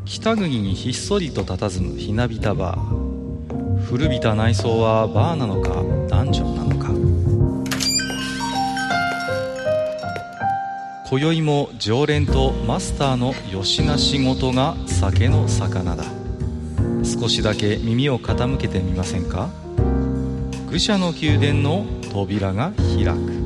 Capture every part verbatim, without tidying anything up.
北国にひっそりと佇むひなびたバー。古びた内装はバーなのかダンジョンなのか。今宵も常連とマスターのよしな仕事が酒の魚だ。少しだけ耳を傾けてみませんか。愚者の宮殿の扉が開く。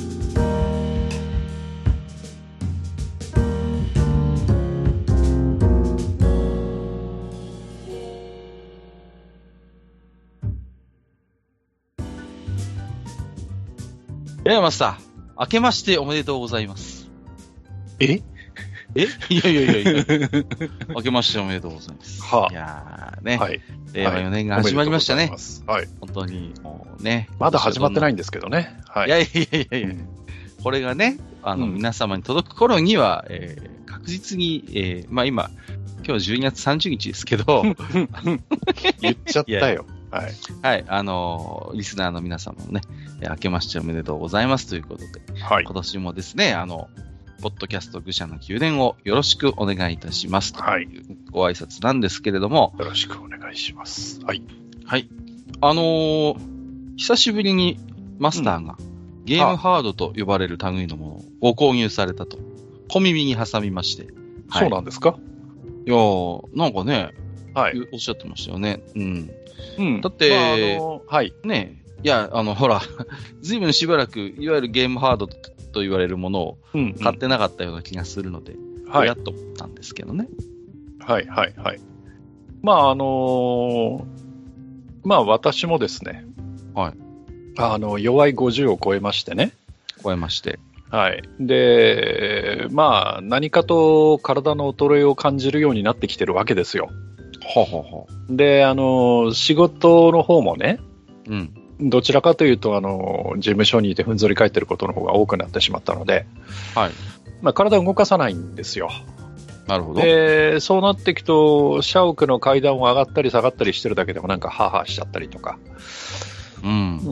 いや、マスター、明けましておめでとうございます。 ええいやいやいやいや明けましておめでとうございます。 はあ、 いやーね、 はい、 令和よねんが始まりましたね。 はい。 本当に、もうね。 まだ始まってないんですけどね。はい。 いやいやいやいやいや、うん、これがね、あの、うん、皆様に届く頃には、えー、確実に、えー、まあ今、今日じゅうにがつさんじゅうにちですけど、 言っちゃったよ。はい。 はい。あのー、リスナーの皆様もね、明けましておめでとうございますということで、はい。今年もですね、あの、ポッドキャスト愚者の宮殿をよろしくお願いいたしますというご挨拶なんですけれども、 よろしくお願いします。はい。 はい。あのー、久しぶりにマスターが、うん、ゲームハードと呼ばれる類のものをご購入されたと、小耳に挟みまして。 はい、そうなんですか？ いやー、なんかね、 はい。 おっしゃってましたよね。うん。 うん、 だって、まあ、あのー、はい。 ね、いや、あの、ほら、ずいぶんしばらく、いわゆるゲームハードと言われるものを買ってなかったような気がするので、うんうん、やっと思ったんですけどね。 はい、はい、はい。まあ、あのー、まあ、私もですね、 はい。 あの、弱いごじゅうを超えましてね。 超えまして。 はい。で、まあ、何かと体の衰えを感じるようになってきてるわけですよ。 ほうほうほう。で、あの、仕事の方もね、 うん。 どちらかというと、あの、事務所にいてふんぞり返ってることの方が多くなってしまったので、 はい。 まあ、体を動かさないんですよ。 なるほど。 で、そうなっていくと、社屋の階段を上がったり下がったりしてるだけでもなんかハーハーしちゃったりとか、 うん。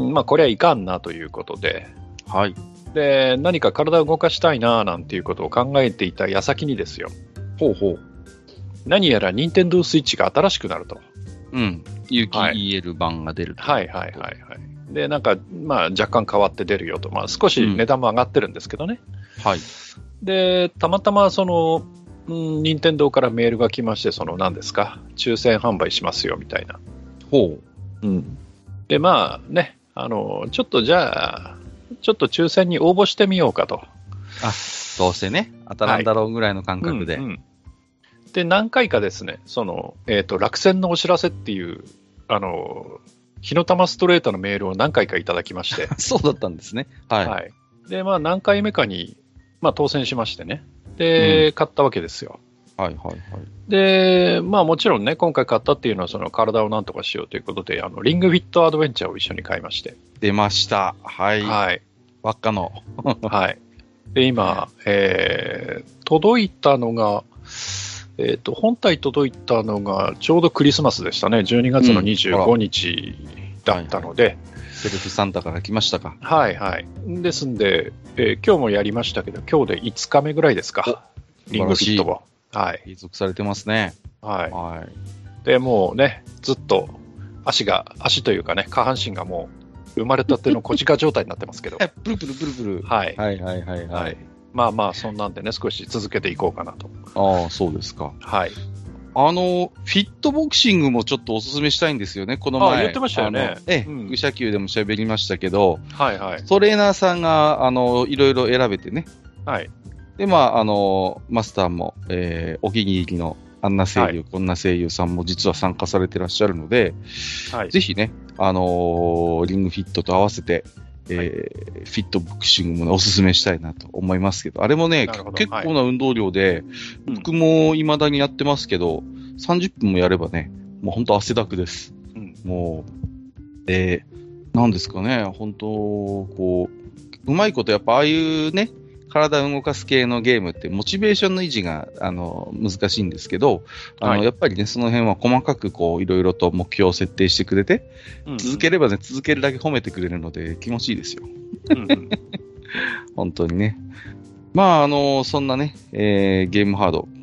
まあ、これはいかんなということで、 はい。 で、何か体を動かしたいななんていうことを考えていた矢先にですよ。 ほうほう。 何やら任天堂スイッチが新しくなると。 うん。有機 イーエル 版が出ると。 はいはいはいはい。で、なんか、まあ若干変わって出るよと。まあ少し値段も上がってるんですけどね。 うん、はい。 で、たまたまその、うん、任天堂からメールが来まして、その何ですか、抽選販売しますよみたいな。 ほう。うん。で、まあね、あの、ちょっとじゃあ、ちょっと抽選に応募してみようかと。 あ、どうせね、当たらんだろうぐらいの感覚で。 はい、うんうん、で、何回かですね、その、えっと、落選のお知らせっていう、あの、火の玉ストレートのメールを何回かいただきまして。 そうだったんですね。はい。はい、 で、まあ何回目かに、まあ当選しましてね。で、うん、買ったわけですよ。 はいはいはい。 で、まあもちろんね、今回買ったっていうのはその体をなんとかしようということで、あの、リングフィットアドベンチャーを一緒に買いまして。 出ました。はい。 はい。 輪っかの。 はい。で、今、えー、届いたのが、えっと、本体届いたのがちょうどクリスマスでしたね。じゅうにがつのにじゅうごにちだったので。うんはい、 セルフサンタから来ましたか。 はいはい。ですんで、えー、今日もやりましたけど、今日でいつかめぐらいですか。リングフィットを。はい。 継続されてますね。 はい。 はい。 で、もうね、ずっと足が、足というかね、下半身がもう生まれたての小鹿状態になってますけど。 プルプルプルプル。 はい。 はいはいはいはい。はい、 まあまあ、そんなんでね、少し続けていこうかなと。 ああ、そうですか。 はい。 あの、フィットボクシングもちょっとお勧めしたいんですよね、この前。 ああ、言ってましたよね。 ええ、愚者級でも喋りましたけど、 はいはい。 トレーナーさんが、あの、いろいろ選べてね。 はい。 で、まあ、あの、マスターも、えー、お気に入りの、あんな声優、はい、こんな声優さんも実は参加されてらっしゃるので、はい、ぜひね、あのー、リングフィットと合わせて、えーはい、フィットボクシングも、ね、おすすめしたいなと思いますけど、あれもね、結構な運動量で、はい、僕も未だにやってますけど、うん、さんじゅっぷんもやればね、もう本当汗だくです。うん、もう、えー、なんですかね、本当、こう、うまいことやっぱああいうね、体を動かす系のゲームってモチベーションの維持があの難しいんですけど、あの、はい、やっぱりね、その辺は細かくこういろいろと目標を設定してくれて、うんうん、続ければね、続けるだけ褒めてくれるので気持ちいいですよ。うんうん、本当にね。まあ、あの、そんなね、えー、ゲームハード、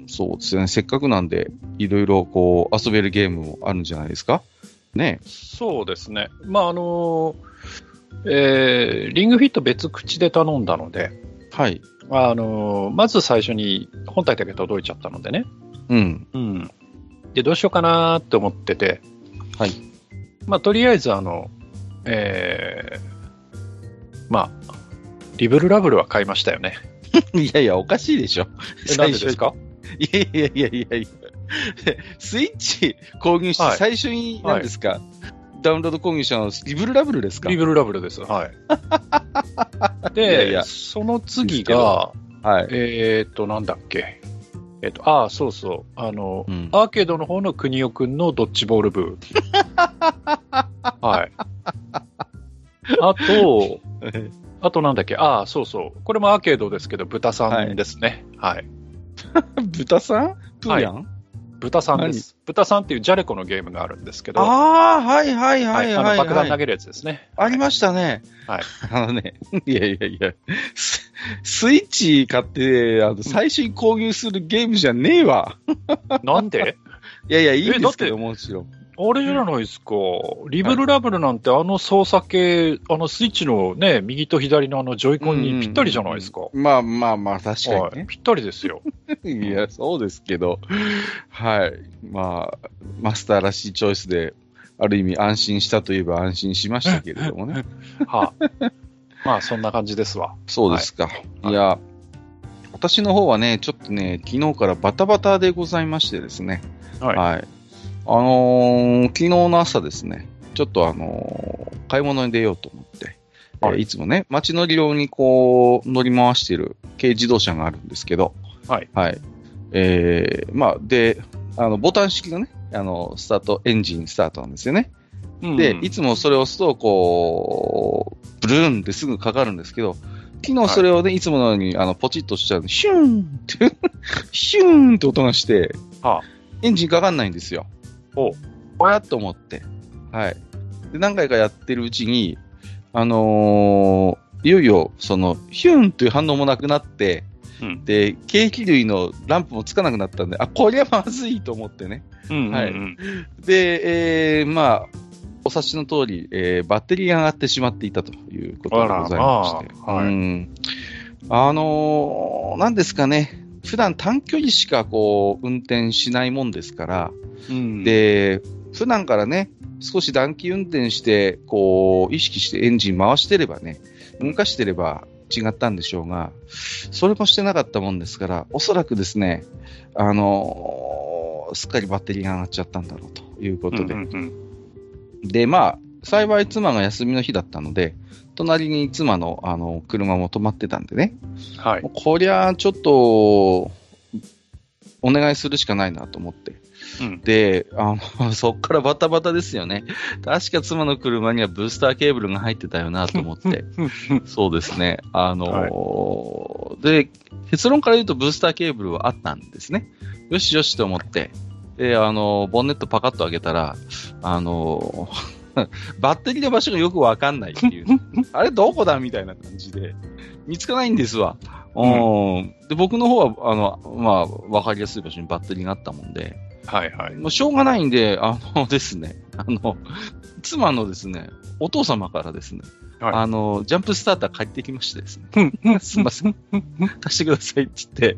そうですね。せっかくなんで、いろいろこう遊べるゲームもあるんじゃないですか。ね。 そうですね。まああのーえー、リングフィット別口で頼んだので、 はい。 あのーまず最初に本体だけ届いちゃったのでね。 うん。 うん。で、どうしようかなって思ってて、 はい。 まあ、とりあえず、あの、えー、まあ、リブルラブルは買いましたよね。 いやいや、おかしいでしょ。 え、なんでですか？ いやいやいやいやいや。スイッチ購入して最初に何ですか、はいはい、ダウンロード購入したのはリブルラブルですか？ リブルラブルです。はい。で、いやいやその次が、はい、えっと、なんだっけ。えっと、ああ、そうそう。あの、うん、アーケードの方の国尾くんのドッジボール部。はい。あと、あとなんだっけ。ああ、そうそう。これもアーケードですけど、豚さんですね。はい。はい、 豚さんプーヤン、 はい、豚さんです。豚さんっていうジャレコのゲームがあるんですけど。 ああ、はいはいはいはい、はい。あの爆弾投げるやつですね。 ありましたね。 はい。 あのね、いやいやいや、ス, スイッチ買って、あの最初に購入するゲームじゃねえわ。 なんで？ いやいや、いいんですけど、もちろん。 あれじゃないですか。リブルラブルなんて、あの操作系、あのスイッチのね、右と左のあのジョイコンにぴったりじゃないですか。 まあまあまあ、確かにね、 はい。ぴったりですよ。 いや、そうですけど、はい。まあ、マスターらしいチョイスで、ある意味安心したといえば安心しましたけれどもね。 はあ、まあ、そんな感じですわ。 そうですか。はい、いや、私の方はね、ちょっとね、昨日からバタバタでございましてですね。はい。はい、あのー、昨日の朝ですね、ちょっとあのー、買い物に出ようと思って、はい、えー、いつもね、街乗り用にこう、乗り回している軽自動車があるんですけど、はい。はい。えー、まあ、で、あの、ボタン式のね、あの、スタート、エンジンスタートなんですよね。うんうん、で、いつもそれを押すと、こう、ブルーンってすぐかかるんですけど、昨日それをね、はい、いつものように、あの、ポチッとしちゃうと、シューンって、シューンって音がして、はあ、エンジンかかんないんですよ。おおやっと思って。はい。で、何回かやってるうちに、あのー、いよいよ、その、ヒューンという反応もなくなって、うん、で、ケーキ類のランプもつかなくなったんで、あ、これはまずいと思ってね。うんうんうん、はい。で、えー、まあ、お察しの通り、えー、バッテリーが上がってしまっていたということでございまして。あ、はい、うん。あのー、なんですかね。普段短距離しかこう運転しないもんですから、うん、で普段からね少し短期運転してこう意識してエンジン回してればね動かしてれば違ったんでしょうが、それもしてなかったもんですから、おそらくですね、あのー、すっかりバッテリーが上がっちゃったんだろうということで、うんうんうん、でまあ幸い妻が休みの日だったので、隣に妻の、あの車も止まってたんでね、はい、こりゃちょっとお願いするしかないなと思って、うん、であのそっからバタバタですよね。確か妻の車にはブースターケーブルが入ってたよなと思ってそうですね、あの、はい、で結論から言うとブースターケーブルはあったんですね。よしよしと思って、であのボンネットパカッと開けたら、あのバッテリーの場所がよくわかんないっていう。あれどこだみたいな感じで。見つかないんですわ。うん、で僕の方は、あの、まあ、わかりやすい場所にバッテリーがあったもんで。はいはい。もうしょうがないんで、あのですね、あの、妻のですね、お父様からですね、はい、あの、ジャンプスターター借りてきましてですね。すいません。貸してくださいって言って。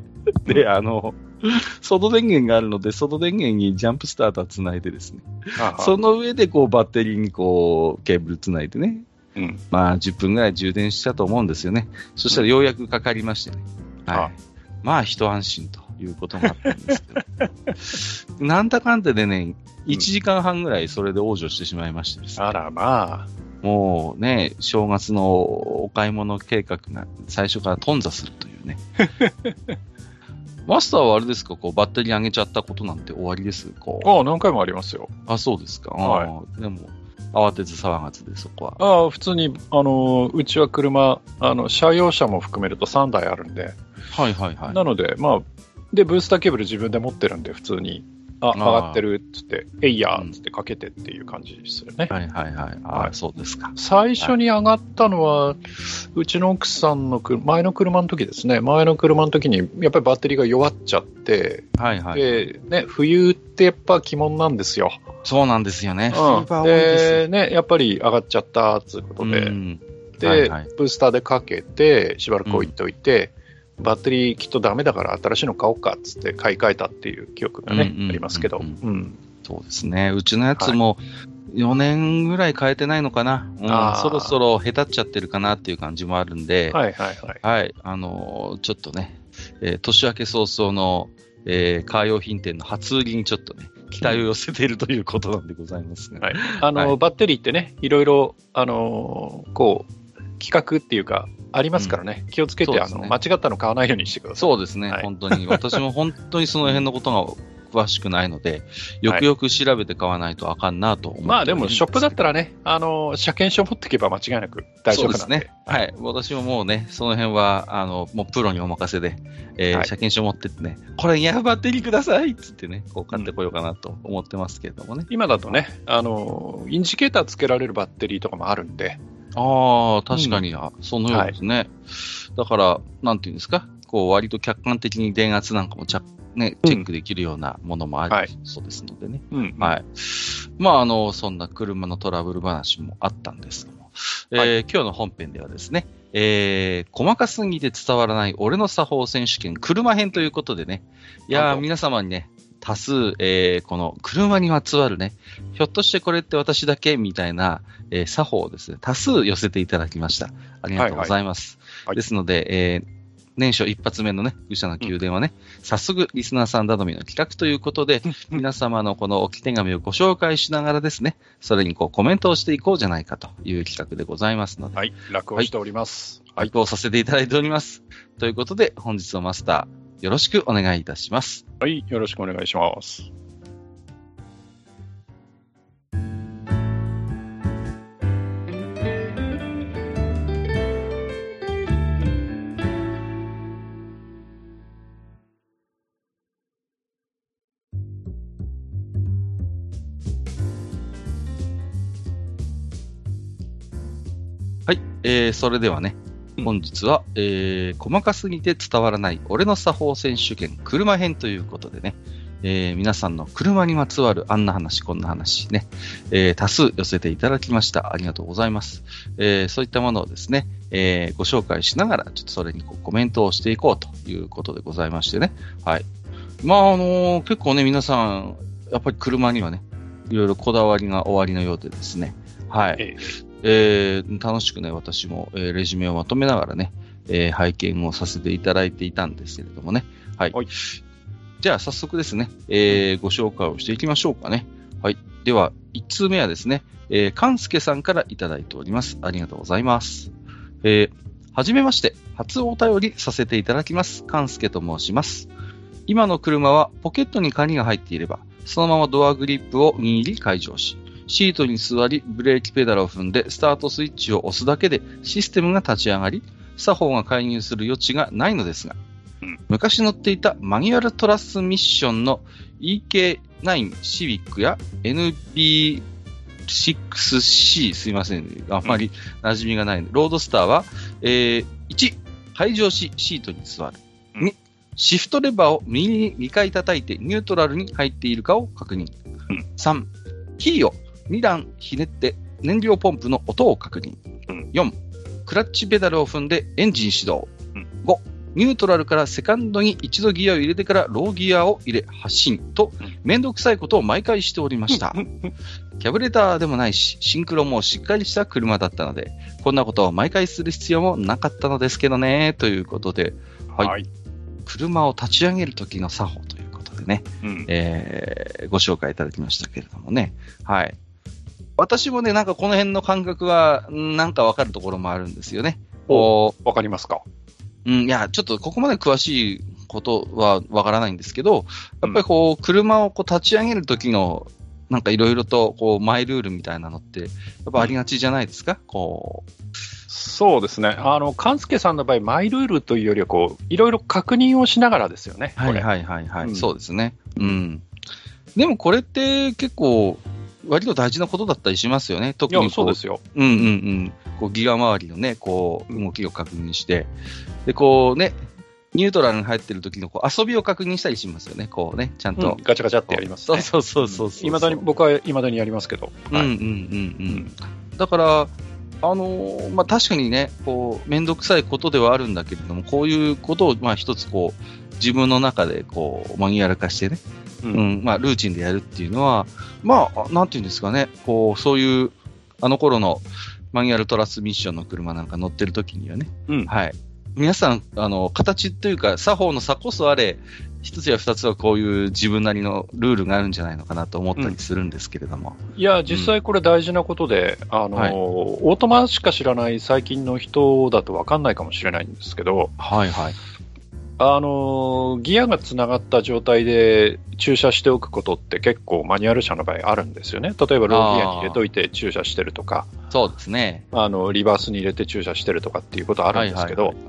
で、あの、外電源があるので、外電源にジャンプスターターつないでですね、その上でこうバッテリーにこうケーブルつないでね、うん、まあじゅっぷんぐらい充電したと思うんですよね。そしたらようやくかかりましてね、うん、はい、まあ一安心ということもあったんですけど、なんだかんだでね、いちじかんはんぐらいそれで往生してしまいましてですね、あらまあ、もうね、正月のお買い物計画が最初から頓挫するというね。マスターはあれですか、こうバッテリー上げちゃったことなんて終わりですこう。 ああ、何回もありますよ。 あ、そうですか。はい。でも、慌てず騒がずで、そこは。 ああ、普通に、あの、うちは車、あの、車用車も含めるとさんだいあるんで。 はいはいはい。 なので、まあ、で、ブースターケーブル自分で持ってるんで、普通に。 あ、上がってるっつって、えいやーっつってかけてっていう感じですよね。 はいはいはい。あ、はい、そうですか。 最初に上がったのは、はい、うちの奥さんの前の車の時ですね。前の車の時にやっぱりバッテリーが弱っちゃって、はいはい。で、ね、冬ってやっぱ鬼門なんですよ。 そうなんですよね。 うん、で、ね、やっぱり上がっちゃったということで、うん、で、はいはい、ブースターでかけて、しばらく置いといて、うん、バッテリーきっとダメだから新しいの買おうかっつって買い替えたっていう記憶がね、うんうんうんうん、ありますけど、うん。 そうですね。うちのやつもよねんぐらい変えてないのかな。はい、うん、そろそろへたっちゃってるかなっていう感じもあるんで、はいはいはい。はい。あのー、ちょっとね、えー、年明け早々の、えー、カー用品店の初売りにちょっとね、期待を寄せているということなんでございますね。はい。 あのーはい、バッテリーってね、いろいろ、あのー、こう、企画っていうか、ありますからね、うん、気をつけて、ね、あの間違ったの買わないようにしてください。 そうですね、はい、本当に。私も本当にその辺のことが詳しくないので、よくよく調べて買わないとあかんなと思って、はい、 まあでも、ショップだったらね、あの車検証持っていけば間違いなく大丈夫なんで。 そうですね。はい。私ももうね、その辺は、あの、もうプロにお任せで、えーはい、車検証持ってってね、これ、ヤーバッテリーくださいっつってね、こう買ってこようかなと思ってますけれどもね。うん、 今だとね、あの、インジケーターつけられるバッテリーとかもあるんで、 ああ、確かに、うん、そのようですね。はい、だから、なんていうんですか、こう、割と客観的に電圧なんかもチャ、ね、チェックできるようなものもある、うん、そうですのでね。はい。はい、まあ、あの、そんな車のトラブル話もあったんですけども、はい、えー、今日の本編ではですね、えー、細かすぎて伝わらない俺の作法選手権車編ということでね、いやー、皆様にね、多数、えー、この車にまつわるね、ひょっとしてこれって私だけみたいな、えー、作法をですね、多数寄せていただきました。ありがとうございます。はいはい、ですので、えー、年初一発目のね、愚者の宮殿はね、うん、早速リスナーさん頼みの企画ということで、皆様のこの置き手紙をご紹介しながらですね、それにこうコメントをしていこうじゃないかという企画でございますので。 はい、楽をしております。 はい、楽をさせていただいております。ということで、本日のマスター、よろしくお願いいたします。 はい、よろしくお願いします。 はい、えー、それではね、本日は、えー、細かすぎて伝わらない俺の作法選手権車編ということでね、えー、皆さんの車にまつわるあんな話こんな話ね、えー、多数寄せていただきました。ありがとうございます。えー、そういったものをですね、えー、ご紹介しながらちょっとそれにこうコメントをしていこうということでございましてね。はい。まああのー、結構ね皆さんやっぱり車にはねいろいろこだわりがおありのようでですね。はい。えーえー、楽しくね、私も、えー、レジュメをまとめながらね、えー、拝見をさせていただいていたんですけれどもね。はい。はい、じゃあ、早速ですね、えー、ご紹介をしていきましょうかね。はい。では、いち通目はですね、えー、かんすけさんからいただいております。ありがとうございます。えー、はじめまして、初お便りさせていただきます。かんすけと申します。今の車はポケットに鍵が入っていれば、そのままドアグリップを握り解錠し、シートに座り、ブレーキペダルを踏んで、スタートスイッチを押すだけでシステムが立ち上がり、作法が介入する余地がないのですが、うん、昔乗っていたマニュアルトランスミッションの イーケーナイン シビックや エヌビーシックスシー すいません、あんまり馴染みがないので、ロードスターは、えー、いち、排乗しシートに座る。に、シフトレバーを右ににかい叩いてニュートラルに入っているかを確認。うん、さん、キーをに段ひねって燃料ポンプの音を確認。うん、よん、クラッチペダルを踏んでエンジン始動。うん、ご、ニュートラルからセカンドに一度ギアを入れてからローギアを入れ発進と、うん、めんどくさいことを毎回しておりました。キャブレターでもないし、シンクロもしっかりした車だったので、こんなことを毎回する必要もなかったのですけどね、ということで、はい。はい、車を立ち上げるときの作法ということでね、うんえー、ご紹介いただきましたけれどもね。はい。私もね、なんかこの辺の感覚は、なんかわかるところもあるんですよね。 お、わかりますか？ うん、いや、ちょっとここまで詳しいことはわからないんですけど、やっぱりこう、車をこう立ち上げるときの、なんかいろいろとこう、マイルールみたいなのって、やっぱありがちじゃないですか？うん、こう。 そうですね。あの、かんすけさんの場合、マイルールというよりは、こう、いろいろ確認をしながらですよね。 はいはいはいはい。うん、そうですね。うん。 でもこれって結構、割と大事なことだったりしますよね。特にこう、 そうですよ。 うんうんうん。こうギガ周りのね、こう、動きを確認して、で、こうね、ニュートラルに入ってる時のこう遊びを確認したりしますよね。こうね、ちゃんと。 うん、ガチャガチャってやりますね。 そうそうそうそう。 いまだに、僕はいまだにやりますけど。 うんうんうんうん。だから、あのー、まあ、確かにね、こう、めんどくさいことではあるんだけれども、こういうことを、まあ、一つこう、自分の中で、こう、マニュアル化してね、うん、うん、まあ、ルーチンでやるっていうのは、まあ、なんていうんですかね、こう、そういう、あの頃のマニュアルトランスミッションの車なんか乗ってる時にはね、うん、はい。皆さん、あの、形というか、作法の差こそあれ、一つや二つはこういう自分なりのルールがあるんじゃないのかなと思ったりするんですけれども。 うん、いや、実際これ大事なことで、うん、あの、はい、オートマしか知らない最近の人だと分かんないかもしれないんですけど、 はいはい。 あの、ギアがつながった状態で駐車しておくことって結構マニュアル車の場合あるんですよね。例えばローギアに入れといて駐車してるとか、 そうですね。 あの、リバースに入れて駐車してるとかっていうことあるんですけど、はいはいはいはい、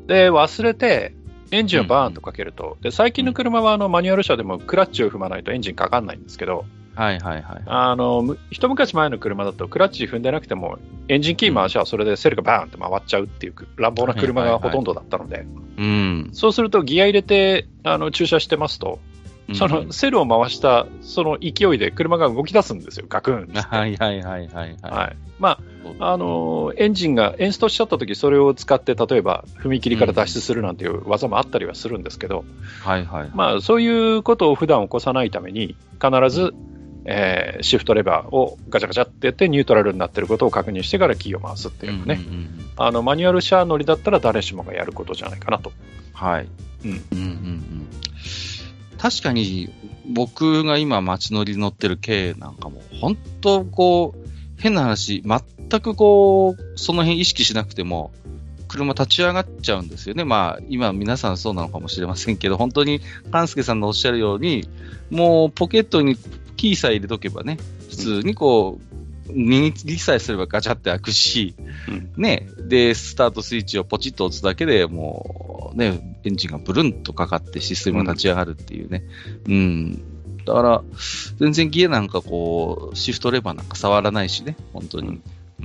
で、忘れて、エンジンをバーンとかけると、うん、で最近の車はあのマニュアル車でもクラッチを踏まないとエンジンかかんないんですけど、 はいはいはい、 あの一昔前の車だとクラッチ踏んでなくてもエンジンキー回しはそれでセルがバーンって回っちゃうっていう乱暴な車がほとんどだったので、そうするとギア入れてあの駐車してますと、そのセルを回したその勢いで車が動き出すんですよ、ガクンって。 はいはいはいはい、はい。 まあ、あのエンジンがエンストしちゃったとき、それを使って例えば踏切から脱出するなんていう技もあったりはするんですけど、 はいはい、 まあ、そういうことを普段起こさないために必ず、えー、シフトレバーをガチャガチャってやってニュートラルになっていることを確認してからキーを回すっていうのね、うんうんうん、あのマニュアル車乗りだったら誰しもがやることじゃないかなと。 はい、うんうんうんうん、確かに僕が今街乗り乗ってる軽なんかも本当こう変な話、全くこうその辺意識しなくても車立ち上がっちゃうんですよね。まあ今皆さんそうなのかもしれませんけど、本当に勘介さんのおっしゃるように、もうポケットにキーさえ入れとけばね、普通にこう握りさえすればガチャって開くし、うん、ね、でスタートスイッチをポチッと押すだけでもうねエンジンがブルンとかかってシステムが立ち上がるっていうね。うん、うんだから、全然ギアなんかこう、シフトレバーなんか触らないしね、本当に。うん。うん、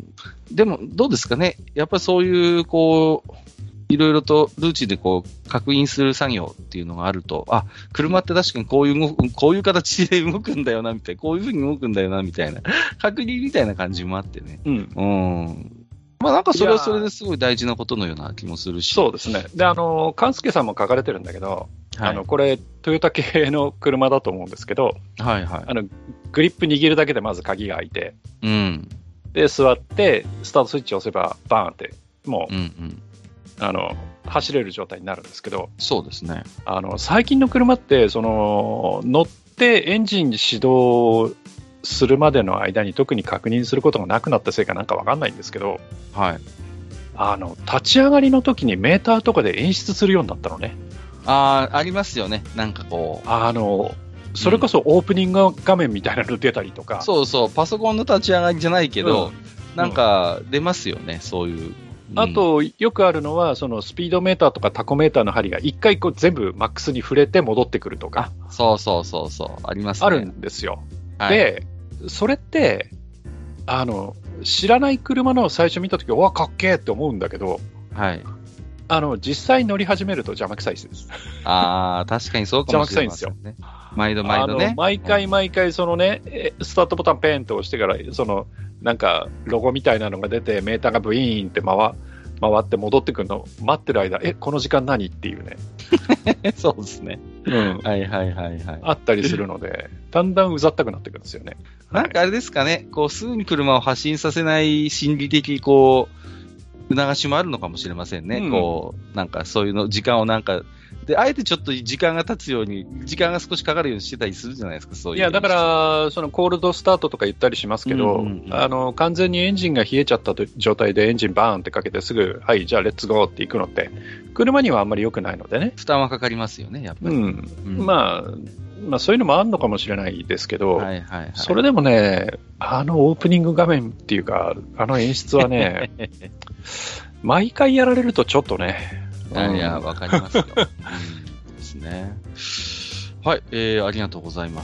でも、どうですかね。やっぱりそういう、こう、いろいろとルーチンでこう、確認する作業っていうのがあると、あ、車って確かにこういう動く、こういう形で動くんだよな、みたいな、こういう風に動くんだよな、みたいな、確認みたいな感じもあってね。うん。うんまあなんかそれはそれですごい大事なことのような気もするし。 そうですね。で、あの、勘介さんも書かれてるんだけど、はい、あの、これ、トヨタ系の車だと思うんですけど、 はいはい。 あの、グリップ握るだけでまず鍵が開いて、 うん。 で、座って、スタートスイッチを押せば、バーンって、もう、うんうん、あの、走れる状態になるんですけど、 そうですね。 あの、最近の車って、その、乗ってエンジン始動するまでの間に特に確認することがなくなったせいかなんかわかんないんですけど、 はい。 あの、立ち上がりの時にメーターとかで演出するようになったのね。 ああ、ありますよね。なんかこう。あの、それこそオープニング画面みたいなの出たりとか。 うん、そうそう、パソコンの立ち上がりじゃないけど、うん、なんか出ますよね、そういう。 うん、あと、よくあるのは、そのスピードメーターとかタコメーターの針が一回こう全部マックスに触れて戻ってくるとか。 そうそうそうそう、ありますね。 あるんですよ。はい、で、それって、あの、知らない車の最初見たとき、わ、かっけーって思うんだけど、 はい。 あの、実際乗り始めると邪魔くさいです。 ああ、確かにそうかもしれませんね。邪魔くさいんですよ。毎度毎度ね。 毎回毎回、そのね、スタートボタンペンと押してから、その、なんか、ロゴみたいなのが出て、メーターがブイーンって回、回って戻ってくるの、待ってる間、え、この時間何っていうね。 そうですね。うん。はいはいはいはい。 あったりするので、だんだんうざったくなってくるんですよね。 なんかあれですかね、こう、すぐに車を発進させない心理的、こう、促しもあるのかもしれませんね。うん、こう、なんかそういうの、時間をなんか、で、あえてちょっと時間が経つように、時間が少しかかるようにしてたりするじゃないですか、そういう。 いや、だから、そのコールドスタートとか言ったりしますけど、うんうんうん、あの、完全にエンジンが冷えちゃった状態でエンジンバーンってかけてすぐ、はい、じゃあレッツゴーって行くのって、車にはあんまり良くないのでね。 負担はかかりますよね、やっぱり。 うんうん、まあ、まあそういうのもあるのかもしれないですけど、はいはいはい、それでもね、あのオープニング画面っていうか、あの演出はね、毎回やられるとちょっとね。 いや、わかりますよ。うんですね。 はい、えー、ありがとうございます。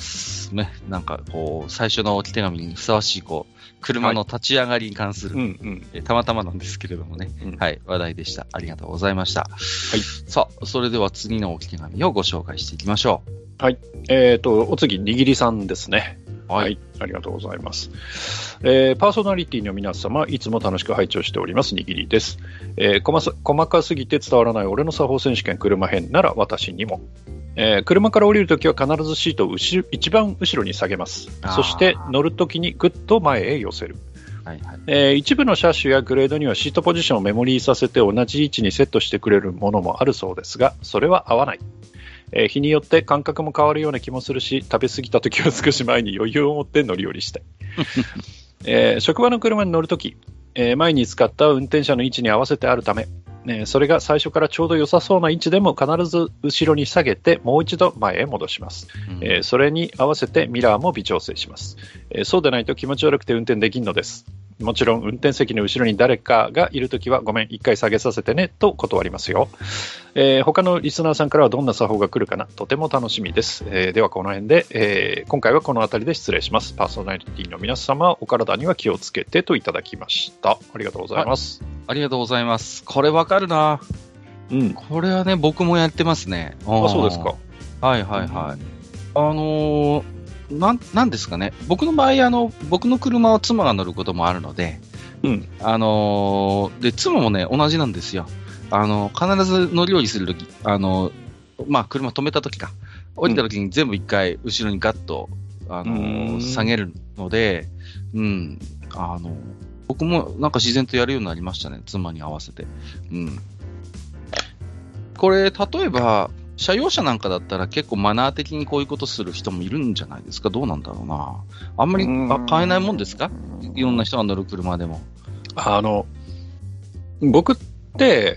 ね、なんかこう、最初の置き手紙にふさわしい、こう、車の立ち上がりに関する、はい、うんうん、えー、たまたまなんですけれどもね、うん、はい、話題でした。ありがとうございました。はい。さあ、それでは次の置き手紙をご紹介していきましょう。はい。えっ、ー、と、お次、にぎりさんですね。はい、はい。ありがとうございます。えー、パーソナリティの皆様、いつも楽しく拝聴しております、にぎりです。えー、細, 細かすぎて伝わらない俺の作法選手権車編なら私にも。えー、車から降りるときは必ずシートを後ろ一番後ろに下げます。そして乗るときにぐっと前へ寄せる。はいはい、えー、一部の車種やグレードにはシートポジションをメモリーさせて同じ位置にセットしてくれるものもあるそうですが、それは合わない。えー、日によって感覚も変わるような気もするし、食べ過ぎたときは少し前に余裕を持って乗り降りしたい。えー、職場の車に乗るとき、えー、前に使った運転者の位置に合わせてあるため、ね、それが最初からちょうど良さそうな位置でも必ず後ろに下げてもう一度前へ戻します、うん、えー、それに合わせてミラーも微調整します、えー、そうでないと気持ち悪くて運転できんのです。もちろん運転席の後ろに誰かがいるときはごめん一回下げさせてねと断りますよ、えー、他のリスナーさんからはどんな作法が来るかなとても楽しみです、えー、ではこの辺で、えー、今回はこの辺りで失礼します。パーソナリティの皆様お体には気をつけてといただきました。ありがとうございます。 あ, ありがとうございます。これわかるな。うん、これはね僕もやってますね。 ああそうですか。 はいはいはい、うん、あのーな, なんですかね、僕の場合あの僕の車は妻が乗ることもあるので、うん、あのー、で妻もね同じなんですよ。あのー、必ず乗り降りするとき、あのー、まあ車止めたときか降りたときに全部一回後ろにガッと、あのー、下げるので、うん、あのー、僕もなんか自然とやるようになりましたね、妻に合わせて。うん、これ例えば車用車なんかだったら結構マナー的にこういうことする人もいるんじゃないですか。どうなんだろうな。あんまり買えないもんですか。いろんな人が乗る車でも。 あの僕って、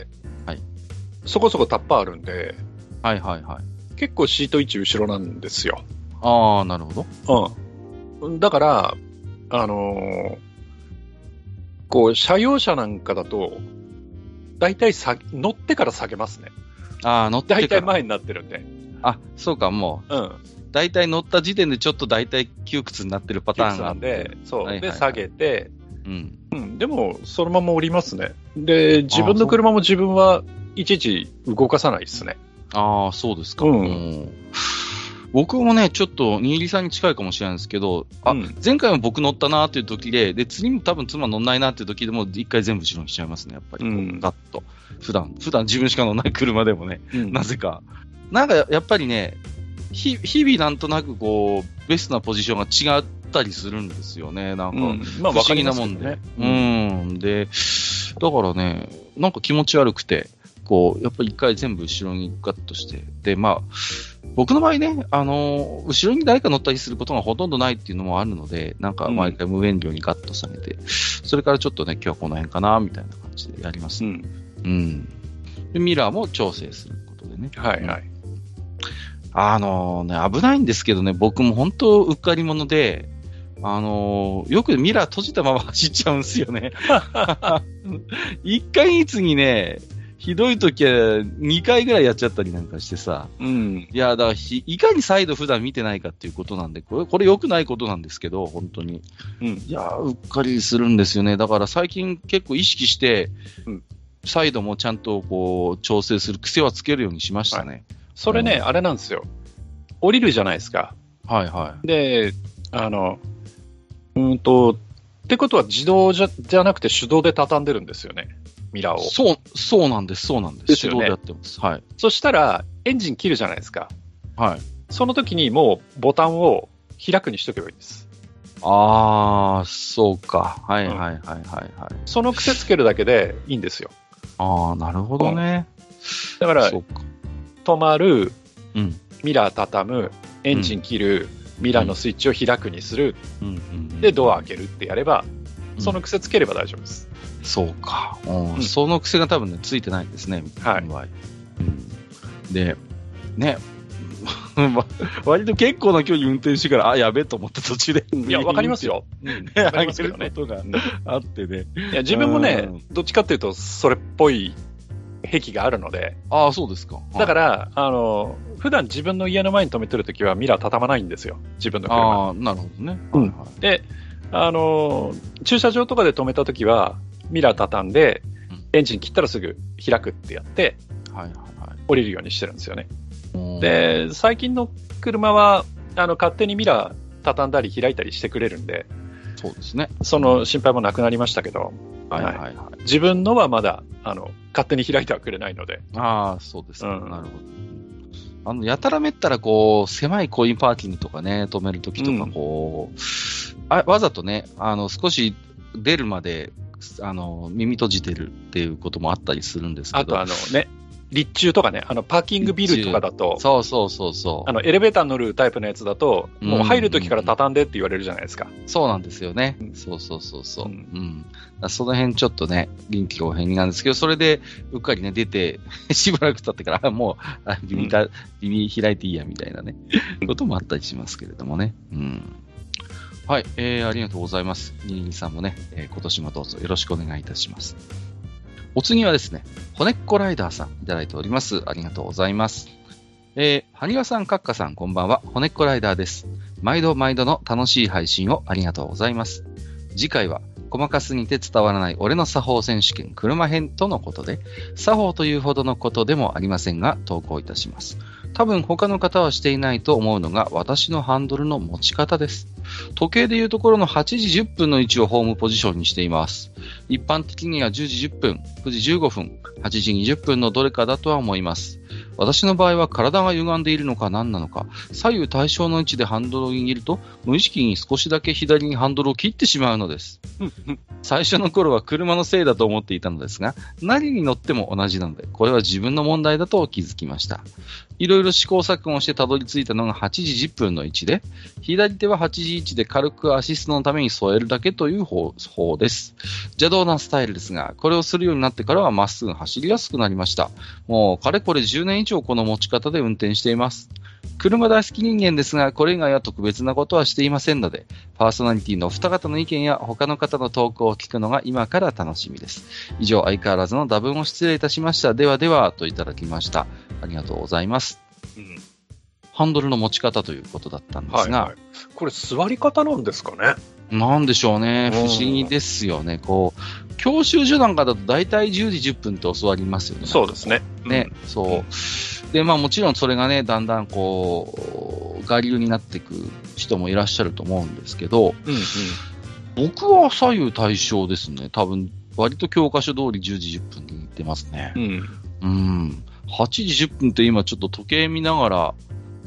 はい、そこそこタッパーあるんで、 はいはいはい、 結構シート位置後ろなんですよ。 ああなるほど。うん。だからあのー、こう車用車なんかだとだいたい乗ってから下げますね。 ああ、乗ってから。 大体前になってるんで。 あ、そうか、もう。うん。大体乗った時点でちょっと大体窮屈になってるパターンがあって。 なんで、そう。はいはいはい、で、下げて、うん。うん。でも、そのまま降りますね。で、自分の車も自分はいちいち動かさないですね。 ああ、そうですか。うん。僕もね、ちょっと、新入さんに近いかもしれないんですけど、あ、うん、前回も僕乗ったなーっていう時で、で、次も多分妻乗んないなっていう時でも、一回全部後ろにしちゃいますね、やっぱり。うん、ガッと。普段、普段自分しか乗らない車でもね、うん、なぜか。なんか、やっぱりね、ひ、日々なんとなくこう、ベストなポジションが違ったりするんですよね、なんか。うん、まあ、不思議なもんで。ね、うん。で、だからね、なんか気持ち悪くて、こう、やっぱり一回全部後ろにガッとして、で、まあ、僕の場合ね、あのー、後ろに誰か乗ったりすることがほとんどないっていうのもあるので、なんか毎回無遠慮にガッと下げて、うん、それからちょっとね、今日はこの辺かな、みたいな感じでやります。うん。うん。で、ミラーも調整することでね。 はいはい。 あのー、ね、危ないんですけどね、僕も本当うっかり者で、あのー、よくミラー閉じたまま走っちゃうんですよね。一回いつにね、ひどい時はにかいぐらいやっちゃったりなんかしてさ。うん。いや、だからひ、いかにサイド普段見てないかっていうことなんで、これ、これ良くないことなんですけど、本当に。うん。いや、うっかりするんですよね。だから最近結構意識して、うん、サイドもちゃんとこう、調整する癖はつけるようにしましたね。はい、 それね、うん、あれなんですよ。降りるじゃないですか。 はいはい。 で、あの、うんと、ってことは自動じゃ、じゃなくて手動で畳んでるんですよね。ミラーを。 そう、そうなんです、そうなんです。ですよね、手動でやってます。はい。 そしたら、エンジン切るじゃないですか。 はい。 その時にもうボタンを開くにしとけばいいです。 あー、そうか。はいはいはいはい、はい、うん。 その癖つけるだけでいいんですよ。 あー、なるほどね。 うん、だから、止まる、うん、ミラー畳む、エンジン切る、うん、ミラーのスイッチを開くにする、うん、で、ドア開けるってやれば、その癖つければ大丈夫です。 そうか、うん、その癖が多分ねついてないんですね。はい。うん、でね割と結構な距離運転してからあやべえと思った途中でいやわかりますよ。 わかりますけどね。ことがあってね。 いや自分もねどっちかっていうとそれっぽい壁があるので。 ああ、そうですか。 だから、あの、普段自分の家の前に止めてるときはミラー畳まないんですよ。自分の車。 ああ、なるほどね。 うん。はいはい、で、あの、駐車場とかで止めたときは、ミラー畳んで、うん、エンジン切ったらすぐ開くってやって、はいはいはい、降りるようにしてるんですよね。で、最近の車は、あの、勝手にミラー畳んだり開いたりしてくれるんで、 そうですね。 その心配もなくなりましたけど、はいはいはい、自分のはまだあの勝手に開いてはくれないので。 ああ、そうですか、うん、なるほど。あのやたらめったらこう狭いコインパーキングとかね止めるときとかこう、うん、あわざとねあの少し出るまであの耳閉じてるっていうこともあったりするんですけど、 あとあのね。立中とかね、あのパーキングビルとかだと、 そうそうそうそう、 あのエレベーターに乗るタイプのやつだと、もう入るときから畳んでって言われるじゃないですか。 うんうん、そうなんですよね。うん、そうそうそうそう。うん、うん、その辺ちょっとね、臨機応変になんですけど、それでうっかりね出てしばらく経ってからもう耳か、うん、耳開いていいやみたいなねこともあったりしますけれどもね。うん。はい、えー、ありがとうございます。ニリニさんもね、えー、今年もどうぞよろしくお願いいたします。お次はですね、骨っこライダーさんいただいております。ありがとうございます。えー、はにわさん、かっかさん、こんばんは。骨っこライダーです。毎度毎度の楽しい配信をありがとうございます。次回は、細かすぎて伝わらない俺の作法選手権車編とのことで、作法というほどのことでもありませんが、投稿いたします。多分他の方はしていないと思うのが私のハンドルの持ち方です。時計でいうところのはちじじゅっぷんの位置をホームポジションにしています。一般的にはじゅうじじゅっぷん、くじじゅうごふん、はちじにじゅっぷんのどれかだとは思います。私の場合は体が歪んでいるのか何なのか、左右対称の位置でハンドルを握ると無意識に少しだけ左にハンドルを切ってしまうのです。最初の頃は車のせいだと思っていたのですが、何に乗っても同じなので、これは自分の問題だと気づきました。いろいろ試行錯誤してたどり着いたのがはちじじゅっぷんの位置で、左手ははちじ位置で軽くアシストのために添えるだけという方法です。邪道なスタイルですが、これをするようになってからはまっすぐ走りやすくなりました。もうかれこれじゅうねん以上この持ち方で運転しています。車大好き人間ですが、これ以外は特別なことはしていませんので、パーソナリティのお二方の意見や他の方のトークを聞くのが今から楽しみです。以上、相変わらずの打分を失礼いたしました。ではでは、といただきました。ありがとうございます。うん、ハンドルの持ち方ということだったんですが、はいはい、 これ座り方なんですかね。 なんでしょうね。不思議ですよね。こう、教習所なんかだと大体じゅうじじゅっぷんって教わりますよね。 そうですね。 ね、うん、そう。で、まあもちろんそれがね、だんだんこう、我流になっていく人もいらっしゃると思うんですけど、うんうん、僕は左右対称ですね。多分、割と教科書通りじゅうじじゅっぷんに行ってますね。うん。うん。はちじじゅっぷんって今ちょっと時計見ながら、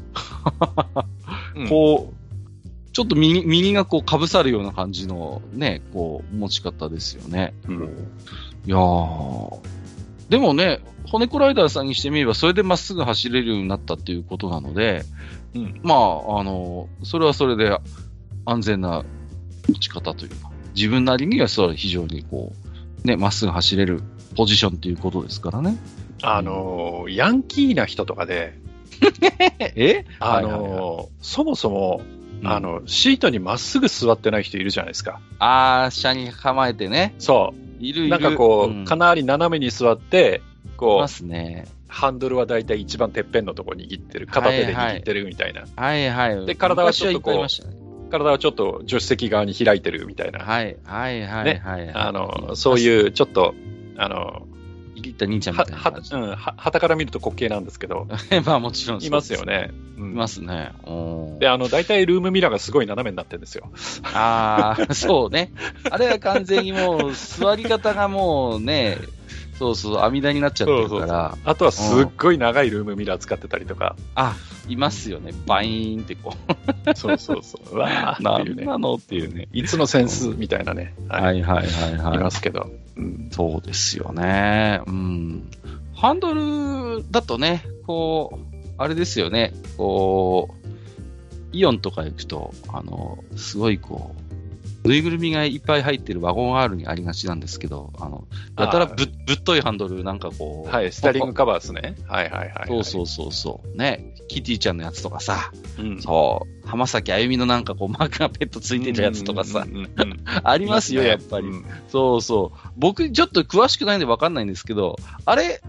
こう、ちょっと右、右がこう被さるような感じのね、こう、持ち方ですよね。うん、いやー。でもね、骨子ライダーさんにしてみれば、それでまっすぐ走れるようになったっていうことなので、うん、まあ、あの、それはそれで安全な持ち方というか、自分なりにはそれは非常にこう、ね、まっすぐ走れるポジションっていうことですからね。 あの、うん、ヤンキーな人とかで、 えあの、はいはいはい、そもそも、うん、あの、シートにまっすぐ座ってない人いるじゃないですか。 あー、車に構えてね。 そう。いるいる。なんかこう、うん、かなり斜めに座って、こう、ますね。ハンドルはだいたい一番てっぺんのところ握ってる。片手で握ってるみたいな。 はいはい。はいはい、 で、体はちょっとこう、ね、体はちょっと助手席側に開いてるみたいな。 はいはいはい、ね、はい。 あの、そういうちょっと、あの、 いぎった兄ちゃんみたいな感じ。 は、は、うん、は、はたから見ると滑稽なんですけど。 まあもちろんそうです。 いますよね。 うん、いますね。 で、あの、大体ルームミラーがすごい斜めになってるんですよ。 ああ、そうね。あれは完全にもう、座り方がもうね、そうそう、網田になっちゃってるから。そうそうそう。 あとはすっごい長いルームミラー使ってたりとか。 あ、いますよね。バイーンってこう。そうそうそう。うわーっていうね。 何なのっていうね。 いつのセンスみたいなね。 はいはいはいはい。 いますけど。 うん、そうですよね。うん。ハンドルだとね、こう、あれですよね。こう、イオンとか行くと、あの、すごいこう、ぬいぐるみがいっぱい入ってるワゴン R にありがちなんですけど、あの、やたら ぶ, ぶっといハンドルなんかこう。 はい、スタリングカバーですね。はいはいはい、はい。 そうそうそうそう。ね、キティちゃんのやつとかさ、うん、そう、浜崎あゆみのなんかこうマークがペットついてるやつとかさ、ありますよ、やっぱり、うん。そうそう。僕ちょっと詳しくないんでわかんないんですけど、あれ、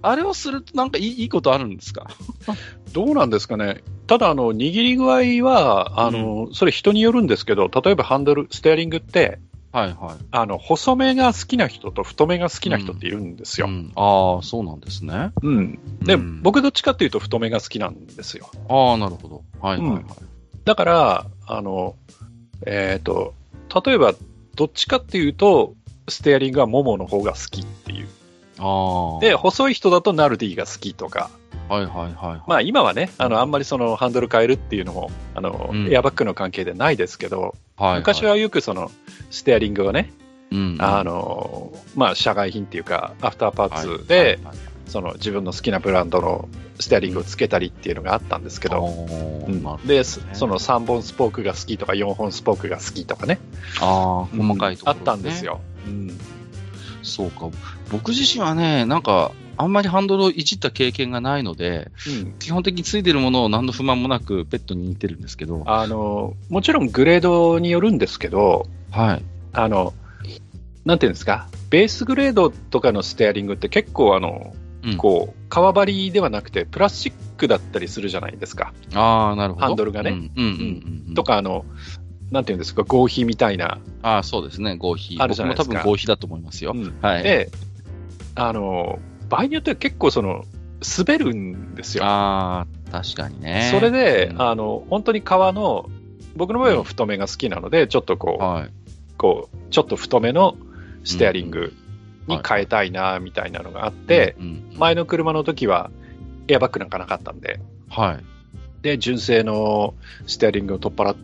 あれをするとなんかいいいいことあるんですか？ どうなんですかね。ただ、あの、握り具合は、あの、うん、それ人によるんですけど、例えばハンドル、ステアリングって、はいはい。あの、細めが好きな人と太めが好きな人っているんですよ。うんうん、 ああ、そうなんですね。 うん。で、うん、僕どっちかっていうと太めが好きなんですよ。 ああ、なるほど。はいはいはい。うん、 だから、あの、えっと、例えば、どっちかっていうと、ステアリングはももの方が好きっていう。 あで、細い人だとナルディが好きとか。 はいはいはい、はい。 まあ今はね、あの、あんまりそのハンドル変えるっていうのも、あの、うん、エアバッグの関係でないですけど、はいはい、昔はよくその、ステアリングをね、うんうん、あの、まあ社外品っていうか、アフターパーツで、はいはいはい、その自分の好きなブランドのステアリングをつけたりっていうのがあったんですけど、うん、で、そのさんぼんスポークが好きとかよんほんスポークが好きとかね。 ああ、細かいところ、ね、 あったんですよ。うん。 そうか。僕自身はね、なんか、あんまりハンドルをいじった経験がないので、うん、基本的についてるものを何の不満もなくペットに似てるんですけど。 あの、もちろんグレードによるんですけど、 はい。 あの、なんていうんですか、ベースグレードとかのステアリングって結構あの、うん、こう、革張りではなくてプラスチックだったりするじゃないですか。 ああ、なるほど。 ハンドルがね。うんうんうんうん、とか、あの、なんていうんですか、合皮みたいな。 ああ、そうですね、合皮。あるじゃないですか。僕も多分合皮だと思いますよ。うん、 はい。で、あの、場合によっては結構その、滑るんですよ。 ああ、確かにね。 それで、うん、あの、本当に革の、僕の場合は太めが好きなので、うん、ちょっとこう、はい、こう、ちょっと太めのステアリングに変えたいな、みたいなのがあって、うんうん、前の車の時はエアバッグなんかなかったんで、 はい。 で、純正のステアリングを取っ払って、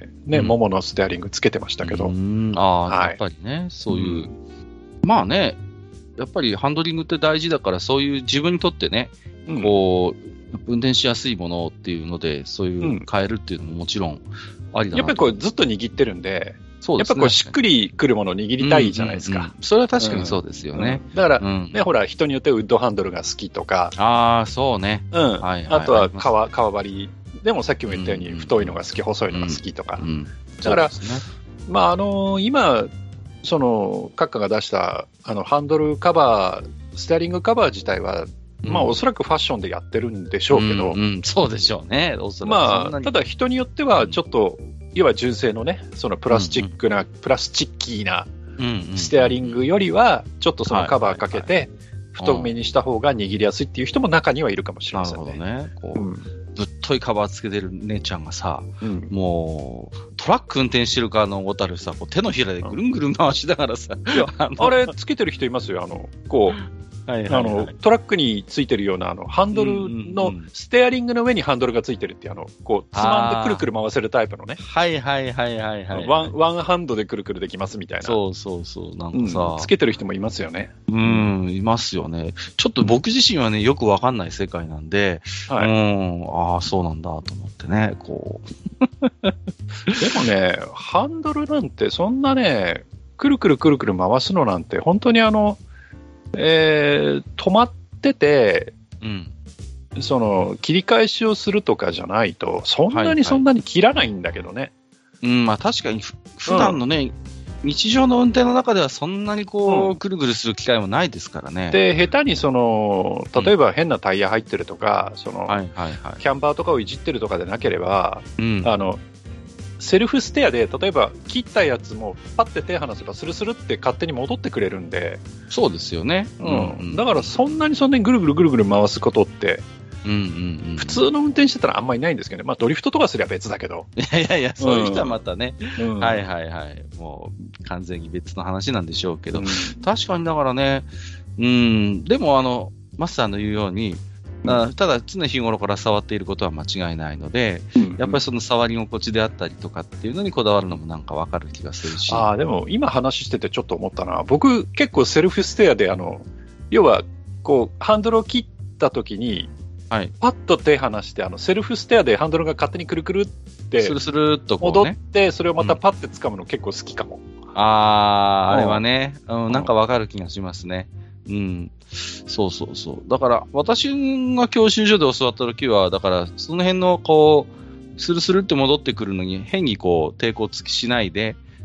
ね、うん、もものステアリングつけてましたけど。 うん、ああ、はい、やっぱりね、そういう、うん、まあね、やっぱりハンドリングって大事だから、そういう自分にとってね、うん、こう、運転しやすいものっていうので、そういう変えるっていうのももちろんありだなと、 やっぱりこうずっと握ってるんで、そうですね、やっぱこうしっくりくるものを握りたいじゃないですか。うんうんうん、 それは確かにそうですよね。 うん、だから、うん、ね、ほら、人によってウッドハンドルが好きとか。 ああ、そうね。 うん。はいはい、あとは革、革張り。でもさっきも言ったように、太いのが好き、細いのが好きとか。うんうん、だから、ね、まあ、あのー、今、その、カッカが出した、あの、ハンドルカバー、ステアリングカバー自体は、うん、まあ、おそらくファッションでやってるんでしょうけど。 うんうん、そうでしょうね。おそらくまあ、ただ人によっては、ちょっと、要は純正のね、そのプラスチックな、うんうん、プラスチッキーなステアリングよりは、ちょっとそのカバーかけて、太めにした方が握りやすいっていう人も中にはいるかもしれませんね。 なるほどね。こう、うん、ぶっといカバーつけてる姉ちゃんがさ、うん、もう、トラック運転してるかのごたるさ、こう手のひらでぐるんぐるん回しながらさ。 いや、あれつけてる人いますよ。あの、こう。はいはいはい、あのトラックについてるようなあのハンドルのステアリングの上にハンドルがついてるっていうあのこうつまんでくるくる回せるタイプのね。 はいはいはいはいはい、はい。 ワンワンハンドでくるくるできますみたいな。 そうそうそうなんかさ、 うん、つけてる人もいますよね。 うん、いますよね。ちょっと僕自身はねよくわかんない世界なんで、はい、うん、ああそうなんだと思ってねこう。 でもねハンドルなんてそんなねくるくるくるくる回すのなんて本当にあの。えー、止まってて、うん、その切り返しをするとかじゃないとそんなにそんなに切らないんだけどね、 はいはい、うんまあ、確かに普段のね、うん、日常の運転の中ではそんなにこう、うん、くるくるする機会もないですからね。 で下手にその例えば変なタイヤ入ってるとか、うん、そのはいはいはい、キャンバーとかをいじってるとかでなければ、うん、あのセルフステアで例えば切ったやつもパッて手離せばスルスルって勝手に戻ってくれるんで。 そうですよね、 うんうん、だからそんなにそんなにぐるぐるぐるぐる回すことって、うんうんうん、普通の運転してたらあんまりないんですけどね、まあ、ドリフトとかすれば別だけど。 いやいやいやそういう人はまたね、うん、はいはいはいもう完全に別の話なんでしょうけど、うん、確かにだからね、うん、でもあのマスターの言うようにただ常日頃から触っていることは間違いないので、うんうん、やっぱりその触り心地であったりとかっていうのにこだわるのもなんかわかる気がするし。 ああでも今話しててちょっと思ったな。僕結構セルフステアであの要はこうハンドルを切った時に、はい、パッと手離してあのセルフステアでハンドルが勝手にくるくるってスルスルっとこう、ね、 戻ってそれをまたパッて掴むの結構好きかも、 うん、あああれはね、うん、なんかわかる気がしますね。うん。そうそうそう。だから、私が教習所で教わった時は、だから、その辺の、こう、スルスルって戻ってくるのに、変にこう、抵抗つきしないで、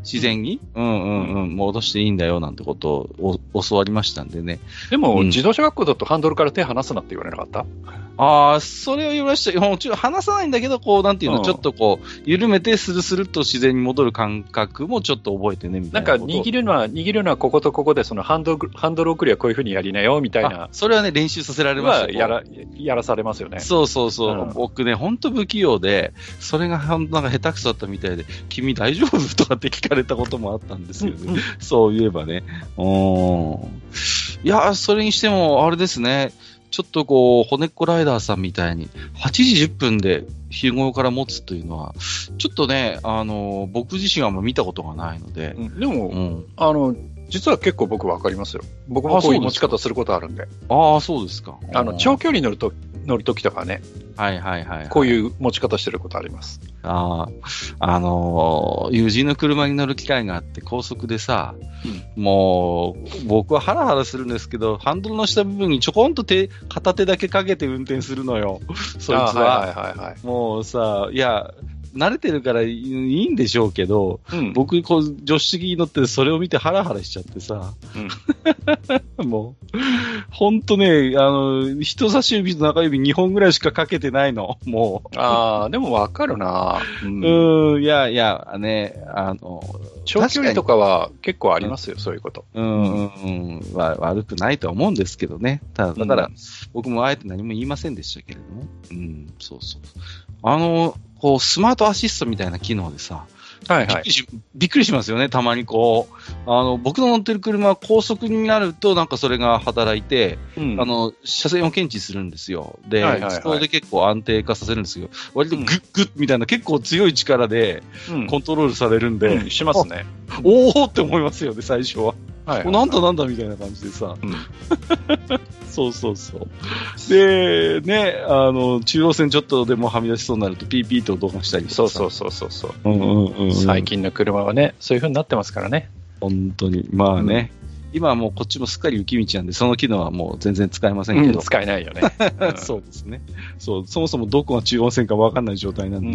自然に、うんうんうん、戻していいんだよなんてことを教わりましたんでね。 でも、うん、自動車学校だとハンドルから手離すなって言われなかった？ ああ、それを言いました。もちろん離さないんだけど、こう、なんていうの、うん、ちょっとこう、緩めて、スルスルっと自然に戻る感覚もちょっと覚えてね、みたいな。 なんか、握るのは、握るのはこことここで、そのハンドル、ハンドル送りはこういう風にやりなよ、みたいな。 それはね、練習させられました。 やら、やらされますよね。 そうそうそう。うん、僕ね、ほんと不器用で、それがなんか下手くそだったみたいで、君大丈夫とかって聞かれたこともあったんですけどね。うんうん、そういえばね。うん。いや、それにしても、あれですね。ちょっとこう、骨っこライダーさんみたいに、はちじじゅっぷんで日頃から持つというのは、ちょっとね、あの、僕自身はあんま見たことがないので。 うん、でも、うん、あの、実は結構僕わかりますよ。僕もこういう持ち方することあるんで。 ああ、そうですか。 あの、長距離乗ると、乗るときとかね。 はいはいはい、はい。 こういう持ち方してることあります。 ああ、あのー、友人の車に乗る機会があって高速でさ、うん、もう、僕はハラハラするんですけど、ハンドルの下部分にちょこんと手、片手だけかけて運転するのよ。そいつは。 はいはいはいはい。 もうさ、いや、慣れてるからいいんでしょうけど、うん、僕、こう、助手席に乗ってそれを見てハラハラしちゃってさ、うん、もう、ほんとね、あの、人差し指と中指にほんぐらいしかかけてないの、もう。 ああ、でもわかるな、 うん、うん、いやいや、ね、あの、 長距離とかは結構ありますよ、そういうこと。 うん、うん、うん、悪くないとは思うんですけどね。ただ、だから、うん、僕もあえて何も言いませんでしたけれども、うん、そうそう。あの、こう、スマートアシストみたいな機能でさ、 はいはい、 びっくりし、びっくりしますよね、たまにこう。あの、僕の乗ってる車は高速になると、なんかそれが働いて、うん、あの、車線を検知するんですよ。で、はいはいはい、自動で結構安定化させるんですけど、割とグッグッみたいな結構強い力でコントロールされるんで。 うん、しますね。 おーって思いますよね、最初は。 はいはいはい、 なんだなんだみたいな感じでさ。うん、そうそうそう。で、ね、あの、中央線ちょっとでもはみ出しそうになるとピーピーと動画したりとか。 そうそうそうそうそう、うんうんうんうん。最近の車はね、そういう風になってますからね。 本当に。まあね。うん、今はもうこっちもすっかり雪道なんで、その機能はもう全然使えませんけど。 うん、使えないよね。 うん、そうですね。そう、そもそもどこが中央線か分かんない状態なんで。うん、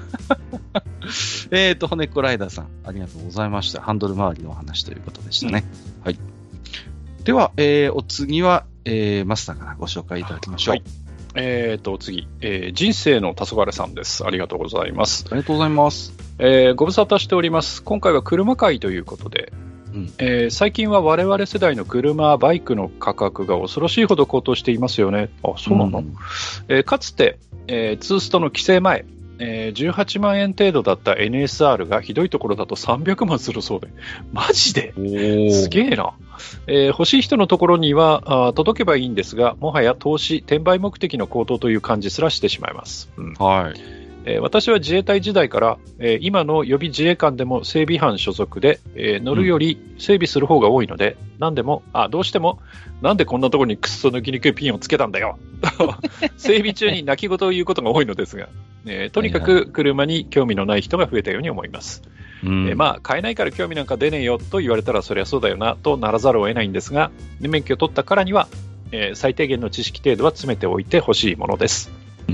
えっと、骨っこライダーさん、ありがとうございました。ハンドル周りのお話ということでしたね。うん、はい。では、えー、お次は、えー、マスターからご紹介いただきましょう。はい、 えーと、お次、えー、人生の黄昏さんです。ありがとうございます。 ありがとうございます。 えー、ご無沙汰しております。今回は車会ということで、うんえー、最近は我々世代の車、バイクの価格が恐ろしいほど高騰していますよね。あ、そうなの、うんえー、かつて、えー、ツーストの規制前、えー、じゅうはちまんえん程度だった エヌエスアール がひどいところだとさんびゃくまんするそうで。マジですげえな。えー、欲しい人のところにはあ届けばいいんですが、もはや投資、転売目的の高騰という感じすらしてしまいます。うんはいえー、私は自衛隊時代から、えー、今の予備自衛官でも整備班所属で、えー、乗るより整備する方が多いので、うん、何でもあどうしてもなんでこんなところにくっそ抜きにくいピンをつけたんだよ整備中に泣き言を言うことが多いのですが、えー、とにかく車に興味のない人が増えたように思います、うんえー、まあ買えないから興味なんか出ねえよと言われたらそりゃそうだよなとならざるを得ないんですが、免許を取ったからには、えー、最低限の知識程度は詰めておいてほしいものです。 うん、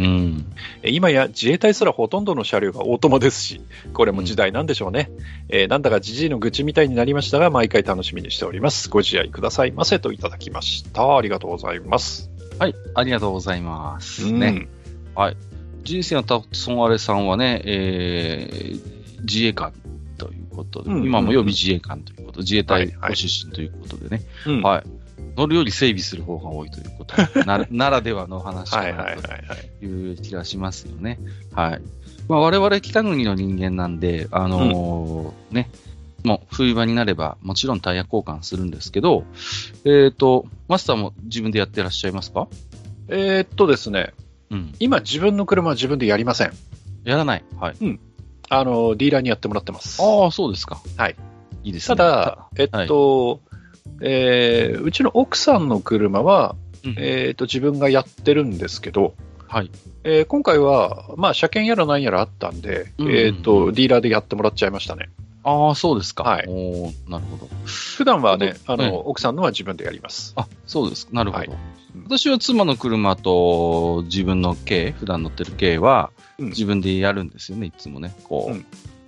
今や自衛隊すらほとんどの車両がオートマですし、これも時代なんでしょうね、うんえー、なんだかジジイの愚痴みたいになりましたが、毎回楽しみにしております。ご自愛くださいませといただきました。ありがとうございます。 はい、ありがとうございます、うんねはい、人生の黄昏さんはね、えー、自衛官ということで、うんうんうん、今も予備自衛官ということ、自衛隊ご出身ということでね、はいはいはい乗るより整備する方が多いということな, ならではの話かなという気がしますよね。はい。まあ、我々北国の人間なんで、あのーうん、ね、もう冬場になればもちろんタイヤ交換するんですけど、えっと、マスターも自分でやってらっしゃいますか？ えー、っとですね、うん、今自分の車は自分でやりません。 やらない。はい。 うん。あの、ディーラーにやってもらってます。 ああ、そうですか。 はい。 いいですね。 ただ、えっと、はいえー、うちの奥さんの車は、うんえー、と自分がやってるんですけど、 はいえー、今回は、まあ、車検やら何やらあったんで、うんうんうんえー、とディーラーでやってもらっちゃいましたね。 ああ、そうですか。 はい、 おなるほど。 普段はね、あの、うん、奥さんのは自分でやります。 あ、そうです。なるほど。はい、 私は妻の車と自分の軽、普段乗ってる軽は、自分でやるんですよね、いつもね。こう、うん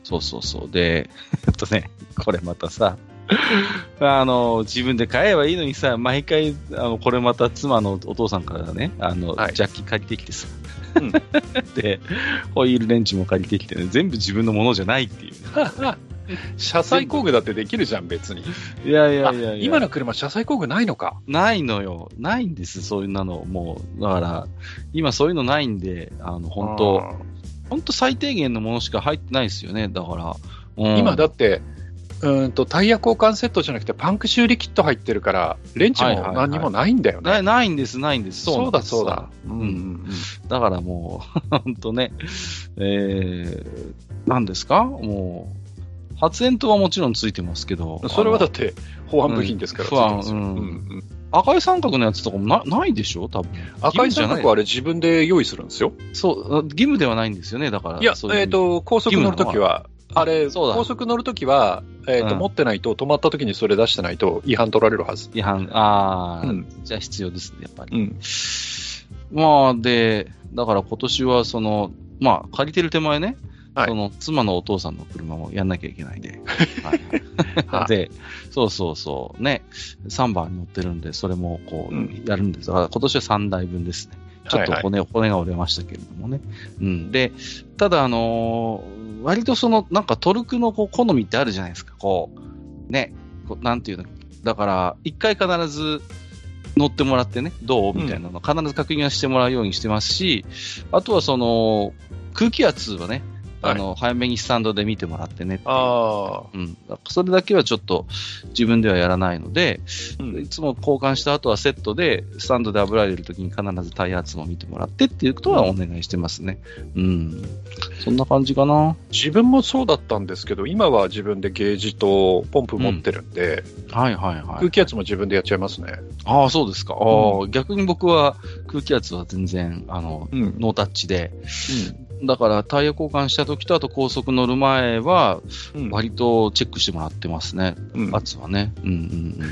そうそうそう。で、えっとね、これまたさ、あの、自分で買えばいいのにさ、毎回、あの、これまた妻のお父さんからね、あの、はい、ジャッキ借りてきてさ、うん、で、ホイールレンチも借りてきてね、全部自分のものじゃないっていう、ね。 車載工具だってできるじゃん、別に。 いやいやいやいや。 今の車、車載工具ないのか。 ないのよ。ないんです、そういうの。もう、だから、今そういうのないんで、あの、本当本当最低限のものしか入ってないですよね、だから。 うん、今だって、うんと、タイヤ交換セットじゃなくて、パンク修理キット入ってるから、レンチも何にもないんだよね。 はいはいはい、ないんです、ないんです。 そうだ、そうだ。 うんうんうん、だからもう、本当ね、えー、何ですかもう、発煙筒はもちろんついてますけど。 それはだって、保安部品ですから、 不安、うんうん、赤い三角のやつとかも な, ないでしょ多分。 赤い三角はあれ自分で用意するんですよ。 そう、義務ではないんですよね、だから。 いや、そういうえっ、ー、と、高速乗るときは、あれ、高速乗るときは、えーとうん、持ってないと、止まったときにそれ出してないと違反取られるはず。 違反、ああ、うん、じゃあ必要ですね、やっぱり。うん、まあ、で、だから今年はその、まあ、借りてる手前ね、はい、その妻のお父さんの車もやんなきゃいけないんで。はい、で、そうそうそう、ね、さんばんに乗ってるんで、それもこう、うん、やるんですが、今年はさんだいぶんですね。ちょっと骨、はいはい、骨が折れましたけれどもね。うん。で、ただ、あのー、割とその、なんかトルクのこう好みってあるじゃないですか。こう、ね、こうなんていうの。だから、一回必ず乗ってもらってね、どうみたいなのを必ず確認してもらうようにしてますし、あとはその、空気圧はね、あの、はい、早めにスタンドで見てもらってねっていう。ああ。うん。それだけはちょっと自分ではやらないので、うん、いつも交換した後はセットで、スタンドで油入れるときに必ずタイヤ圧も見てもらってっていうことはお願いしてますね。うん。うん、そんな感じかな。 自分もそうだったんですけど、今は自分でゲージとポンプ持ってるんで、 うん、はいはいはい。 空気圧も自分でやっちゃいますね。 ああ、そうですか。ああ、逆に僕は空気圧は全然、あの、うん、ノータッチで、うんだからタイヤ交換した時とあと高速乗る前は割とチェックしてもらってますね、うん、圧はね、うんうんうん、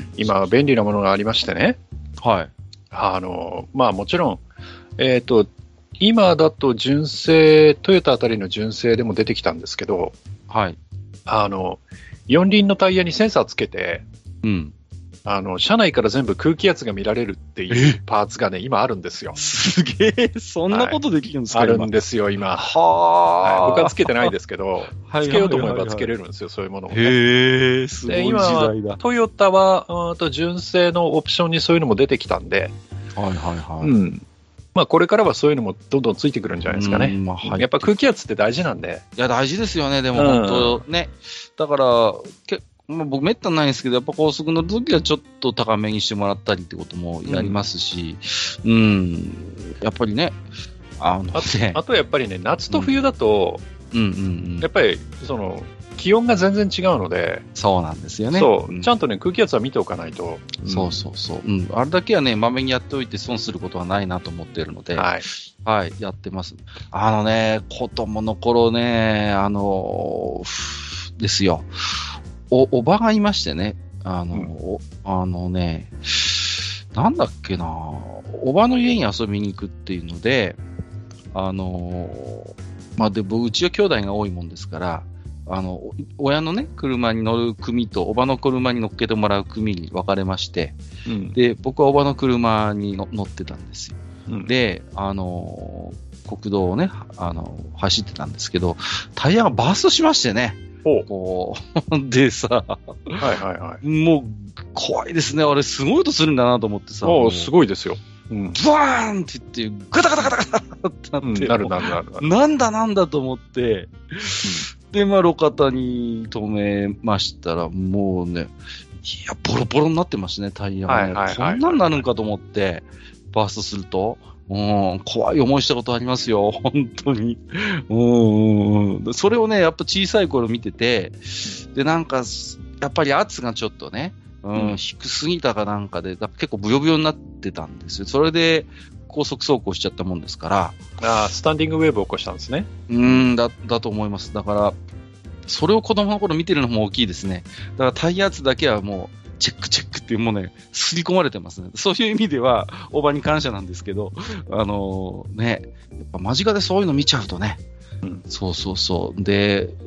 今便利なものがありましてね、 はい、 あのまあもちろん、えーと、今だと純正トヨタあたりの純正でも出てきたんですけど、 はい、 あの四輪のタイヤにセンサーつけて、 うんあの車内から全部空気圧が見られるっていうパーツがね、今あるんですよ。 すげえ、そんなことできるんですか、はい、 あるんですよ、今。は、 はい、 僕はつけてないですけど、つけようと思えばつけれるんですよ、そういうものを、ね。 へえ、すごい時代だ。 今、トヨタはうんと純正のオプションにそういうのも出てきたんで、 はいはいはい。 うん。まあ、これからはそういうのもどんどんついてくるんじゃないですかね。まあ、やっぱ空気圧って大事なんで。 いや、大事ですよね、でも本当、うん、ね。だから、けまあ、僕めったにないんですけど、やっぱ高速乗るときはちょっと高めにしてもらったりってこともやりますし、うん、うんやっぱりね、あのねあ、あとやっぱりね、夏と冬だと、 うんうんうんうん、 やっぱりその気温が全然違うので、 そうなんですよね。 そう、うん、ちゃんとね、空気圧は見ておかないと。 うん、そうそうそう、うん。あれだけはね、まめにやっておいて損することはないなと思っているので、 はい。 はい、やってます。あのね、子供の頃ね、あの、ですよ。お、おばがいましてね、あの、うん、あのね、なんだっけな、おばの家に遊びに行くっていうので、あの、まあ、で、うちは兄弟が多いもんですから、あの、親のね、車に乗る組と、おばの車に乗っけてもらう組に分かれまして、うん、で、僕はおばの車に乗ってたんですよ。うん、で、あの、国道をね、あの、走ってたんですけど、タイヤがバーストしましてね、こうでさ、 はいはいはい、 もう怖いですね。あれすごい音するんだなと思ってさ、 おすごいですよ。 うん、ブワーンって言ってガタガタガタガタってなって、うん、 なるなるなるなる。 なんだなんだと思って、うん、でまあ路肩に止めましたらもうね、いやボロボロになってましたねタイヤがね、はいはいはいはい、こんなんなるんかと思ってバーストすると。うん、怖い思いしたことありますよ、本当に。うん、それをね、やっぱ小さい頃見てて、で、なんか、やっぱり圧がちょっとね、うん、うん、低すぎたかなんかで、結構ブヨブヨになってたんですよ。それで、高速走行しちゃったもんですから。 ああ、スタンディングウェーブを起こしたんですね。 うん、だ、だと思います。だから、それを子供の頃見てるのも大きいですね。だからタイヤ圧だけはもう、チェックチェックっていうもうね、刷り込まれてますね。そういう意味では、おばに感謝なんですけど、あのー、ね、やっぱ間近でそういうの見ちゃうとね、うん、そうそうそう。で、もう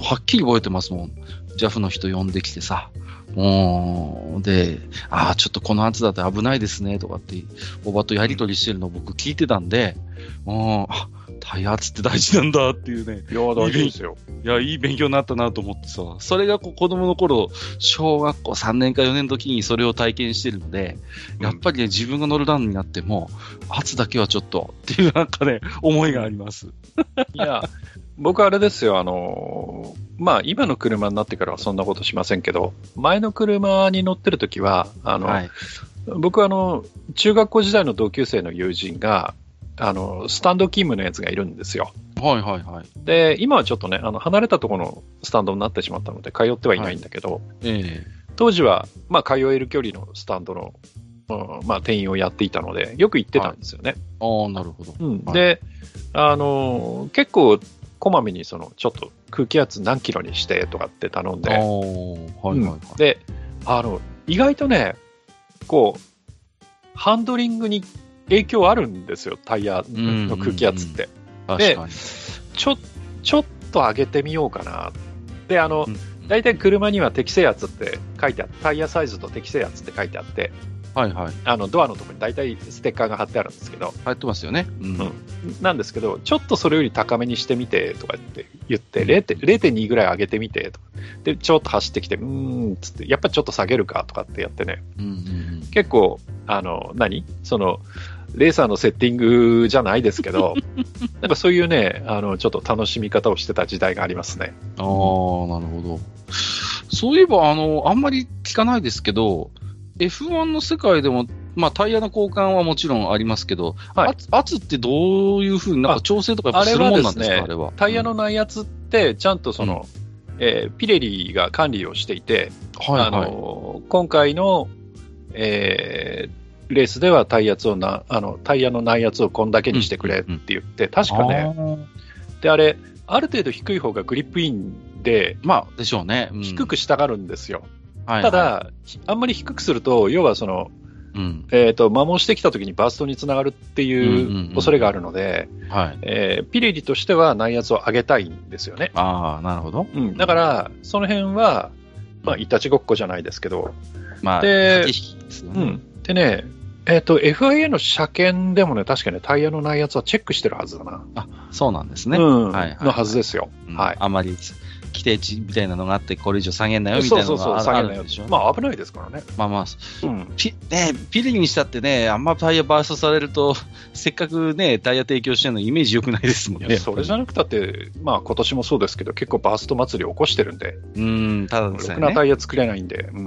はっきり覚えてますもん。ジャフ の人呼んできてさ、もう、で、ああ、ちょっとこの圧だと危ないですね、とかって、おばとやりとりしてるのを僕聞いてたんで、うん、あ、体圧って大事なんだっていうね。 いや、大事ですよ。 いや、いい勉強になったなと思ってさ、それがこう子供の頃、小学校さんねんかよねんの時にそれを体験してるので、やっぱりね、自分が乗る段になっても、圧だけはちょっとっていうなんかね、思いがあります。 いや、僕あれですよ、あの、まあ今の車になってからはそんなことしませんけど、前の車に乗ってる時は、あの、はい、僕はあの、中学校時代の同級生の友人が、あの、スタンド勤務のやつがいるんですよ。 はいはいはい。 で、今はちょっとね、あの、離れたところのスタンドになってしまったので、通ってはいないんだけど、はい、えー、当時は、まあ、通える距離のスタンドの、うん、まあ、店員をやっていたので、よく行ってたんですよね。 はい、ああ、なるほど。 うん。はい、で、あの、結構、こまめに、その、ちょっと空気圧何キロにしてとかって頼んで、はいはいはい、で、あの、意外とね、こう、ハンドリングに影響あるんですよ、タイヤの空気圧って。うんうんうん、で、ちょ、ちょっと上げてみようかな。で、あの、大体車には適正圧って書いてあって、タイヤサイズと適正圧って書いてあって、 はいはい。 あの、ドアのところに大体ステッカーが貼ってあるんですけど。 貼ってますよね。 うん。うん、なんですけど、ちょっとそれより高めにしてみて、とかって言って、れいてんに ぐらい上げてみて、とか。で、ちょっと走ってきて、うーん、つって、やっぱちょっと下げるか、とかってやってね。うんうんうん、結構、あの、何その、レーサーのセッティングじゃないですけど、なんかそういうね、あの、ちょっと楽しみ方をしてた時代がありますね。 ああ、なるほど。そういえば、あの、あんまり聞かないですけど、エフワン の世界でも、まあ、タイヤの交換はもちろんありますけど、はい、圧ってどういうふうになんか調整とかやっぱするもんなんですか、あれは、ね、あれは。 タイヤの内圧って、ちゃんとその、うん、えー、ピレリが管理をしていて、はいはい、あの今回の、えー、レースではタイヤ圧をなあのタイヤの内圧をこんだけにしてくれって言って、うんうんうん、確かね、であれ、ある程度低い方がグリップインで、 まあ、でしょうね、 うん、低くしたがるんですよ。 はいはい、 ただ、あんまり低くすると、要はその、うんえーと、摩耗してきたときにバーストにつながるっていう恐れがあるので、うんうんうんはいえー、ピレリとしては内圧を上げたいんですよね。 ああ、なるほど。 うん、だから、その辺は、まあ、いたちごっこじゃないですけど、 まあ、 で、ですよね、うん、でね、えーと、エフアイエー の車検でもね、確かね、タイヤの内圧はチェックしてるはずだな。 あ、そうなんですね。 うん、はいはいはい、のはずですよ。 うん、 はい。 あまり規定値みたいなのがあって、これ以上下げんなよみたいなのがあるんでしょう。 まあ危ないですからね。 まあまあ、うん、ピ, ね、ピリにしたってね、あんまタイヤバーストされると、せっかくね、タイヤ提供してるのイメージ良くないですもんね。 それじゃなくたって、まあ今年もそうですけど、結構バースト祭り起こしてるんで、 うん、ただですね。 ろくなタイヤ作れないんで、うん。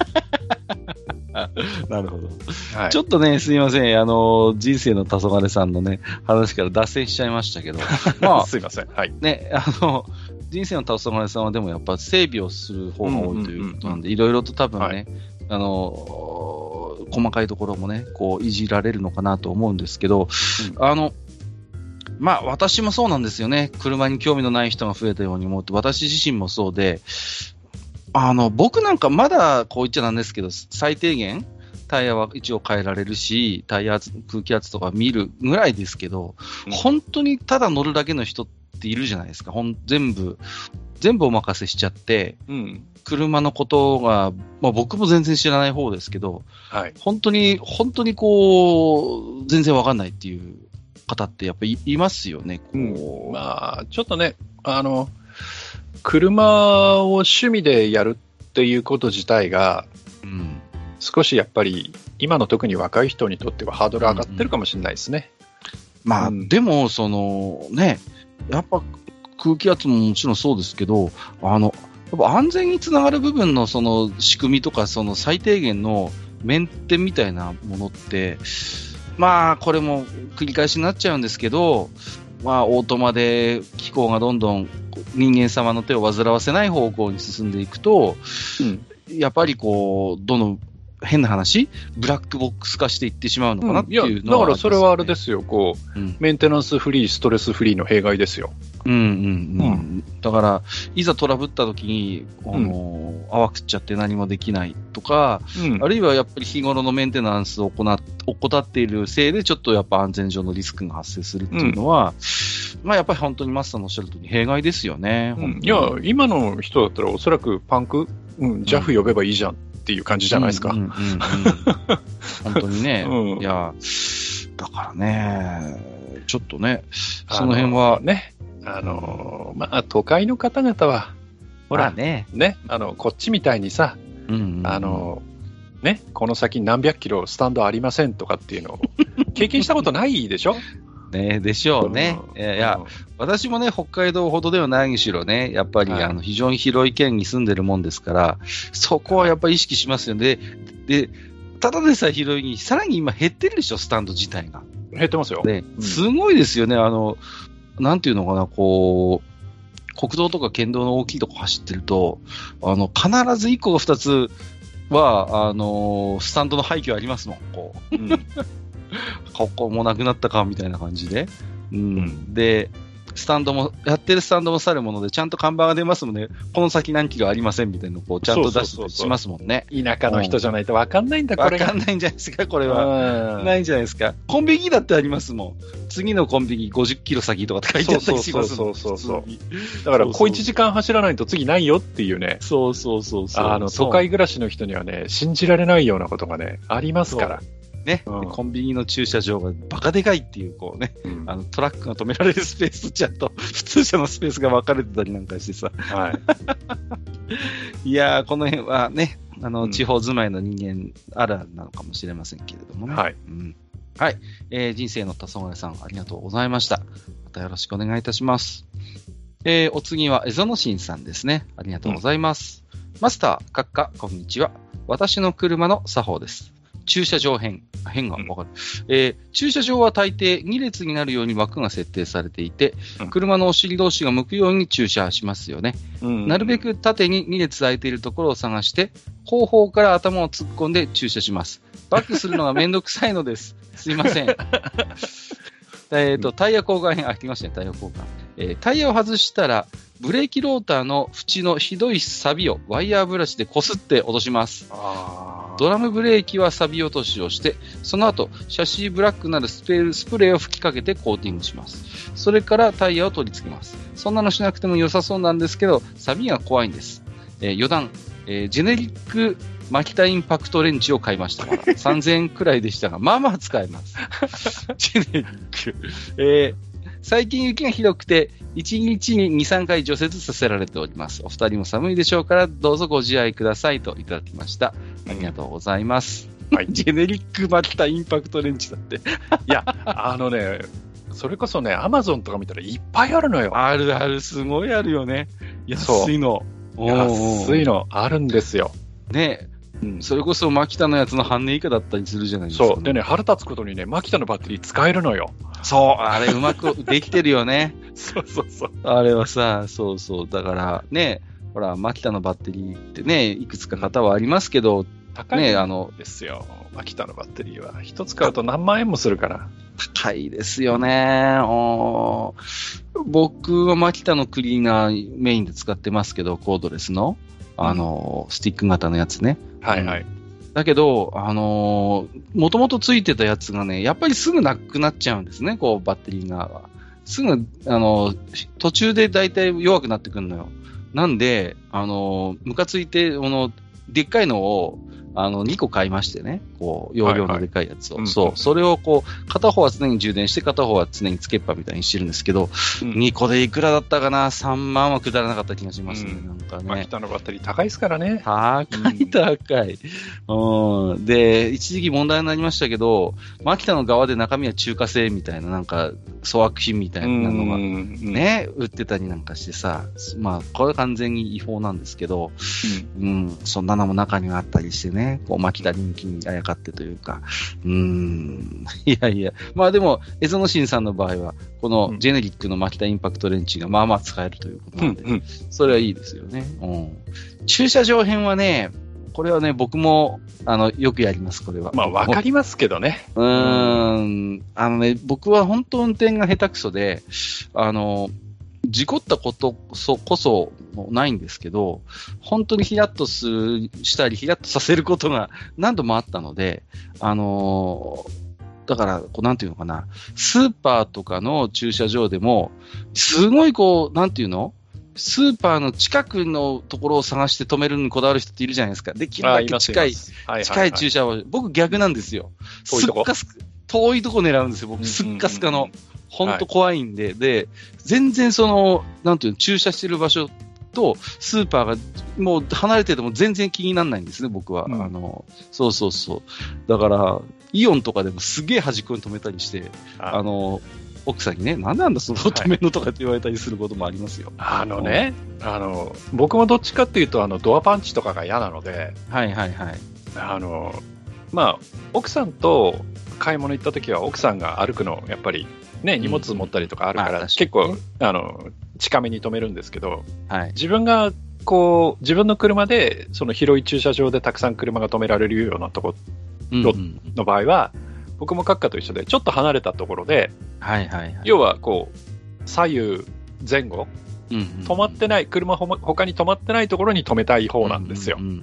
なるほど、はい。ちょっとね、すみません。あの、人生の黄昏さんのね、話から脱線しちゃいましたけど。 まあ、すいません。はい。 ね、あの、人生の黄昏さんはでもやっぱ整備をする方が多いということなんで、いろいろと多分ね、はい、あの、細かいところもね、こう、いじられるのかなと思うんですけど、うん、あの、まあ、私もそうなんですよね。車に興味のない人が増えたように思って、私自身もそうで、あの、僕なんかまだこう言っちゃなんですけど、最低限タイヤは一応変えられるし、タイヤ圧、空気圧とか見るぐらいですけど、うん、本当にただ乗るだけの人っているじゃないですか。ほん全部、全部お任せしちゃって、うん、車のことが、まあ僕も全然知らない方ですけど、はい、本当に、本当にこう、全然わかんないっていう方ってやっぱり い, いますよね。こう、 うん、まあ、ちょっとね、あの、車を趣味でやるっていうこと自体が、うん、少しやっぱり今の特に若い人にとってはハードル上がってるかもしれないですね。 うん、まあ、うん、でもそのね、やっぱ空気圧ももちろんそうですけど、あのやっぱ安全につながる部分のその仕組みとかその最低限のメンテみたいなものって、まあこれも繰り返しになっちゃうんですけど。まあ、オートマで気候がどんどん人間様の手を煩わせない方向に進んでいくと、うん、やっぱりこう、どの変な話、ブラックボックス化していってしまうのかなっていうのは、ねうん、 だからそれはあれですよ、こう、うん、メンテナンスフリー、ストレスフリーの弊害ですよ。 うんうんうん。うん、だから、いざトラブった時に、あの、うん、泡食っちゃって何もできないとか、うん、あるいはやっぱり日頃のメンテナンスを行っ怠っているせいで、ちょっとやっぱ安全上のリスクが発生するっていうのは、 まあ、やっぱり本当にマスターのおっしゃる通り弊害ですよね。 うん、いや、今の人だったらおそらくパンク、うん、ジャフ呼べばいいじゃんっていう感じじゃないですか。うんうんうんうん、 本当にね、うん、いや、だからね、ちょっとね、その辺は。 ね、あのー、まあ、都会の方々は、ほら、ね、ね、あの、こっちみたいにさ、うんうんうん、あのー、ね、この先何百キロスタンドありませんとかっていうのを経験したことないでしょね、でしょうね。うん、いや、いや、うん、私もね、北海道ほどではないにしろね、やっぱり、はい、あの非常に広い県に住んでるもんですから、そこはやっぱり意識しますよね。で、ただでさえ広いに、さらに今減ってるでしょ、スタンド自体が。 減ってますよ。 で、うん、すごいですよね。あの、なんていうのかな、こう、国道とか県道の大きいとこ走ってると、あの、必ずいっこかふたつは、あの、スタンドの廃墟ありますもん、こう。うんここもなくなったかみたいな感じで、うんうん、でスタンドもやってるスタンドもさるものでちゃんと看板が出ますもんね。この先何キロありませんみたいなのをこうちゃんと出してしますもんね。 田舎の人じゃないと分かんないんだ、これ分かんないんじゃないですか、これはないんじゃないですか。コンビニだってありますもん。次のコンビニごじゅっキロ先とかって書いてあったりしますもん。そうそうそうそうだから小いちじかん走らないと次ないよっていうね。 そうそうそうそう。 あの都会暮らしの人にはね信じられないようなことがねありますから。 ね、うん、コンビニの駐車場がバカでかいっていう、こうね、うん、あのトラックが止められるスペースとちゃんと普通車のスペースが分かれてたりなんかしてさ。はい。いやー、この辺はね、あの、うん、地方住まいの人間あるあるなのかもしれませんけれどもね。はい。うん、はい、えー。人生の黄昏さん、ありがとうございました。またよろしくお願いいたします。えー、お次は、エゾノシンさんですね。ありがとうございます。うん、マスター、閣下、こんにちは。私の車の作法です。駐車場編。変がわかる、うんえー。駐車場は大抵に列になるように枠が設定されていて、うん、車のお尻同士が向くように駐車しますよね。うん、なるべく縦にに列空いているところを探して、後方から頭を突っ込んで駐車します。バックするのがめんどくさいのです。すいません。えーと、タイヤ交換編、あ、来ましたね、タイヤ交換。えー、タイヤを外したら、ブレーキローターの縁のひどい錆をワイヤーブラシでこすって落とします。あドラムブレーキは錆落としをして、その後、シャシーブラックなるスペルスプレーを吹きかけてコーティングします。それからタイヤを取り付けます。そんなのしなくても良さそうなんですけど、錆が怖いんです。えー、余談、えー、ジェネリックマキタインパクトレンチを買いましたから、さんぜんえんくらいでしたが、まあまあ使えます。ジェネリック。えー最近雪がひどくて、いちにちにに、さんかい除雪させられております。お二人も寒いでしょうから、どうぞご自愛くださいといただきました。ありがとうございます。はい、ジェネリックマキタインパクトレンチだって。いや、あのね、それこそね、アマゾンとか見たらいっぱいあるのよ。 あるある、すごいあるよね。安いの。 安いの、あるんですよ。 ねうん、それこそマキタのやつの半値以下だったりするじゃないですか、ね。 そう。でね、腹立つことにね、マキタのバッテリー使えるのよ。 そう。あれうまくできてるよね。 そうそうそう。 あれはさ、そうそう。だからね、ほら、マキタのバッテリーってね、いくつか型はありますけど、 高いんですよ。マキタのバッテリーは。一つ買うと何万円もするから。 高いですよね。お僕はマキタのクリーナーメインで使ってますけど、コードレスの。あの、うん、スティック型のやつね。 はいはい。 だけど、あのー、もともとついてたやつがね、やっぱりすぐなくなっちゃうんですね、こう、バッテリーが。すぐ、あのー、途中でだいたい弱くなってくるのよ。なんで、あのー、ムカついて、この、でっかいのを、あの、にこ買いましてね。こう、容量のでかいやつを。はいはい、そう、うん。それをこう、片方は常に充電して、片方は常につけっぱみたいにしてるんですけど、うん、にこでいくらだったかな ?さんまんはくだらなかった気がしますね。うん、なんかね。 マキタのバッテリー高いですからね。 高い高い。うん。で、一時期問題になりましたけど、マキタの側で中身は中華製みたいな、なんか、粗悪品みたいなのがね、売ってたりなんかしてさ、まあ、これは完全に違法なんですけど、うん、うん、そんなのも中にはあったりしてね。こう、マキタ人気にあやかってというか、うーん、いやいや、まあでも、エゾノシンさんの場合は、このジェネリックのマキタインパクトレンチがまあまあ使えるということなんで、うんうん、それはいいですよね。うん。駐車場編はね、これはね、僕も、あの、よくやります、これは。 まあ、わかりますけどね。 うーん、あのね、僕は本当運転が下手くそで、あの、事故ったことこそ、こそないんですけど、本当にヒヤッとする、したり、ヒヤッとさせることが何度もあったので、あのー、 だから、こう、なんていうのかな、スーパーとかの駐車場でも、すごいこう、なんていうのスーパーの近くのところを探して止めるのにこだわる人っているじゃないですか。できるだけ近い、近い駐車場。僕逆なんですよ。 遠いとこすっかす遠いとこ狙うんですよ。僕、すっかすかの。ほんと怖いんで、はい、で、全然その、なんていうの、駐車してる場所とスーパーがもう離れてても全然気にならないんですね、僕は。うん、あの、そうそうそう。だから、イオンとかでもすげえ端っこに止めたりして、あ, あの、奥さんにね、なんなんだその止めのとかって言われたりすることもありますよ。 はい、あのね、あの、僕もどっちかっていうと、あの、ドアパンチとかが嫌なので、 はいはいはい。 あの、まあ、奥さんと買い物行った時は奥さんが歩くの、やっぱり、ね、荷物持ったりとかあるから、うんまあ、結構、あの、近めに止めるんですけど、はい、自分が、こう、自分の車で、その広い駐車場でたくさん車が止められるようなところの場合は、うんうん、僕も閣下と一緒で、ちょっと離れたところで、 はいはいはい、 要は、こう、左右前後、うんうんうん、止まってない、車ほ他に止まってないところに止めたい方なんですよ。 うんうんうん、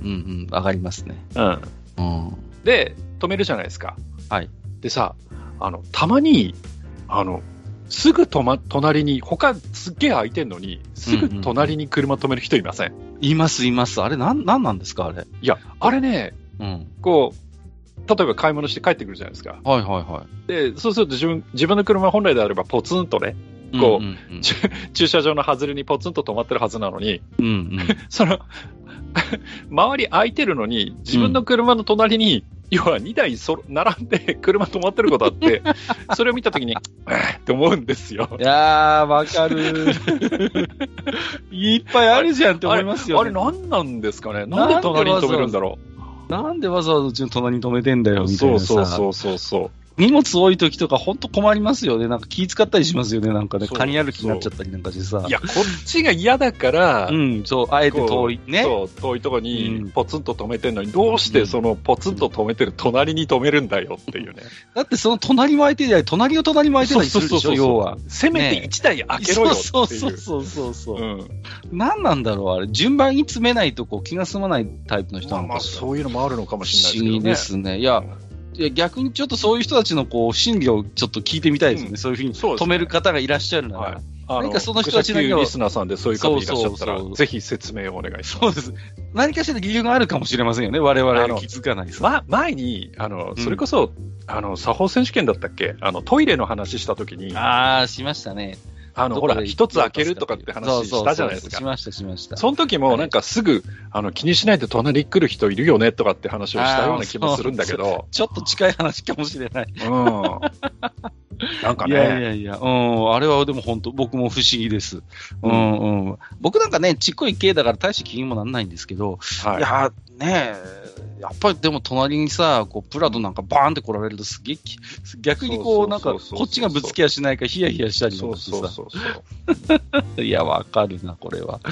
上がりますね。 うん。うん、で、止めるじゃないですか。 はい。 でさ、あの、たまに、あの、すぐとま、隣に、他すっげえ空いてんのに、すぐ隣に車止める人いません？ うんうん、います、います。あれ、なん、なんなんですか、あれ。 いや、あれね、うん、こう、例えば買い物して帰ってくるじゃないですか。 はいはいはい。 で、そうすると自分、自分の車本来であればポツンとね、こう、うんうんうん、駐車場の外れにポツンと止まってるはずなのに、うんうん、その、周り空いてるのに、自分の車の隣に、うん要はにだいそ並んで車止まってることあって、それを見たときに、って思うんですよ。 いやー、わかる。いっぱいあるじゃんって思いますよ、 ね。あれ、あれ何なんですかね。なんで隣に止めるんだろう。なんでわざわざうちの隣に止めてんだよ、みたいなさ。 そうそうそうそう。 荷物多い時とかほんと困りますよね。なんか気使ったりしますよね。なんかね、カニ歩きになっちゃったりなんかしてさ。 いや、こっちが嫌だから、 うん、そう、あえて遠いね。 そう、遠いとこにポツンと止めてんのに、うん、どうしてそのポツンと止めてる隣に止めるんだよっていうね。 だってその隣も空いてりゃ、隣の隣も空いてたりするでしょ、要は。 せめていちだい開けろよっていう。 そうそうそうそうそう。うん。何なんだろう、あれ。順番に詰めないとこう気が済まないタイプの人なのかしら。まあまあ、 そういうのもあるのかもしれないですけどね。 不思議ですね。いや、うんいや逆にちょっとそういう人たちのこう心理をちょっと聞いてみたいですよね、うん、そういうふうに止める方がいらっしゃるなら、はい、何かその人たちのリスナーさんでそういう方いらっしゃったら、そうそうそうぜひ説明をお願いします。 そうです。何かしら理由があるかもしれませんよね、我々は気づかないです。 ま、前にあのそれこそ、うん、あの作法選手権だったっけ、あのトイレの話したときに、 ああしましたね。 あのほら一つ開けるとかって話したじゃないですか。 しましたしました。 その時もなんかすぐ、はい、あの気にしないで隣に来る人いるよねとかって話をしたような気もするんだけど、 ちょっと近い話かもしれない。 うん。なんかね。 いやいやいや、うん、あれはでも本当僕も不思議です。うん、うん、うん。僕なんかねちっこい系だから大して気にもなんないんですけど、はい、いやねえ。やっぱりでも隣にさ、こうプラドなんかバーンって来られるとすげえ、逆にこうなんかこっちがぶつけやしないかヒヤヒヤしたりとかしてさ。そうそうそういや、わかるな、これは。はい、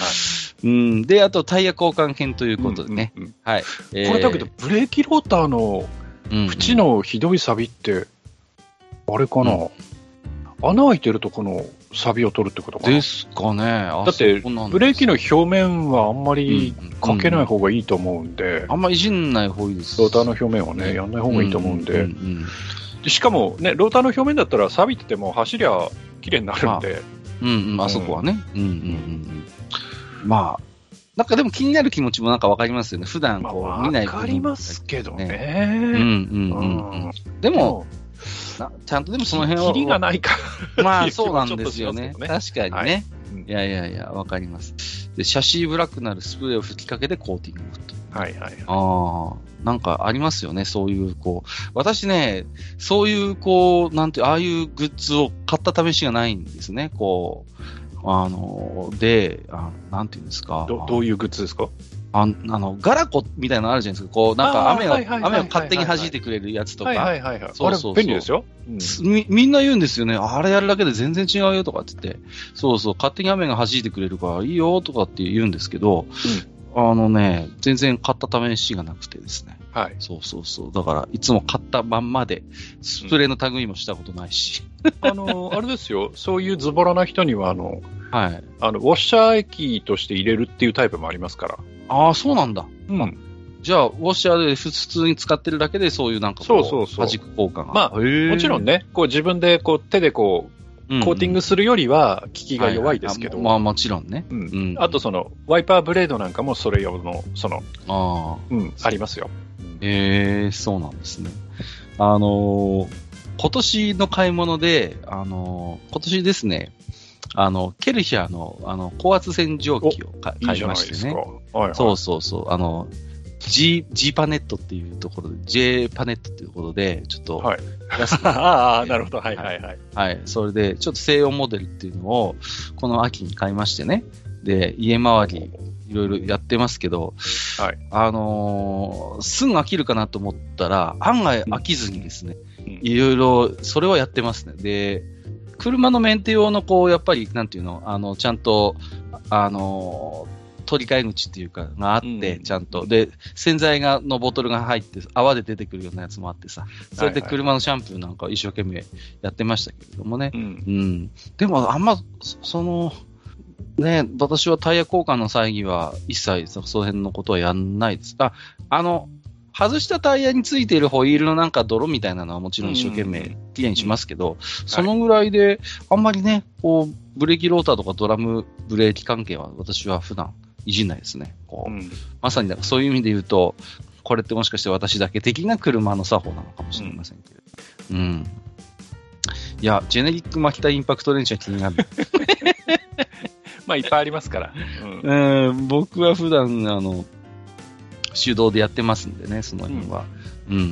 うん。で、あとタイヤ交換編ということでね。うんうんうん、はい。 えー、これだけどブレーキローターの縁のひどい錆って、あれかな、うん、穴開いてるとこの錆を取るってことかなですかね。 だってブレーキの表面はあんまりかけない方がいいと思うんで、うんうん、 あんまいじんない方がいいです。 ローターの表面はね、やんない方がいいと思うんで、うんうんうん、でしかもね、ローターの表面だったら錆びてても走りゃ綺麗になるんで、 うんうん、あそこはね、うんうんうん、まあなんかでも気になる気持ちもなんかわかりますよね。普段こう、まあ、見ない部分、 わかりますけどね。 うんうんうんうん。でもなちゃんとでもその辺はキリがないかまあそうなんですよね。確かにね。はい、いやいやいやわかります。でシャシーブラックなるスプレーを吹きかけてコーティングと。 はいはいはい。 ああなんかありますよね。そういうこう私ねそういうこうなんてああいうグッズを買った試しがないんですね。こう。あの、で、あなんていうんですか。 ど、どういうグッズですか？ ああの、ガラコみたいなのあるじゃないですか。こう、なんか雨を、雨を勝手に弾いてくれるやつとか。 はいはいはい、はい。 そうそうそう。 あれ便利ですよ、 うんみ。みんな言うんですよね。あれやるだけで全然違うよとかって言って。そうそう。勝手に雨が弾いてくれるからいいよとかって言うんですけど、うん、あのね、全然買った試しがなくてですね。 はい。 そうそうそう。だから、いつも買ったまんまで、スプレーの類もしたことないし。 うん、あの、あれですよ。そういうズボラな人には、あの、 はい。 あの、ウォッシャー液として入れるっていうタイプもありますから。 ああ、そうなんだ。 うん。 じゃあ、ウォッシャーで普通に使ってるだけで、そういうなんかこう、そうそうそう弾く効果が。 まあ、もちろんね、こう自分でこう手でこう、コーティングするよりは効きが弱いですけど。 はいはい、あまあもちろんね。 うん。うん、あとその、ワイパーブレードなんかもそれ用の、その、あうん、ありますよ。 へえー、そうなんですね。あのー、今年の買い物で、あのー、今年ですね、あの、ケルヒャーの、あの、高圧洗浄機を買いましてね。いいはいはい、そうそうそう。あの、G、G パネットっていうところで、J パネットっていうところで、ちょっと、はい。 ああ、なるほど。はいはいはい。 はい。それで、ちょっと西洋モデルっていうのを、この秋に買いましてね。で、家周り、いろいろやってますけど、はい。あのー、すぐ飽きるかなと思ったら、案外飽きずにですね、いろいろ、それはやってますね。で、車のメンテ用の、こう、やっぱり、なんていうの、あの、ちゃんと、あの、取り替え口っていうか、があって、うん、ちゃんと。で、洗剤が、のボトルが入って、泡で出てくるようなやつもあってさ、それで車のシャンプーなんか一生懸命やってましたけれどもね。うん。うん、でも、あんま、その、ね、私はタイヤ交換の際には、一切、その辺のことはやんないです。あ、あの、外したタイヤについているホイールのなんか泥みたいなのはもちろん一生懸命きれいにしますけど、うんうん、そのぐらいで、あんまりね、こう、ブレーキローターとかドラムブレーキ関係は私は普段いじんないですね。こう、うん、まさにそういう意味で言うと、これってもしかして私だけ的な車の作法なのかもしれませんけど。うん。うん、いや、ジェネリックマキタインパクトレンチは気になる。 まあ、いっぱいありますから。 うん、うん、僕は普段、あの、手動でやってますんでね、その辺は。うん、うん、うんうん。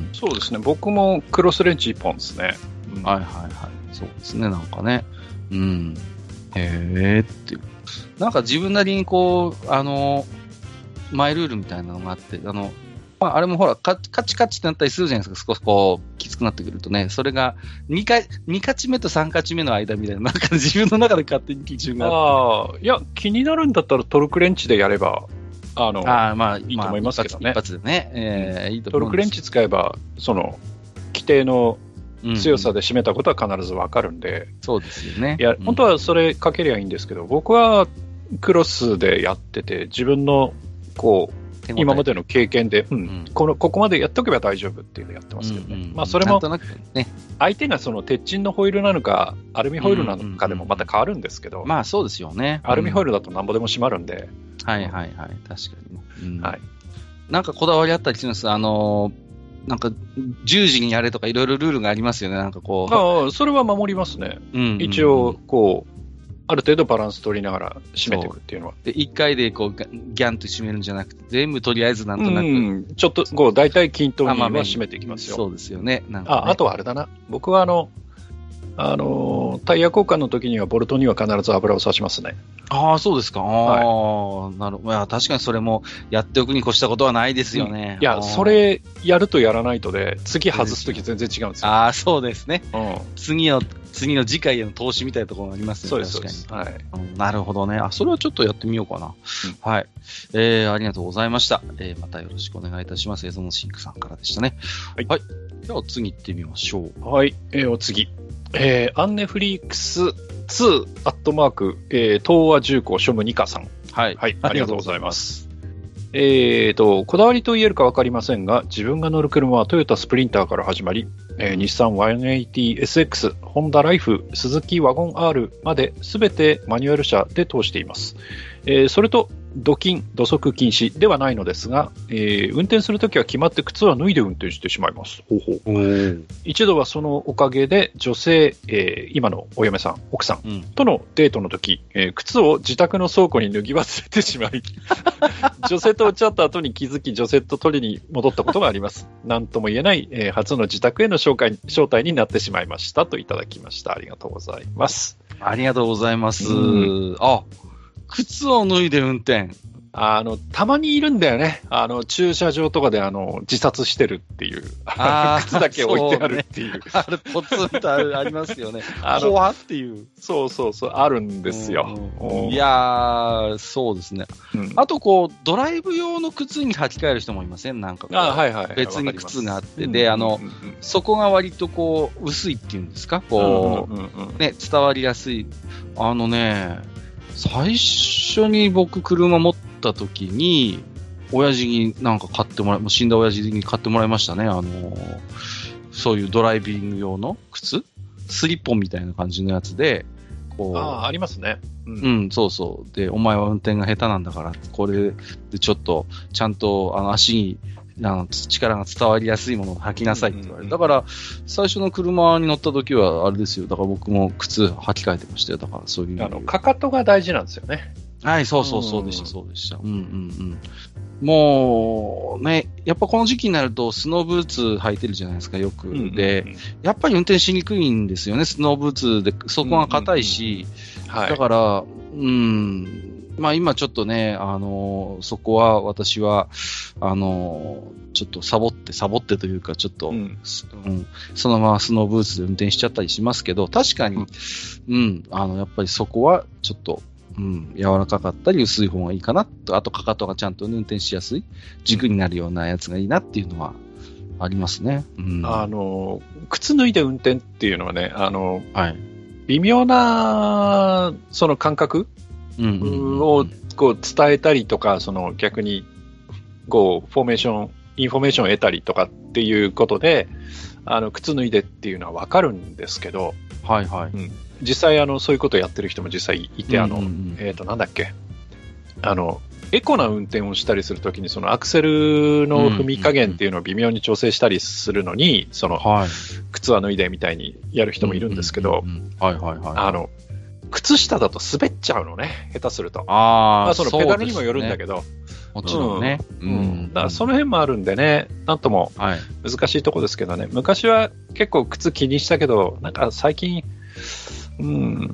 そうですね。僕もクロスレンチいっぽんですね。 うん、はいはいはい。そうですね、なんかね。うん。へーっていう。なんか自分なりにこう、あの、マイルールみたいなのがあって、あの、まあ、あれもほら、カチカチってなったりするじゃないですか、少しこう、きつくなってくるとね。それが、にかい、にカチ目とさんカチ目の間みたいな、なんか自分の中で勝手に基準があって。 ああ、いや、気になるんだったらトルクレンチでやれば、あの、 あまあ、 いいと思いますけどね。 一発でね。えー、いいと思います。 トルクレンチ使えば、その、規定の強さで締めたことは必ずわかるんで、 うん、そうですよね。 いや、本当はそれかけりゃいいんですけど、僕はクロスでやってて、自分の、こう、今までの経験で、うんうん、この、ここまでやっとけば大丈夫っていうのをやってますけどね。うんうん、まあ、それも、ね、相手がその鉄筋のホイールなのか、アルミホイールなのかでもまた変わるんですけど、うんうんうん、 まあそうですよね。 アルミホイールだとなんぼでも締まるんで。 うん、はいはいはい、確かに、うん。はい。なんかこだわりあったりするんです。あのー、なんか、じゅうじにやれとかいろいろルールがありますよね、なんかこう。 ああ、それは守りますね。うんうんうん、一応、こう、ある程度バランス取りながら締めていくっていうのは。 で、一回でこう、ギャンと締めるんじゃなくて、全部とりあえずなんとなく。うん、 ちょっと、こう、大体均等には締めていきますよ。 そうですよね。なんかね、 あ、あとはあれだな。僕はあの、あの、タイヤ交換の時にはボルトには必ず油を差しますね。 ああ、そうですか。ああ、はい、なるほど。いや、確かにそれもやっておくに越したことはないですよね。 うん、いや、それやるとやらないとで、次外す時全然違うんですよ。 ああ、そうですね。うん、次の、次の次回への投資みたいなところがありますね。 そうです、そうです。はい、 うん。なるほどね。あ、それはちょっとやってみようかな。うん、はい。えー、ありがとうございました。えー、またよろしくお願いいたします。エゾノシンクさんからでしたね。はい。はい、では次行ってみましょう。 はい。えー、お次。えー、アンネフリークスツーアットマーク、えー、東和重工庶務に課さん。 はい。 はい。ありがとうございます。えーと、こだわりと言えるか分かりませんが、自分が乗る車はトヨタスプリンターから始まり、えー、日産 ワンエイティーエスエックス、ホンダライフ、スズキワゴン R まで全てマニュアル車で通しています。えー、それと、土禁、土足禁止ではないのですが、えー、運転するときは決まって靴は脱いで運転してしまいます。ほうほう。一度はそのおかげで女性、えー、今のお嫁さん、奥さん、うん、とのデートの時、えー、靴を自宅の倉庫に脱ぎ忘れてしまい、女性と打ち合った後に気づき、女性と取りに戻ったことがあります。なんとも言えない、えー、初の自宅への紹介、招待になってしまいましたといただきました。ありがとうございます。 ありがとうございます。うん、あ、靴を脱いで運転。 あの、たまにいるんだよね。あの、駐車場とかであの、自殺してるっていう。靴だけ置いてあるっていう。うね、 あれ、ポツンとあありますよね。怖っていう。 そうそうそう、あるんですよ。 いやー、そうですね。うん、あと、こう、ドライブ用の靴に履き替える人もいません？なんかこう、 あ、はいはいはい、 別に靴があって。で、あの、うんうんうん、そこが割とこう、薄いっていうんですか？こう、うんうんうんうん、ね、伝わりやすい。あのね、最初に僕車持った時に、 親父になんか買ってもらい、もう死んだ親父に買ってもらいましたね。あのー、そういうドライビング用の靴スリッポンみたいな感じのやつで、こう。 ああ、ありますね。 うん、うん、そうそう。で、お前は運転が下手なんだから、これでちょっと、ちゃんと、あの、足に、あの、力が伝わりやすいものを履きなさいって言われる。だから、最初の車に乗った時は、あれですよ。だから僕も靴履き替えてましたよ。だからそういう。 あの、かかとが大事なんですよね。 はい、そうそう、そうでした、そうでした。うんうんうん。もう、ね、やっぱこの時期になると、スノーブーツ履いてるじゃないですか、よく。うんうんうん、で、やっぱり運転しにくいんですよね、スノーブーツで。そこが硬いし、うんうんうんはい、だから、うん、まあ今ちょっとね、あのー、そこは私は、あのー、ちょっとサボって、サボってというか、ちょっと、うんうん、そのままスノーブーツで運転しちゃったりしますけど、確かに、うん、うん、あの、やっぱりそこはちょっと、うん、柔らかかったり薄い方がいいかなと、あとかかとがちゃんと運転しやすい軸になるようなやつがいいなっていうのはありますね。うん、 あの靴脱いで運転っていうのはね、あの、はい、微妙なその感覚をこう伝えたりとか、その逆にこうフォーメーション、インフォメーションを得たりとかっていうことで、あの靴脱いでっていうのは分かるんですけど、 はいはい。 うん実際あのそういうことをやってる人も実際いて、あの、うんうんうん、えっとなんだっけ、あのエコな運転をしたりするときにそのアクセルの踏み加減っていうのを微妙に調整したりするのに、その、はい、靴は脱いでみたいにやる人もいるんですけど、あの靴下だと滑っちゃうのね、下手すると。 あまあそのペダルにもよるんだけど、 もちろんね、 うんうん、だからその辺もあるんでね、なんとも難しいとこですけどね、昔は結構靴気にしたけど、なんか最近うん、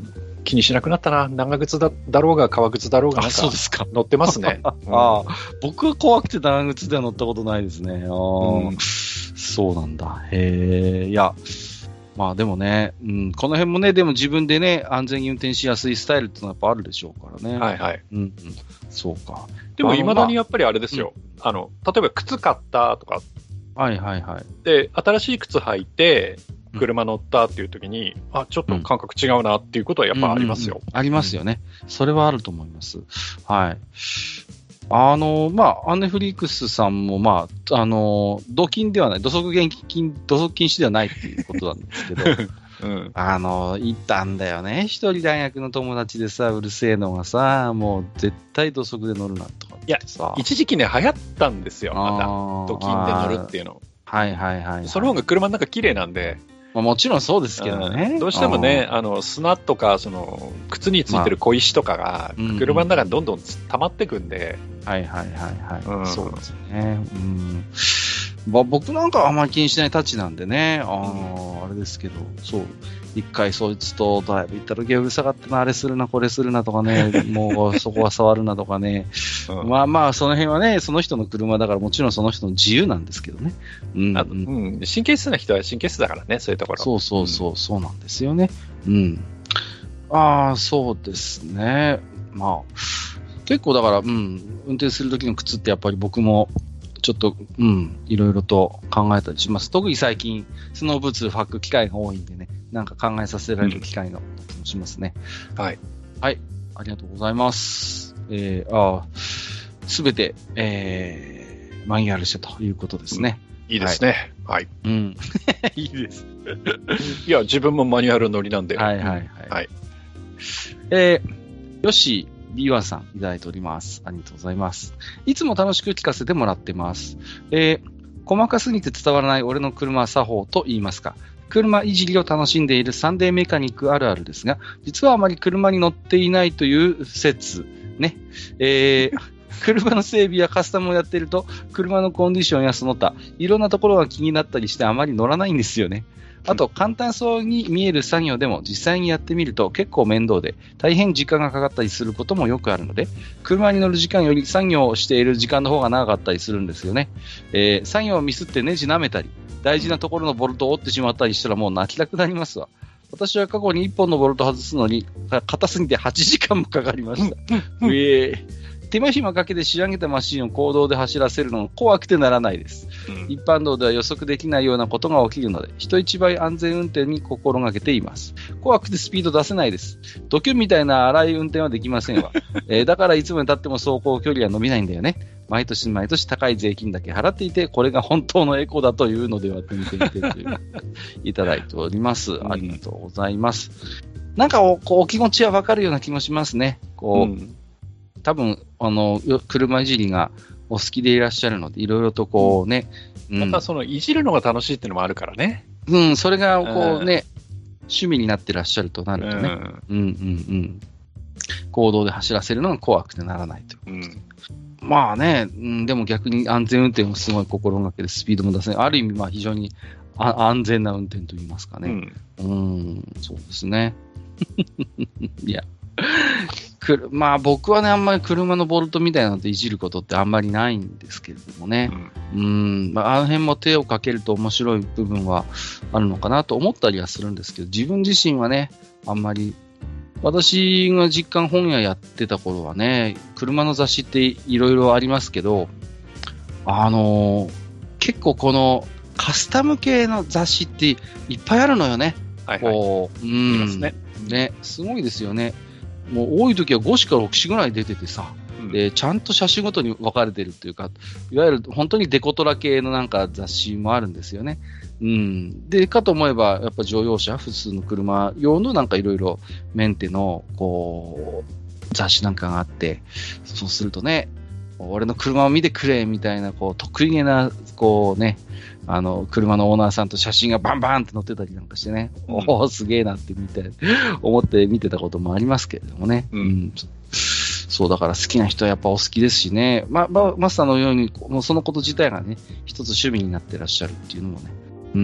気にしなくなったな。長靴 だ, だろうが革靴だろうがなんか乗ってますね。 ああ、僕は怖くて長靴では乗ったことないですね。あ、うん、そうなんだ。へえ、いや、まあでもね、うん、この辺もね、でも自分でね、安全に運転しやすいスタイルってのはやっぱあるでしょうからね。 はいはい。 うんうん、そうか。 でも未だにやっぱりあれですよ。あの、あの例えば靴買ったとか。 はいはいはい。 で、新しい靴履いて、車乗ったっていう時に、うん、あ、ちょっと感覚違うなっていうことはやっぱありますよ。 うんうんうん、ありますよね、うん。それはあると思います。はい。あの、まあ、アンネフリックスさんも、まあ、あの、土金ではない、土足厳禁、土足禁止ではないっていうことなんですけど、うん、あの、いたんだよね。一人大学の友達でさ、うるせえのがさ、もう絶対土足で乗るなとかってさ。 いや、一時期ね、流行ったんですよ。また、土金で乗るっていうの。 はいはいはい、はい。 その方が車の中綺麗なんで、 まあ、もちろんそうですけどね。 うん、どうしてもね、あの砂とかその靴についてる小石とかが車の中にどんどん溜まっていくんで、 まあうんうん、はいはいはいはい、うん、そうですね。うんまあ、僕なんかはあんまり気にしないたちなんでね、あの、あれですけど、そう、一回そいつとドライブ行った時はうるさかったな、あれするな、これするなとかね、もうそこは触るなとかね、うん、まあまあ、その辺はね、その人の車だからもちろんその人の自由なんですけどね。 うん、あうん、神経質な人は神経質だからね、そういうところ。 そうそうそう、うん、そうなんですよね。うん。ああ、そうですね。まあ、結構だから、うん、運転する時の靴ってやっぱり僕も、ちょっと、うん、いろいろと考えたりします。特に最近、スノーブーツ履く機会が多いんでね、なんか考えさせられる機会が気もしますね、 うん。はい。 はい。ありがとうございます。えー、あすべて、えー、マニュアルしてということですね。 うん、いいですね。はい。はい、 うん。いいです。 いや、自分もマニュアル乗りなんで。 はいはいはい。 はい。 えー、よし、ビーワン さんいただいております。ありがとうございます。いつも楽しく聞かせてもらってます。えー、細かすぎて伝わらない俺の車作法と言いますか。車いじりを楽しんでいるサンデーメカニックあるあるですが、実はあまり車に乗っていないという説。ね。えー、車の整備やカスタムをやっていると、車のコンディションやその他、いろんなところが気になったりしてあまり乗らないんですよね。あと、簡単そうに見える作業でも実際にやってみると結構面倒で大変時間がかかったりすることもよくあるので、車に乗る時間より作業をしている時間の方が長かったりするんですよね。えー、作業をミスってネジ舐めたり、大事なところのボルトを折ってしまったりしたらもう泣きたくなりますわ。私は過去にいっぽんのボルト外すのに硬すぎてはちじかんもかかりました。うえー手間暇かけて仕上げたマシンを公道で走らせるのが怖くてならないです、うん、一般道では予測できないようなことが起きるので人一倍安全運転に心がけています。怖くてスピード出せないです。ドキュンみたいな荒い運転はできませんわ、えー、だからいつまで経っても走行距離は伸びないんだよね。毎年毎年高い税金だけ払っていてこれが本当のエコだというのではと見てみてといういただいております、うん、ありがとうございます。なんか お, こうお気持ちはわかるような気もしますね。こう、うん、多分あの車いじりがお好きでいらっしゃるのでいろいろとこうね、 うん、またそのいじるのが楽しいっていうのもあるからね。 うん、それがこうね、うん、趣味になってらっしゃるとなるとね、うん、うんうんうん公道で走らせるのが怖くてならないということで、うん、まあね、うん、でも逆に安全運転もすごい心がけでスピードも出せない、ある意味まあ非常にあ安全な運転といいますかね、うん、うんそうですねいやくるまあ僕はねあんまり車のボルトみたいなのでいじることってあんまりないんですけれどもね、うん、うんまあ、あの辺も手をかけると面白い部分はあるのかなと思ったりはするんですけど、自分自身はねあんまり私が実感本屋やってた頃はね、車の雑誌っていろいろありますけど、あのー、結構このカスタム系の雑誌っていっぱいあるのよね。 はいはい。こう、うん。ますね。 ね、すごいですよね。もう多い時はごしからろくしぐらい出ててさ、うん、で、ちゃんと車種ごとに分かれてるっていうか、いわゆる本当にデコトラ系のなんか雑誌もあるんですよね。うん、でかと思えばやっぱ乗用車普通の車用のなんかいろいろメンテのこう雑誌なんかがあって、そうするとね俺の車を見てくれみたいなこう得意げなこうねあの車のオーナーさんと写真がバンバンって載ってたりなんかしてね、うん、おおすげえなって見て思って見てたこともありますけれどもね、うんうん、そうだから好きな人はやっぱお好きですしね、まま、マスターのようにもうそのこと自体がね一つ趣味になってらっしゃるっていうのもね、うん、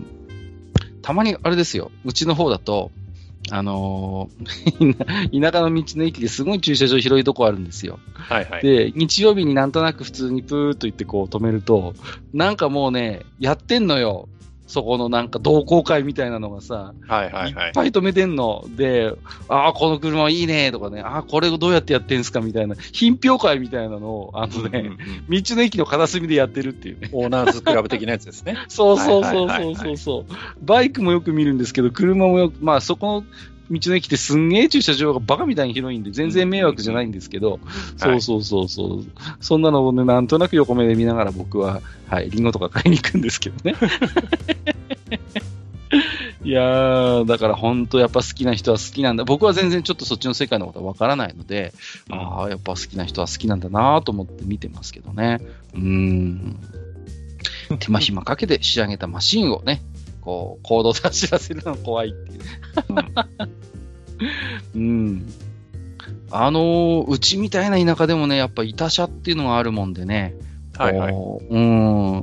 たまにあれですよ、うちの方だと、あのー、田舎の道の駅ですごい駐車場広いとこあるんですよ。 はいはい。 で、日曜日になんとなく普通にプーっと行ってこう止めると、なんかもうね、やってんのよ。そこのなんか同好会みたいなのがさ、 はいはいはい、 いっぱい止めてんの。で、ああ、この車いいねとかね、ああ、これをどうやってやってんすかみたいな、品評会みたいなのを、あのね、うんうんうん、道の駅の片隅でやってるっていうね。 オーナーズクラブ的なやつですね。 そうそうそうそうそうそう。バイクもよく見るんですけど、車もよく、まあそこの、道の駅ってすんげえ駐車場がバカみたいに広いんで全然迷惑じゃないんですけど、うんうん、そうそうそうそう、はい、そんなのをねなんとなく横目で見ながら僕ははいリンゴとか買いに行くんですけどねいやーだから本当やっぱ好きな人は好きなんだ。僕は全然ちょっとそっちの世界のことはわからないので、うん、ああやっぱ好きな人は好きなんだなと思って見てますけどね。うーん手間暇かけて仕上げたマシンをねこう、行動で走らせるのが怖いっていう。うん。うん、あのー、うちみたいな田舎でもね、やっぱ板車っていうのがあるもんでね。 はいはい。 うん。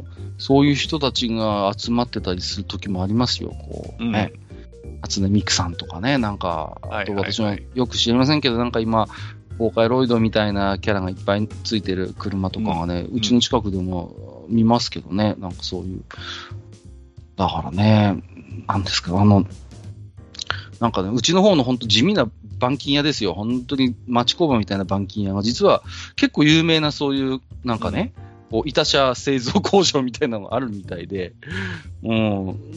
そういう人たちが集まってたりする時もありますよ。こうね。初音ミクさんとかね、なんか、あと私もよく知りませんけど、なんか今、ボーカイロイドみたいなキャラがいっぱいついてる車とかがね、うん、うちの近くでも見ますけどね、なんかそういう。だからね、なんですか、あの、なんかね、うちの方の本当地味な板金屋ですよ。本当に町工場みたいな板金屋が、実は結構有名なそういう、なんかね、うん、こう板車製造工場みたいなのがあるみたいで、うん、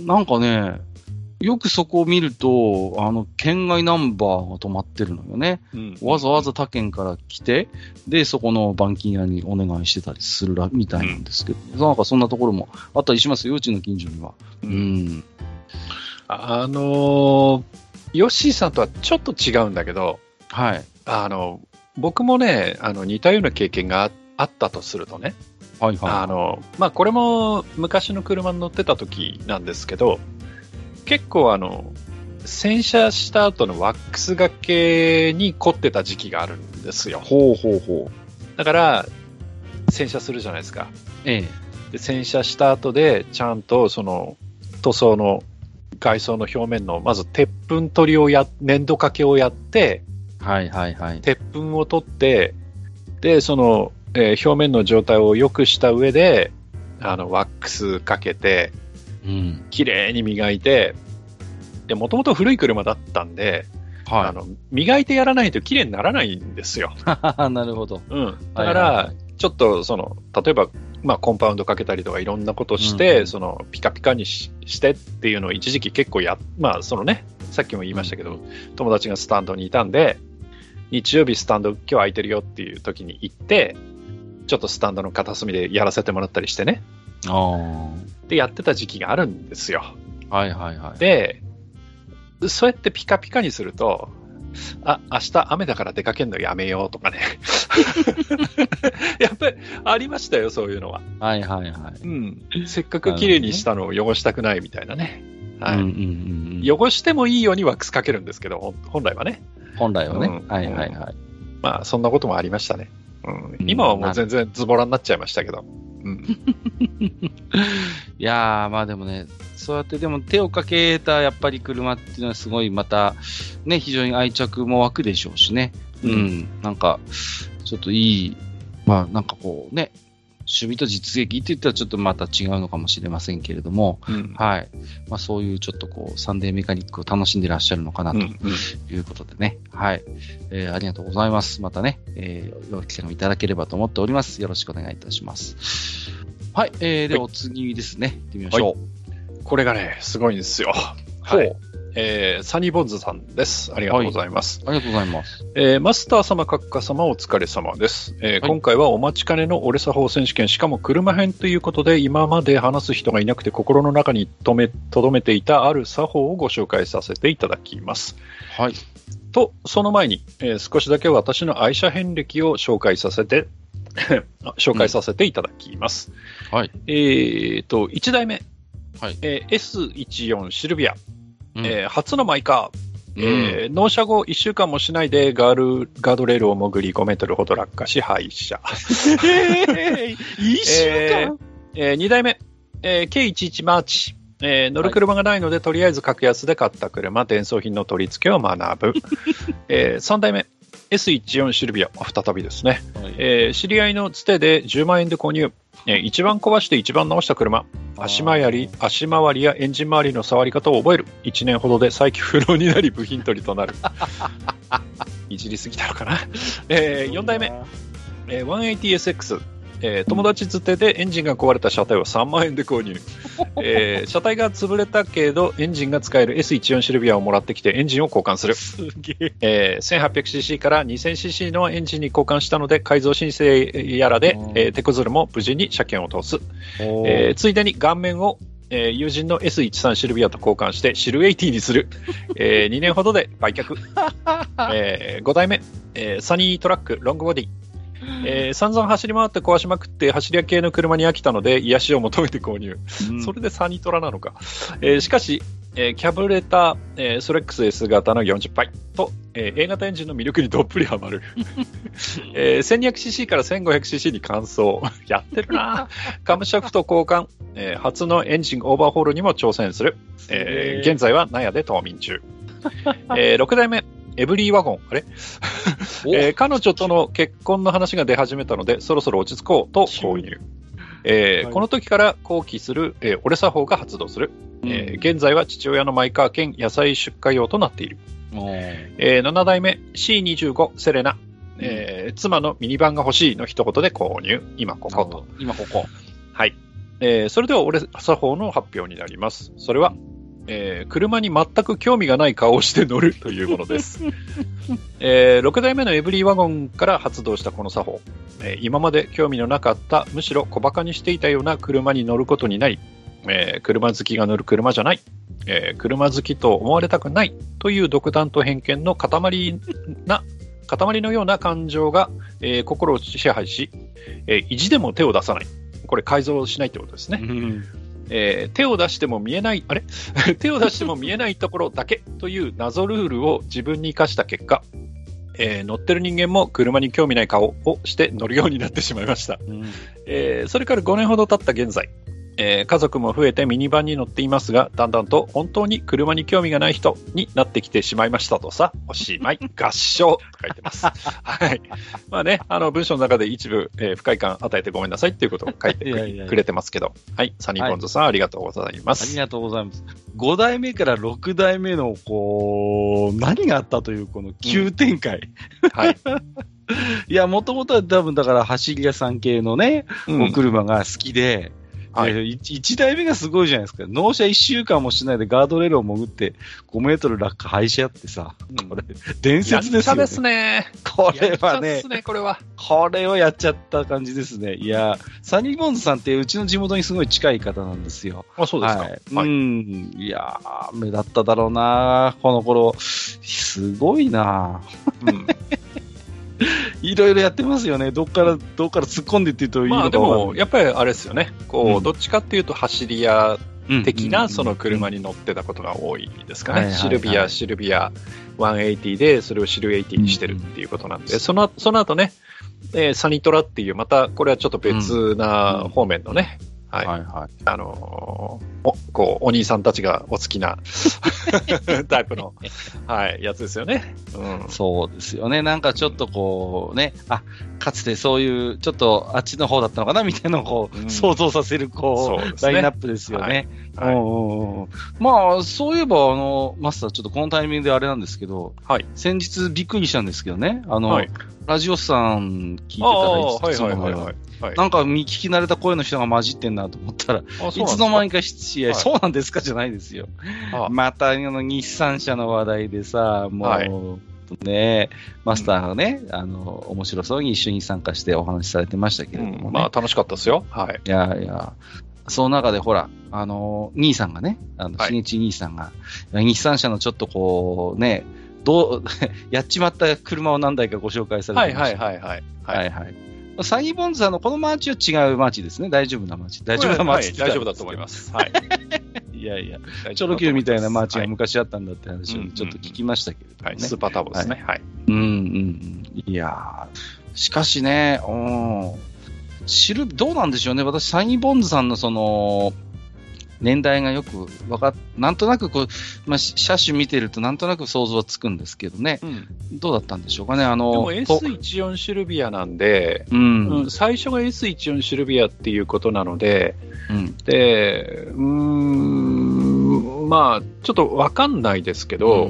なんかね、よくそこを見ると、あの、県外ナンバーが止まってるのよね。うん、わざわざ他県から来て、で、そこの板金屋にお願いしてたりするらみたいなんですけど、うん、なんかそんなところもあったりしますよ、うちの近所には。うん。うん、 あのー、ヨッシーさんとはちょっと違うんだけど、 はい。 あの、僕もね、あの、似たような経験が あ, あったとするとね、 はいはい。 あの、まあ、これも昔の車に乗ってた時なんですけど、結構あの、洗車した後のワックスがけに凝ってた時期があるんですよ。 ほうほうほう。 だから、洗車するじゃないですか。 ええ。 で、洗車した後で、ちゃんとその、塗装の、外装の表面の、まず鉄粉取りをや、粘土かけをやって、 はいはいはい。 鉄粉を取って、で、その、えー、表面の状態を良くした上で、あの、ワックスかけて、 うん、 綺麗に磨いて、で、もともと古い車だったんで、 はい、あの磨いてやらないと綺麗にならないんですよ。 なるほど。 うん、だから、はいはいはい、ちょっとその例えば、まあ、コンパウンドかけたりとかいろんなことして、うん、そのピカピカに し, してっていうのを一時期結構や、まあそのね、さっきも言いましたけど、うん、友達がスタンドにいたんで、日曜日スタンド今日空いてるよっていう時に行って、ちょっとスタンドの片隅でやらせてもらったりしてね。あでやってた時期があるんですよ。 はいはいはい。 で、そうやってピカピカにすると、あ、明日雨だから出かけるのやめようとかね。やっぱりありましたよ、そういうのは。 はいはいはい。 うん。せっかく綺麗にしたのを汚したくないみたいなね。はい。うんうんうん、汚してもいいようにワックスかけるんですけど、本来はね。 本来はね。うん、はいはいはい。 まあ、そんなこともありましたね。うん、今はもう全然ズボラになっちゃいましたけど。うん、 いやー、まあでもね、そうやってでも手をかけたやっぱり車っていうのはすごいまた、ね、非常に愛着も湧くでしょうしね。うん。うん、なんか、ちょっといい、まあなんかこうね、趣味と実益って言ったらちょっとまた違うのかもしれませんけれども、うん、はい。まあそういうちょっとこう、サンデーメカニックを楽しんでらっしゃるのかなということでね。うんうん、はい、えー。ありがとうございます。またね、えー、お機会をいただければと思っております。よろしくお願いいたします。はい。えー、では次ですね、行ってみましょう。はい、 これがね、すごいんですよ。はい。えー、サニーボンズさんです。ありがとうございます。 はい、ありがとうございます。 えー、マスター様、閣下様、お疲れ様です。えーはい、今回はお待ちかねの俺作法選手権、しかも車編ということで、今まで話す人がいなくて心の中にとめ、留めていたある作法をご紹介させていただきます。 はい。 と、その前に、えー、少しだけ私の愛車遍歴を紹介させて、紹介させていただきます。 うん、はい。 えーと、いちだいめ。はい。えー、エスじゅうよん シルビア。うんえー、初のマイカー、えーうん、納車後いっしゅうかんもしないでガールガードレールを潜りごメートルほど落下し廃車。 えー、いっしゅうかん、えーえー、にだいめ、えー、ケーじゅういち マーチ、えー、乗る車がないので、はい、とりあえず格安で買った車、伝送品の取り付けを学ぶ。えー、さんだいめ、エスじゅうよん シルビア、再びですね、はいえー。知り合いのつてでじゅうまんえんで購入。えー、一番壊して一番直した車。足回り、足回りやエンジン周りの触り方を覚える。いちねんほどで再起不能になり部品取りとなる。いじりすぎたのかな。えー、よんだいめ、えー、ひゃくはちじゅうエスエックス。えー、友達づてでエンジンが壊れた車体をさんまんえんで購入。えー、車体が潰れたけどエンジンが使える エスじゅうよん シルビアをもらってきてエンジンを交換する。 すげえ。 えー、せんはっぴゃくシーシー から にせんシーシー のエンジンに交換したので改造申請やらで、えー、手こずるも無事に車検を通す。えー、ついでに顔面をえー、友人の エスじゅうさん シルビアと交換してシルはちじゅうにする。えー、にねんほどで売却。えー、ごだいめ、えー、サニートラックロングボディ。えー、散々走り回って壊しまくって走り屋系の車に飽きたので癒しを求めて購入、うん、それでサニトラなのか、えー、しかし、えー、キャブレター、えー、ストレックス S 型のよんじゅっパイと、えー、A 型エンジンの魅力にどっぷりハマる、えー、せんにひゃくシーシー から せんごひゃくシーシー に換装やってるな。カムシャフト交換、えー、初のエンジンオーバーホールにも挑戦する、えー、現在は納屋で冬眠中。えー、ろくだいめエブリーワゴン、あれ、えー、彼女との結婚の話が出始めたので、そろそろ落ち着こうと購入。えーはい、この時から後期する、えー、俺作法が発動する、うんえー。現在は父親のマイカー兼野菜出荷用となっている。えー、ななだいめ シーにじゅうご セレナ、えー。妻のミニバンが欲しいの一言で購入。今ここと。 今ここ。 はい。えー、それでは俺作法の発表になります。それは、えー、車に全く興味がない顔をして乗るというものです、えー、ろくだいめのエブリーワゴンから発動したこの作法、えー、今まで興味のなかったむしろ小馬鹿にしていたような車に乗ることになり、えー、車好きが乗る車じゃない、えー、車好きと思われたくないという独断と偏見の塊な塊のような感情が、えー、心を支配し、えー、意地でも手を出さない。これ改造しないってことですね、うんえー、手を出しても見えない、あれ手を出しても見えないところだけという謎ルールを自分に生かした結果、えー、乗ってる人間も車に興味ない顔をして乗るようになってしまいました、うんえー、それからごねんほど経った現在、 えー、家族も増えてミニバンに乗っていますが、だんだんと本当に車に興味がない人になってきてしまいましたとさ、おしまい、合唱と書いてます。はい。まあね、あの文章の中で一部、えー、不快感与えてごめんなさいっていうことを書いてくれてますけど、はい、サニーボンズさん、はい、ありがとうございます。 ありがとうございます。ご代目からろく代目の、こう、何があったという、この急展開。うん、はい。いや、もともとは多分だから走り屋さん系のね、うん、お車が好きで、はい、いち代目がすごいじゃないですか。納車いっしゅうかんもしないでガードレールを潜ってごメートル落下廃車ってさ、うん、これ、伝説ですよね。 やっちゃですね。 これはね、 ですね、これは。 これをやっちゃった感じですね。いや、サニーボンズさんってうちの地元にすごい近い方なんですよ。 あ、そうですか。 はい。はい、うん。いやー、目立っただろうな、この頃。すごいな。うん。いろいろやってますよね。どっから、どっから突っ込んでって言うといいのか。 まあでも、やっぱりあれですよね。こう、うん、どっちかっていうと走り屋的なその車に乗ってたことが多いですかね。シルビア、シルビアひゃくはちじゅうで、それをシルはちじゅうにしてるっていうことなんで、うん、その、その後ね、えー、サニトラっていう、また、これはちょっと別な方面のね、うんはい。はいはい。あのー、お、こう、お兄さんたちがお好きなタイプの、はい、やつですよね。 うん。そうですよね。なんかちょっとこう、ね、あ、かつてそういう、ちょっとあっちの方だったのかなみたいなのをこう、うん、想像させる、こう、うね、ラインナップですよね。はい。はい、うんうん、まあ、そういえば、あの、マスター、ちょっとこのタイミングであれなんですけど、はい。先日びっくりしたんですけどね、あの、はい、ラジオスさん聞いてたらいつものように、なんか聞き慣れた声の人が混じってんなと思ったら、いつの間にか試合、はい、そうなんですかじゃないですよ。また、あの、日産車の話題でさ、もう、はい、ね、マスターがね、うん、あの、面白そうに一緒に参加してお話しされてましたけれどもね。うん、 まあ、楽しかったですよ。はい。 いやいや、その中でほら、あの、兄さんがね、あの、しげち兄さんが、日産車のちょっとこう、ね、どう、やっちまった車を何台かご紹介されてました。 はいはいはいはい。 はいはい。サニーボンズさんのこのマーチは違うマーチですね。大丈夫なマーチ。大丈夫なマーチ、 はい、大丈夫だと思います。はい。 いやいや、チョロ Q みたいなマーチが昔あったんだって話をちょっと聞きましたけれどもね。 はい、スーパーターボですね。はい。 うんうんうん。いやー、しかしね、うん、知る、どうなんでしょうね。私、サニーボンズさんのその、年代がよくわかっ、なんとなくこう、まあ、車種見てるとなんとなく想像はつくんですけどね、うん、どうだったんでしょうかね。あのでも エスじゅうよん シルビアなんで、うんうん、最初が エスじゅうよん シルビアっていうことなので、うん、で、うーん、まあ、ちょっとわかんないですけど、うんうんうん、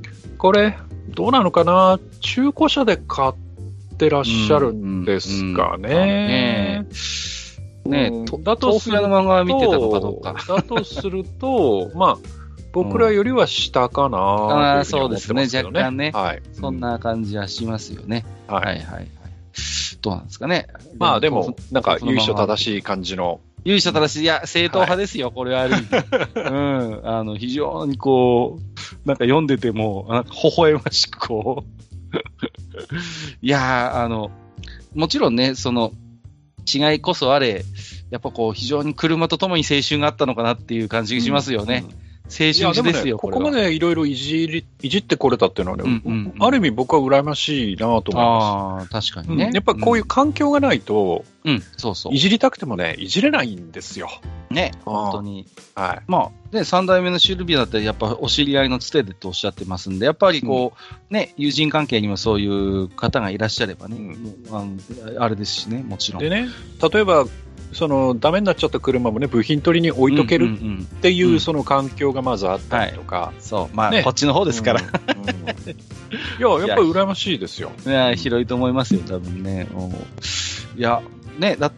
これ、どうなのかな、中古車で買ってらっしゃるんですかね。 ねえ、だとすると、の漫画見てたのかどうか。 だとすると、まあ、僕らよりは下かな、うん、ああ、 そうですね、若干ね。はい。そんな感じはしますよね。はい、はい、はいはい。どうなんですかね。 まあでも、なんか、由緒正しい感じの。 由緒正しい、いや、正統派ですよ、はい、これはある意味。うん。あの、非常にこう、なんか読んでても、なんか微笑ましくこう。いやー、あの、もちろんね、その、違いこそあれ、やっぱこう非常に車とともに青春があったのかなっていう感じがしますよね。うんうん、青春時ですよ、 ね、ここまでいろいろいじり、いじってこれたっていうのはね、うんうんうん、ある意味僕は羨ましいなと思います。 ああ、確かにね、 うん。やっぱこういう環境がないと、 うん、そうそう。 いじりたくてもね、いじれないんですよ。 ね、本当に。はい。まあ、で、三代目のシルビアだったらやっぱお知り合いのつてでとおっしゃってますんで、やっぱりこう、うん、ね、友人関係にもそういう方がいらっしゃればね、うん、あのあれですしね、もちろん。 でね、例えば、そのダメになっちゃった車もね、部品取りに置いとけるっていう、うんうんうん、その環境がまずあったりとか、はい、 そう、まあ、ね、こっちの方ですから、うんうん、 いや、やっぱり羨ましいですよ。 いや、広いと思いますよ、多分ね。いや、ね、だって、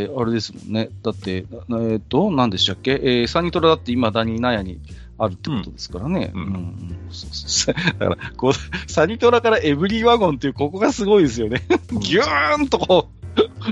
あれですもんね、だって、えー、っと、何でしたっけ、えー、サニトラだっていまだに納屋にあるってことですからね。うん。うんうん、そうそうそう。だから、こう、サニトラからエブリーワゴンっていう、ここがすごいですよね。ギューンとこう。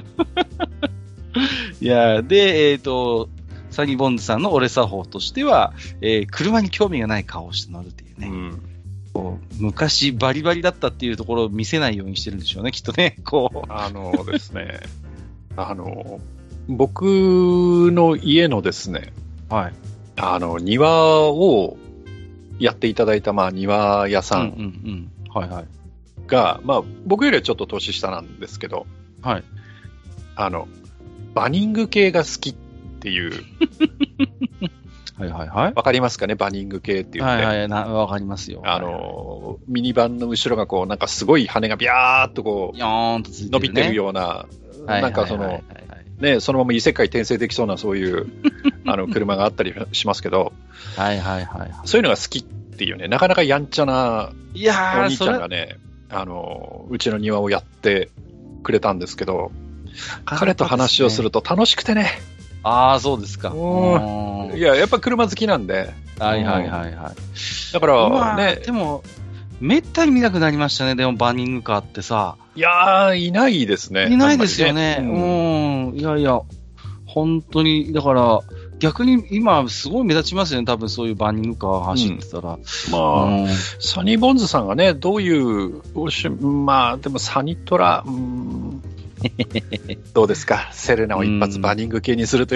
いやで、えっ、ー、と、サニーボンズさんの俺作法としては、えー、車に興味がない顔をして乗るっていうね、うん、こう昔バリバリだったっていうところを見せないようにしてるんでしょうね、きっとね。こうあのですね、あの、僕の家のですね、はい、あの、庭をやっていただいた、まあ、庭屋さんが、うんうんうん、はいはい、まあ、僕よりはちょっと年下なんですけど、はい、あの、バニング系が好きっっていう。 はいはいはい。 わかりますかね、バニング系っていうね。 はいはい、な、わかりますよ。 あの、ミニバンの後ろがこう、なんかすごい羽がビャーっとこう、 ヨーンとついてるね、 伸びてるような、なんかその、ね、そのまま異世界転生できそうなそういうあの車があったりしますけど、 はいはいはい。 そういうのが好きっていうね、なかなかやんちゃなおいや兄ちゃんがね、あの、うちの庭をやってくれたんですけど、彼と話をすると楽しくてね。 ああ、そうですか。 いや、やっぱ車好きなんで。 はいはいはいはい。 だからね。 でも、めったに見なくなりましたね、でもバーニングカーってさ。 いやー、いないですね。 いないですよね。 ね。 うん。いやいや、本当に、だから、逆に今、すごい目立ちますよね、多分そういうバーニングカー走ってたら。うん、 まあ、うん、サニーボンズさんがね、どういうおし、まあ、でもサニトラ、うん、どうですか、セレナを一発バーニング系にするという。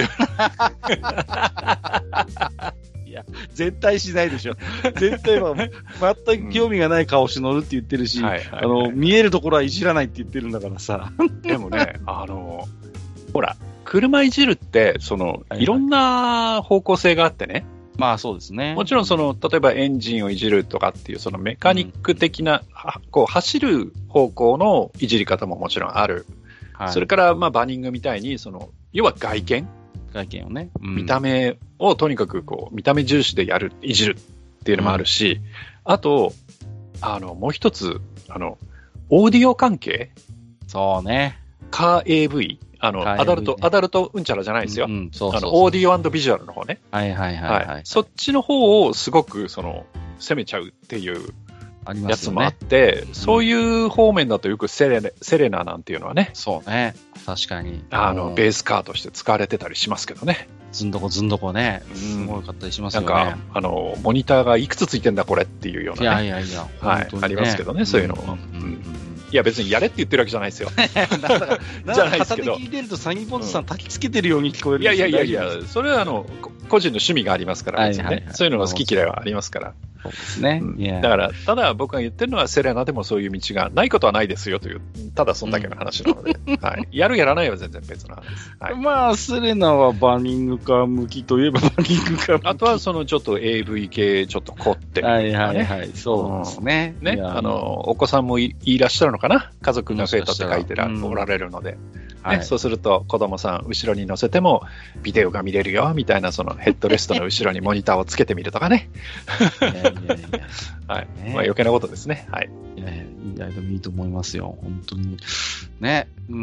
いや、絶対しないでしょ。絶対は、全く興味がない顔して乗るって言ってるし、あの、見えるところはいじらないって言ってるんだからさ。 でもね、あの、ほら、車いじるって、その、はいはい、いろんな方向性があってね。 まあそうですね。 もちろんその、例えばエンジンをいじるとかっていう、そのメカニック的な、うん、こう、走る方向のいじり方ももちろんある。はい、それから、まあ、バーニングみたいに、その、要は外見外見をね、 うん。見た目をとにかくこう、見た目重視でやる、いじるっていうのもあるし、うん、あと、あの、もう一つ、あの、オーディオ関係。 そうね。 カー エーブイ。あの、アダルト、ね、アダルトうんちゃらじゃないですよ。うんうん、そうそうそう、あの、オーディオ&ビジュアルの方ね。 はいはいはい、はい、はい。 そっちの方をすごく、その、攻めちゃうっていうやつもあって、ね、そういう方面だとよくセレ、セレナなんていうのはね。 そうね。確かに。 あの、ベースカーとして使われてたりしますけどね。 ずんどこずんどこね。すごいかったりしますよね。 なんか、あの、モニターがいくつついてんだこれっていうようなね。 いやいやいや。 はい。ね、ありますけどね、そういうのも。うんうんうん、いや別にやれって言ってるわけじゃないですよ。 じゃないですけど。片手聞いてるとサニーボンズさん焚きつけてるように聞こえるんですよ。 いやいやいやいや、それはあの、個人の趣味がありますから、別にね、はいはいはい、そういうのが好き嫌いはありますから。 そうですね。うん、 だから、ただ僕が言ってるのはセレナでもそういう道がないことはないですよという、ただそんだけの話なので、うんはい、やるやらないは全然別の話です。はい、 まあ、セレナはバーニングカー向きといえばバーニングカー向き。 あとはそのちょっと エーブイ 系ちょっと凝ってる、ね。 はいはいはい、そうですね。 ね、あの、お子さんも い, いらっしゃるのかな、家族が増えたって書いてら、うん、おられるので。ねはい、そうすると子供さん後ろに乗せてもビデオが見れるよみたいなそのヘッドレストの後ろにモニターをつけてみるとかね。いやいやいやはい。ね、まあ余計なことですね。はい。 いやいや、いやでもいいと思いますよ。本当に。ね。うん。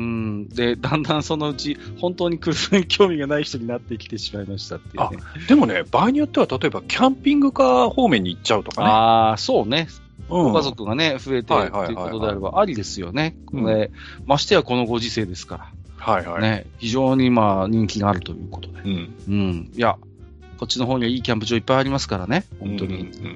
で、だんだんそのうち本当に車に興味がない人になってきてしまいましたっていうね。 あ、でもね、場合によっては例えばキャンピングカー方面に行っちゃうとかね。 ああ、そうね。うん、ご家族がね、増えてということであればありですよね。うん、ましてやこのご時世ですから。 はいはい。 ね、非常にまあ人気があるということで。うん。うん。いや、こっちの方にはいいキャンプ場いっぱいありますからね。本当に。うん、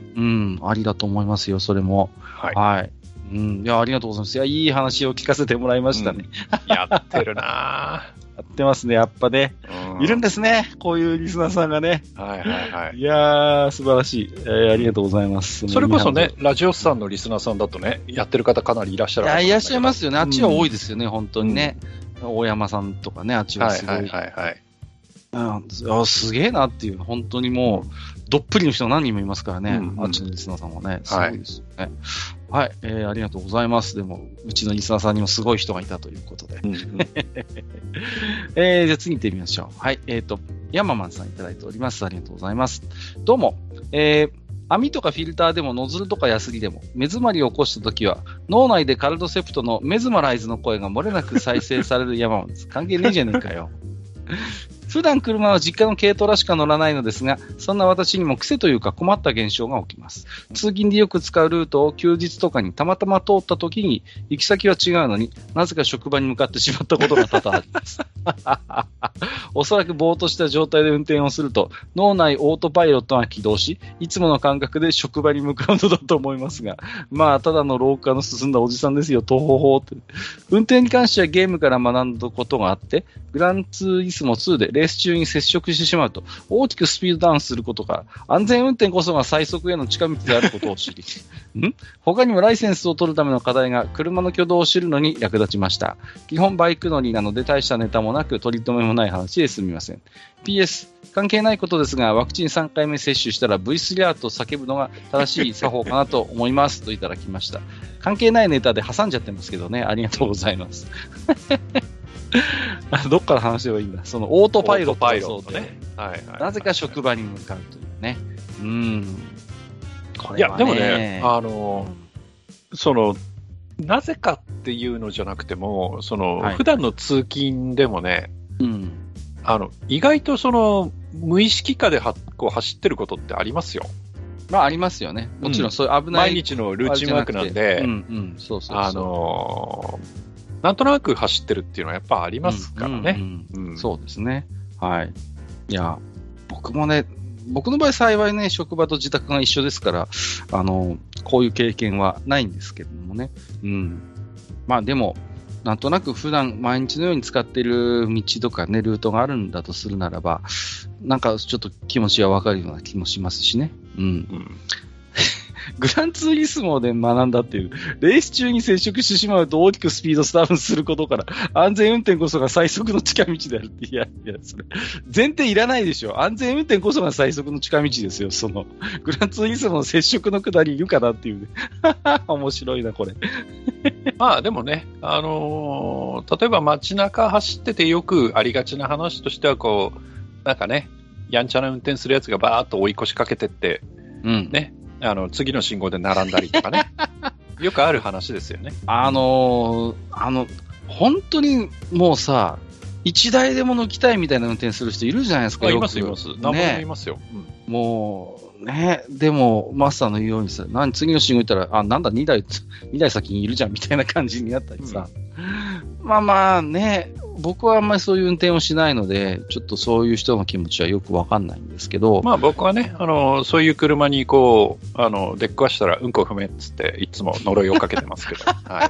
うんうん。ありだと思いますよ、それも。はい。はい。うん。いや、ありがとうございます。いや、いい話を聞かせてもらいましたね。 うん、やってるなぁ。 やってますね、やっぱね。いるんですね、こういうリスナーさんがね。 はいはいはい。 いやー、素晴らしい。えー、ありがとうございます。 それこそね、ラジオスさんのリスナーさんだとね、やってる方かなりいらっしゃる。 いや、いらっしゃいますよね。あっちは多いですよね、うん、本当にね。大山さんとかね、あっちはすごい。はいはいはい、はい。あすげえなっていう、本当にもう、どっぷりの人が何人もいますからね、うんうん、あっちのリスナーさんもね、すごいですよね。はい、はい、えー、ありがとうございます。でも、うちのリスナーさんにもすごい人がいたということで。うんうん、えー、じゃあ次行ってみましょう。はい、えっ、ー、と、ヤママンさんいただいております。ありがとうございます。どうも、えー、網とかフィルターでもノズルとかヤスリでも目詰まりを起こしたときは脳内でカルドセプトのメズマライズの声が漏れなく再生されるヤママンです。関係ねえじゃねえかよ。普段車は実家の軽トラしか乗らないのですが、そんな私にも癖というか困った現象が起きます。通勤でよく使うルートを休日とかにたまたま通った時に行き先は違うのになぜか職場に向かってしまったことが多々あります。おそらくぼーっとした状態で運転をすると脳内オートパイロットが起動し、いつもの感覚で職場に向かうのだと思いますが、まあただの廊下の進んだおじさんですよ、とほほって。運転に関してはゲームから学んだことがあって、グランツーリスモツーでレーース中に接触してしまうと大きくスピードダウンすることから安全運転こそが最速への近道であることを知りん他にもライセンスを取るための課題が車の挙動を知るのに役立ちました。基本バイク乗りなので大したネタもなく取り留めもない話ですみません。 ピーエス 関係ないことですがワクチンさんかいめ接種したら ブイスリーアール と叫ぶのが正しい作法かなと思いますといただきました。関係ないネタで挟んじゃってますけどね、ありがとうございますどっから話せばいいんだ。そのオートパイロットがそうで、ね、はいはいはい、なぜか職場に向かうというね。うん。 これはね、いやでもね、あの、うん、そのなぜかっていうのじゃなくても、その、はい、普段の通勤でもね、うん、あの意外とその無意識下ではこう走ってることってありますよ。 まあありますよね。もちろんそういう危ない、 うん、毎日のルーチンワークなんで、うんうん、そうそうそう、あのー、なんとなく走ってるっていうのはやっぱありますからね。 うんうんうん、そうですね。はい。いや、僕もね、僕の場合幸いね、職場と自宅が一緒ですから、あの、こういう経験はないんですけどもね。うん。まあでも、なんとなく普段毎日のように使っている道とかね、ルートがあるんだとするならば、なんかちょっと気持ちがわかるような気もしますしね。うん。うんグランツーリスモで学んだっていう、レース中に接触してしまうと大きくスピードダウンすることから、安全運転こそが最速の近道であるって、いやいや、それ、前提いらないでしょ。安全運転こそが最速の近道ですよ。その、グランツーリスモの接触の下りいるかなっていう、ね。面白いな、これ。 まあでもね、あのー、例えば街中走っててよくありがちな話としては、こう、なんかね、やんちゃな運転するやつがバーっと追い越しかけてって、うん、ね、あの次の信号で並んだりとかねよくある話ですよね。 あのー、あの本当にもうさ一台でも抜きたいみたいな運転する人いるじゃないですか。 いますいます。何もいますよ、ねうん、もうねでもマスターの言うようにさ何次の信号行ったらあなんだにだいにだい先にいるじゃんみたいな感じになったりさ、うん、まあまあね僕はあんまりそういう運転をしないのでちょっとそういう人の気持ちはよくわかんないんですけど、 まあ僕はねあのそういう車にこうあの出っ壊したらうんこ踏めっつっていつも呪いをかけてますけど、はい、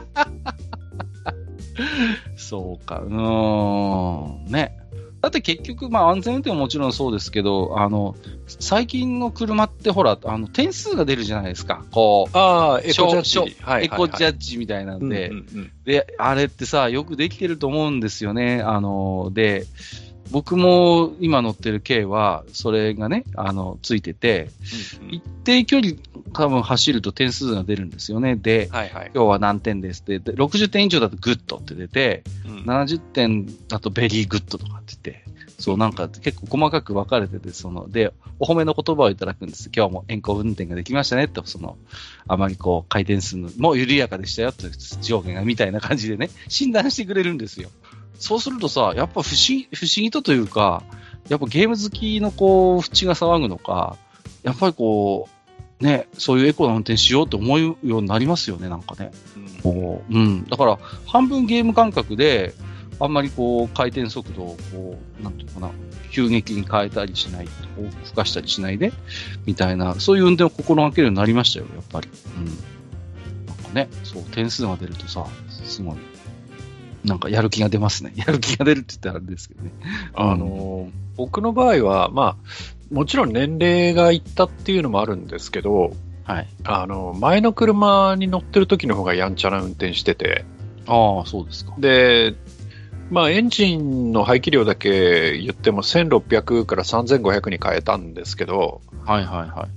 そうかうーんねだって結局、まあ、安全運転ももちろんそうですけどあの最近の車ってほらあの点数が出るじゃないですか。こうあエコジャッジ、はいはいはい、エコジャッジみたいなんで、うんうんうん、であれってさよくできてると思うんですよね。あので僕も今乗ってる軽はそれがねあのついてて、うんうん、一定距離多分走ると点数が出るんですよね。で、はいはい、今日は何点ですってでろくじゅってん以上だとグッドって出て、うん、ななじゅってんだとベリーグッドとかって言ってそうなんか結構細かく分かれててそのでお褒めの言葉をいただくんです。今日も円行運転ができましたねってそのあまりこう回転数も緩やかでしたよって上限がみたいな感じでね診断してくれるんですよ。そうするとさやっぱ不思議、不思議とというかやっぱゲーム好きのこう縁が騒ぐのかやっぱりこうねそういうエコな運転しようと思うようになりますよねなんかね、うんこううん、だから半分ゲーム感覚であんまりこう回転速度をこうなんていうかな急激に変えたりしないふかしたりしないでみたいなそういう運転を心がけるようになりましたよやっぱり、うん、なんかねそう点数が出るとさすごいなんかやる気が出ますね。やる気が出るって言ったらあれですけどね。 あの、うん、僕の場合は、まあ、もちろん年齢がいったっていうのもあるんですけど、はい、あの前の車に乗ってる時の方がやんちゃな運転してて。 ああ、そうですか。 で、まあ、エンジンの排気量だけ言ってもせんろっぴゃくからさんぜんごひゃくに変えたんですけど、 はいはいはい。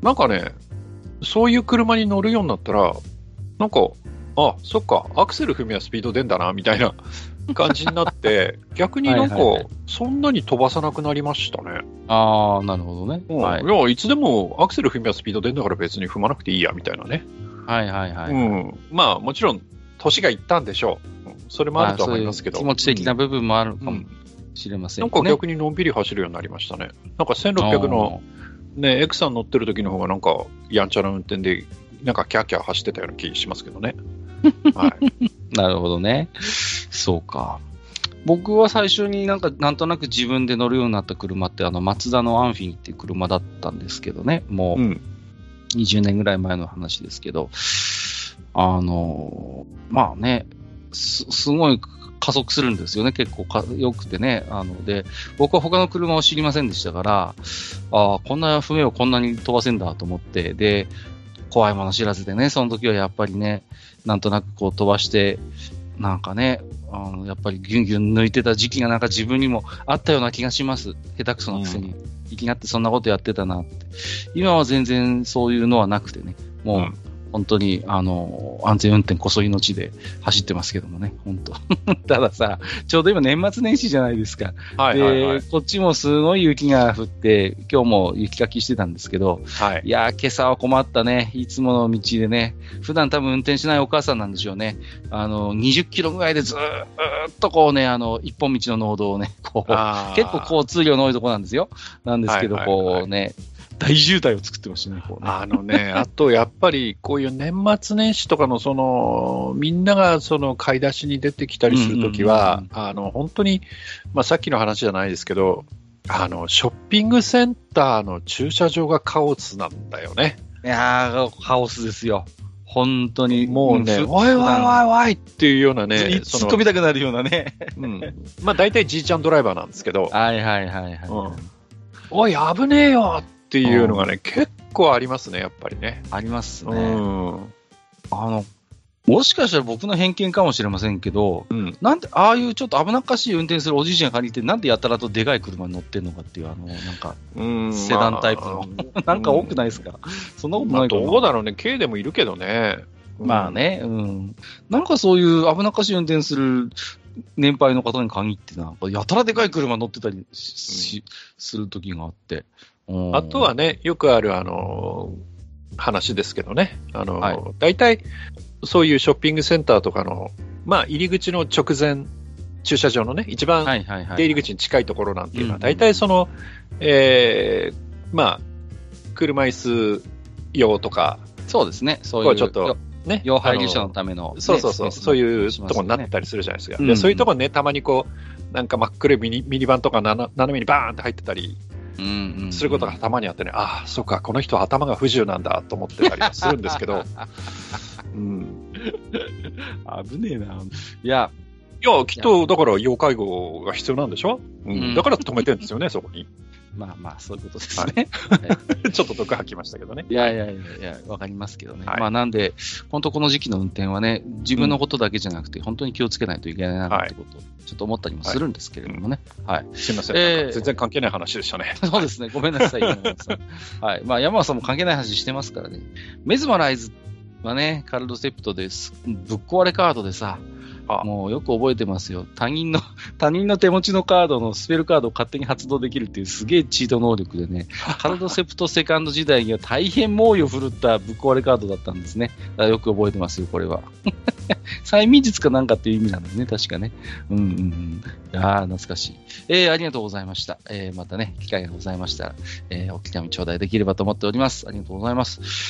なんかね、そういう車に乗るようになったら、なんか、あ、そっか、アクセル踏みはスピード出んだな、みたいな感じになって、逆になんか、はいはいはい、そんなに飛ばさなくなりましたね。 ああ、なるほどね。 うんはい、いや、いつでもアクセル踏みはスピード出んだから別に踏まなくていいや、みたいなね。 はいはいはい、はい。 うん。まあ、もちろん、年がいったんでしょう。それもあるとは思いますけど。 気持ち的な部分もあるかもしれませんね、 うん。なんか逆にのんびり走るようになりましたね。なんかせんろっぴゃくの、ね、エクさん乗ってる時の方がなんか、やんちゃな運転で、なんかキャーキャー走ってたような気しますけどね。はい、 なるほどね。そうか。僕は最初になんかなんとなく自分で乗るようになった車ってあのマツダのアンフィニっていう車だったんですけどね。もうにじゅうねんぐらい前の話ですけど、あのまあね す, すごい加速するんですよね、結構か良くてね。あので僕は他の車を知りませんでしたから、あこんな船をこんなに飛ばせんだと思って、で怖いもの知らずでね、その時はやっぱりね、なんとなくこう飛ばして、なんかね、あのやっぱりギュンギュン抜いてた時期がなんか自分にもあったような気がします。下手くそなくせに、いきなってそんなことやってたなって。今は全然そういうのはなくてね、もう、うん本当に、あの、安全運転こそ命で走ってますけどもね、本当。たださ、ちょうど今年末年始じゃないですか。 はいはいはい、 で、こっちもすごい雪が降って、今日も雪かきしてたんですけど、はい、いやー、今朝は困ったね。いつもの道でね、普段多分運転しないお母さんなんでしょうね。あの、にじゅっキロぐらいでずーっとこうね、あの、一本道の農道をね、こう、結構交通量の多いとこなんですよ。なんですけど、はいはいはい、こうね、大渋滞を作ってましたね、こうね。 あのね、あとやっぱりこういう年末年始とかのその、みんながその買い出しに出てきたりするときは、あの、本当に、まあさっきの話じゃないですけど、あの、ショッピングセンターの駐車場がカオスなんだよね。 いやー、カオスですよ。本当に。 もうね、わいわいわいわいっていうようなね。 突っ込みたくなるようなね。 うん。まあ大体じいちゃんドライバーなんですけど。 はいはいはいはい。うん、 おい、危ねえよっていうのがね、うん、結構ありますね、やっぱりね。 ありますね。うん、あの、もしかしたら僕の偏見かもしれませんけど、うん、なんで、ああいうちょっと危なっかしい運転するおじいちゃんが借りて、なんでやたらとでかい車に乗ってるのかっていう、あの、なんか、うんセダンタイプの、まあ、なんか多くないですか、うん、そんなことないかな。 まあ、どうだろうね、軽でもいるけどね。 うん、まあね、うん。なんかそういう危なっかしい運転する年配の方に限って、なんかやたらでかい車乗ってたりし、うん、する時があって、 あとはね、よくあるあの話ですけどね、あの、はい、大体そういうショッピングセンターとかの、まあ、入り口の直前、駐車場のね、一番出入り口に近いところなんていうのは、大体その、えー、まあ、車椅子用とか、 そうですね、そういうちょっと、ね、 要配偶者のための、ね、 そうそうそう、そういうところになったりするじゃないですか。うんうん、でそういうところね、たまにこう、なんか真っ黒いミニ、ミニバンとかなな斜めにバーンって入ってたり、うんうんうん、することがたまにあってね、ああ、そうか、この人は頭が不自由なんだと思ってたりはするんですけど、うん、 危ねえな。いや、 いや、きっとだから要介護が必要なんでしょ、うんうん、だから止めてるんですよね、そこに。 まあまあ、そういうことですね。 はい、ちょっと毒吐きましたけどね。 いやいやいやいや、わかりますけどね。はい、まあなんで、本当この時期の運転はね、自分のことだけじゃなくて、本当に気をつけないといけないなってことを、ちょっと思ったりもするんですけれどもね。はい。はい、 すいません、えー、全然関係ない話でしたね。 そうですね、ごめんなさい、山本さん。はい。まあ山本さんも関係ない話してますからね。メズマライズはね、カルドセプトです。ぶっ壊れカードでさ、あもうよく覚えてますよ。他人の、他人の手持ちのカードのスペルカードを勝手に発動できるっていうすげえチート能力でね、カルドセプトセカンド時代には大変猛威を振るったぶっ壊れカードだったんですね。だからよく覚えてますよ、これは。催眠術かなんかっていう意味なんですね、確かね。うんうんうん。ああ、懐かしい。えー、ありがとうございました。えー、またね、機会がございましたら、えー、お刻み頂戴できればと思っております。ありがとうございます。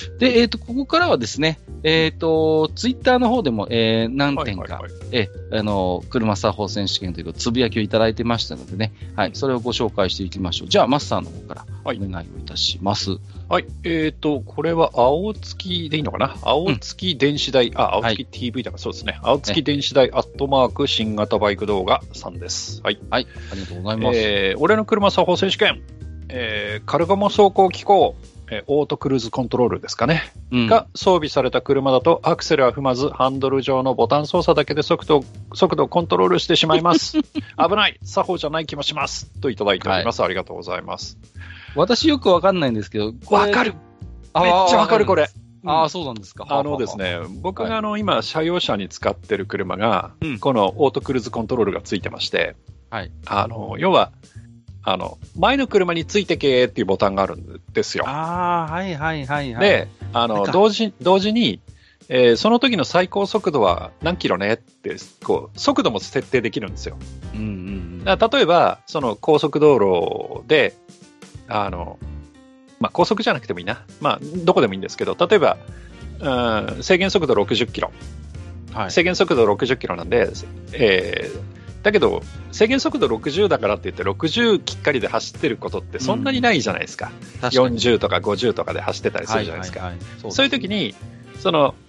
で、えっと、ここからはですね、えっと、ツイッターの方でも、えー、何点か、はいはいはい、えー、あの、車作法選手権というつぶやきをいただいてましたのでね、はい、それをご紹介していきましょう。じゃあ、マスターの方からお願いをいたします。 はい、えっと、これは青月でいいのかな、青月電子代、うん、あ、青月 ティーブイ だからそうですね。青月電子代アットマーク新型バイク動画さんです。はい。 はい。ありがとうございます。 えー、俺の車作法選手権、えー、カルガモ走行機構、えー、オートクルーズコントロールですかね、うん、が装備された車だとアクセルは踏まずハンドル上のボタン操作だけで速度速度をコントロールしてしまいます。危ない、作法じゃない気もしますといただいております。はい、ありがとうございます。 私よくわかんないんですけど、 わかる、めっちゃわかるこれ。 ああ、そうなんですか。 あのですね、僕があの今車用車に使ってる車が、うん、このオートクルーズコントロールがついてまして、はい、あの要はあの前の車についてけっていうボタンがあるんですよ。 ああ、はいはいはいはい。 で、あの同時同時に、えー、その時の最高速度は何キロねってこう速度も設定できるんですよ。うんうんうん、だから例えばその高速道路であのまあ、高速じゃなくてもいいな、まあ、どこでもいいんですけど、例えば、うん、制限速度ろくじゅっキロ、はい、制限速度ろくじゅっキロなんで、えー、だけど制限速度ろくじゅうだからって言ってろくじゅうきっかりで走ってることってそんなにないじゃないですか、うん、よんじゅうとかごじゅうとかで走ってたりするじゃないですか。そういう時にその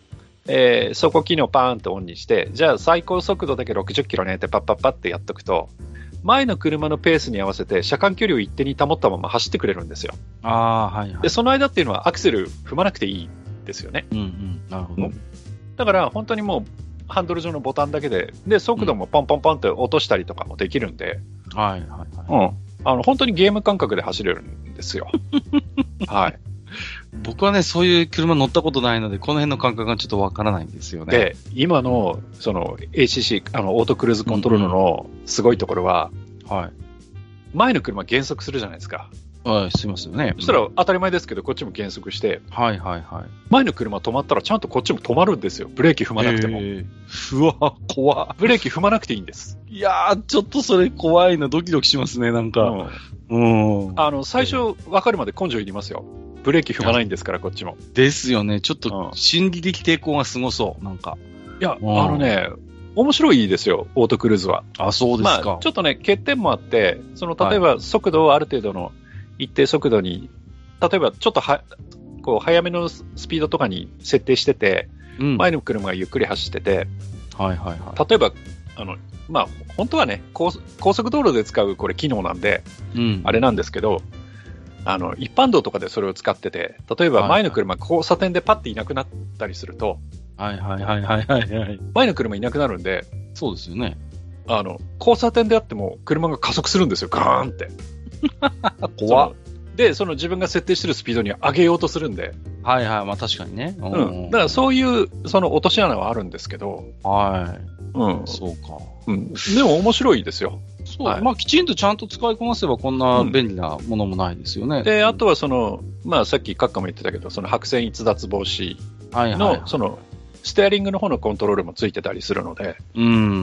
えー、走行機能パーンとオンにして、じゃあ最高速度だけろくじゅっキロねってパッパッパってやっとくと、前の車のペースに合わせて車間距離を一定に保ったまま走ってくれるんですよ。 あー、はいはい。 で、その間っていうのはアクセル踏まなくていいですよね。 うんうん、なるほど。うん、 だから本当にもうハンドル上のボタンだけで、で、速度もポンポンポンって落としたりとかもできるんで、 うん、はいはいはい。 うん。あの、本当にゲーム感覚で走れるんですよ。はい。 僕はね、そういう車乗ったことないので、この辺の感覚がちょっとわからないんですよね。 で、今の、その エーシーシー、あの、オートクルーズコントロールのすごいところは、うん、はい。前の車減速するじゃないですか。 はい、すみませんよね。 そしたら当たり前ですけど、こっちも減速して、 はいはいはい。 前の車止まったらちゃんとこっちも止まるんですよ。ブレーキ踏まなくても。 うわ、怖ブレーキ踏まなくていいんです。 いやー、ちょっとそれ怖いな、ドキドキしますね、なんか。うん。うん、 あの、最初分かるまで根性いりますよ。ブレーキ踏まないんですから、こっちも。 ですよね。ちょっと心理的抵抗がすごそう、なんか。 いや、あのね、面白いですよ、オートクルーズは。 あ、そうですか。 まあ、ちょっとね、欠点もあって、その、例えば速度をある程度の一定速度に、例えばちょっとは、こう、早めのスピードとかに設定してて、うん、前の車がゆっくり走ってて、 はいはいはい。 例えば、あの、まあ、本当はね、高、高速道路で使うこれ機能なんで、うん、あれなんですけど、あの、一般道とかでそれを使ってて、例えば前の車、はいはい、交差点でパッていなくなったりすると、 はいはいはいはいはい、はい。 前の車いなくなるんで、 そうですよね。 あの、交差点であっても車が加速するんですよ、ガーンって。 怖っ。 で、その自分が設定してるスピードに上げようとするんで。 はいはい、まあ確かにね。 うん。だからそういう、その落とし穴はあるんですけど。 はい。 うん。 そうか。 うん。でも面白いですよ。 そう、はい、まあきちんとちゃんと使いこなせばこんな便利なものもないですよね。 うん、で、あとはその、まあさっきカッカも言ってたけど、その白線逸脱防止の、はいはいはい、その、ステアリングの方のコントロールもついてたりするので、 うん。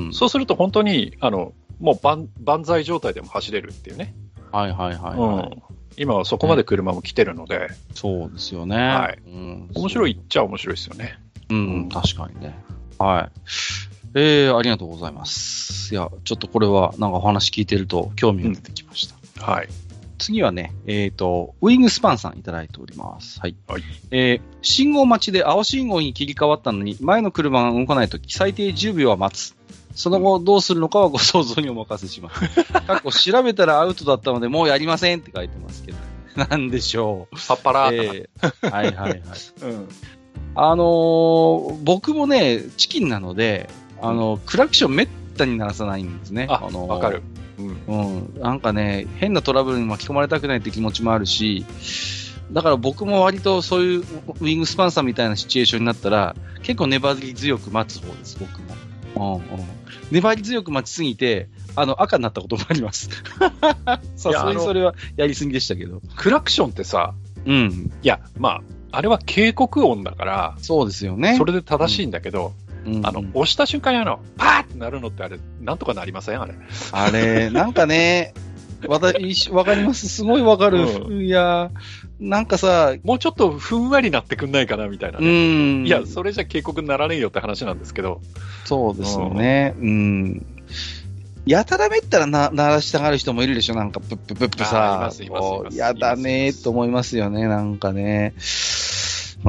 そうすると本当に、あの、もう万、万歳状態でも走れるっていうね。 はいはいはい、はい。 うん。今はそこまで車も来てるので。 ね、そうですよね。 はい。うん、面白いっちゃ面白いですよね。 うん、うん、確かにね。はい。えー、ありがとうございます。いや、ちょっとこれはなんかお話聞いてると興味が出てきました。 うん、はい。 次はね、えっ、ー、と、ウィングスパンさんいただいております。はい。 はい、 えー、信号待ちで青信号に切り替わったのに、前の車が動かないとき、最低じゅうびょうは待つ。その後どうするのかはご想像にお任せします。過去調べたらアウトだったので、もうやりませんって書いてますけど。なんでしょう。 パッパラー、 えー、はいはいはい。 うん、 あのー、僕もね、チキンなので、あの、クラクションめったに鳴らさないんですね。 あ、あのー、わかる。 うん、うん。なんかね、変なトラブルに巻き込まれたくないって気持ちもあるし、だから僕も割とそういうウィングスパンサーみたいなシチュエーションになったら、結構粘り強く待つ方です、僕も。うんうん、粘り強く待ちすぎて、あの、赤になったこともあります。さすがにそれはやりすぎでしたけど。 クラクションってさ、 うん。 いや、まあ、あれは警告音だから、 そうですよね。 それで正しいんだけど、うん、あの、うん、押した瞬間にあの、パーってなるのってあれ、なんとかなりませんあれ。 あれ、なんかね、私、わかります。すごいわかる。うん、いやなんかさ、 もうちょっとふんわりなってくんないかなみたいなね。うん。いや、それじゃ警告にならねえよって話なんですけど。 そうですよね。うん。うんやたらめったらな鳴らしたがる人もいるでしょなんか、プッププップさ。やだねーと思いますよね、なんかね。うん、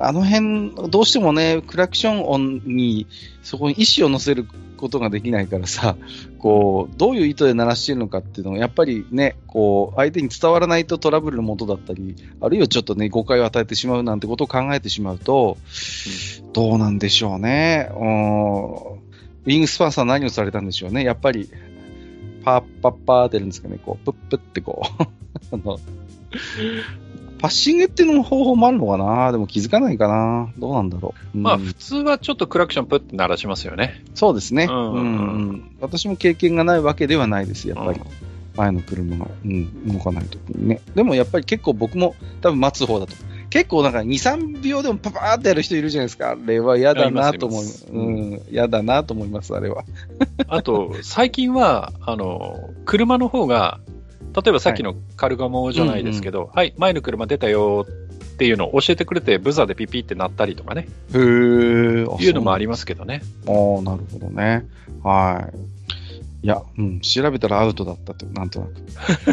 あの辺、どうしてもね、クラクション音に、そこに意思を乗せることができないからさ、こう、どういう意図で鳴らしているのかっていうのが、やっぱりね、こう、相手に伝わらないとトラブルの元だったり、あるいはちょっとね、誤解を与えてしまうなんてことを考えてしまうと、うん、どうなんでしょうね。うんウィングスパンさんは何をされたんでしょうね。やっぱり、パッパッパー出るんですかね。こう、プップってこう。あの、パッシングっていうの方法もあるのかなでも気づかないかなどうなんだろう。うん、 まあ、普通はちょっとクラクションプッって鳴らしますよね。 そうですね。うんうんうん、私も経験がないわけではないです、やっぱり。うん、前の車が、うん、動かないときにね。でもやっぱり結構僕も多分待つ方だと。結構なんかに、さんびょうでもパパーってやる人いるじゃないですか。あれは嫌だなと思います。うん、嫌だなと思います、あれは。 あと、最近は、あの、車の方が、例えばさっきのカルガモじゃないですけど、はい、はい、前の車出たよっていうのを教えてくれて、ブザーでピピって鳴ったりとかね。 へー。 いうのもありますけどね。 ああ、なるほどね。はい。いや、うん、調べたらアウトだったと、なんとなく。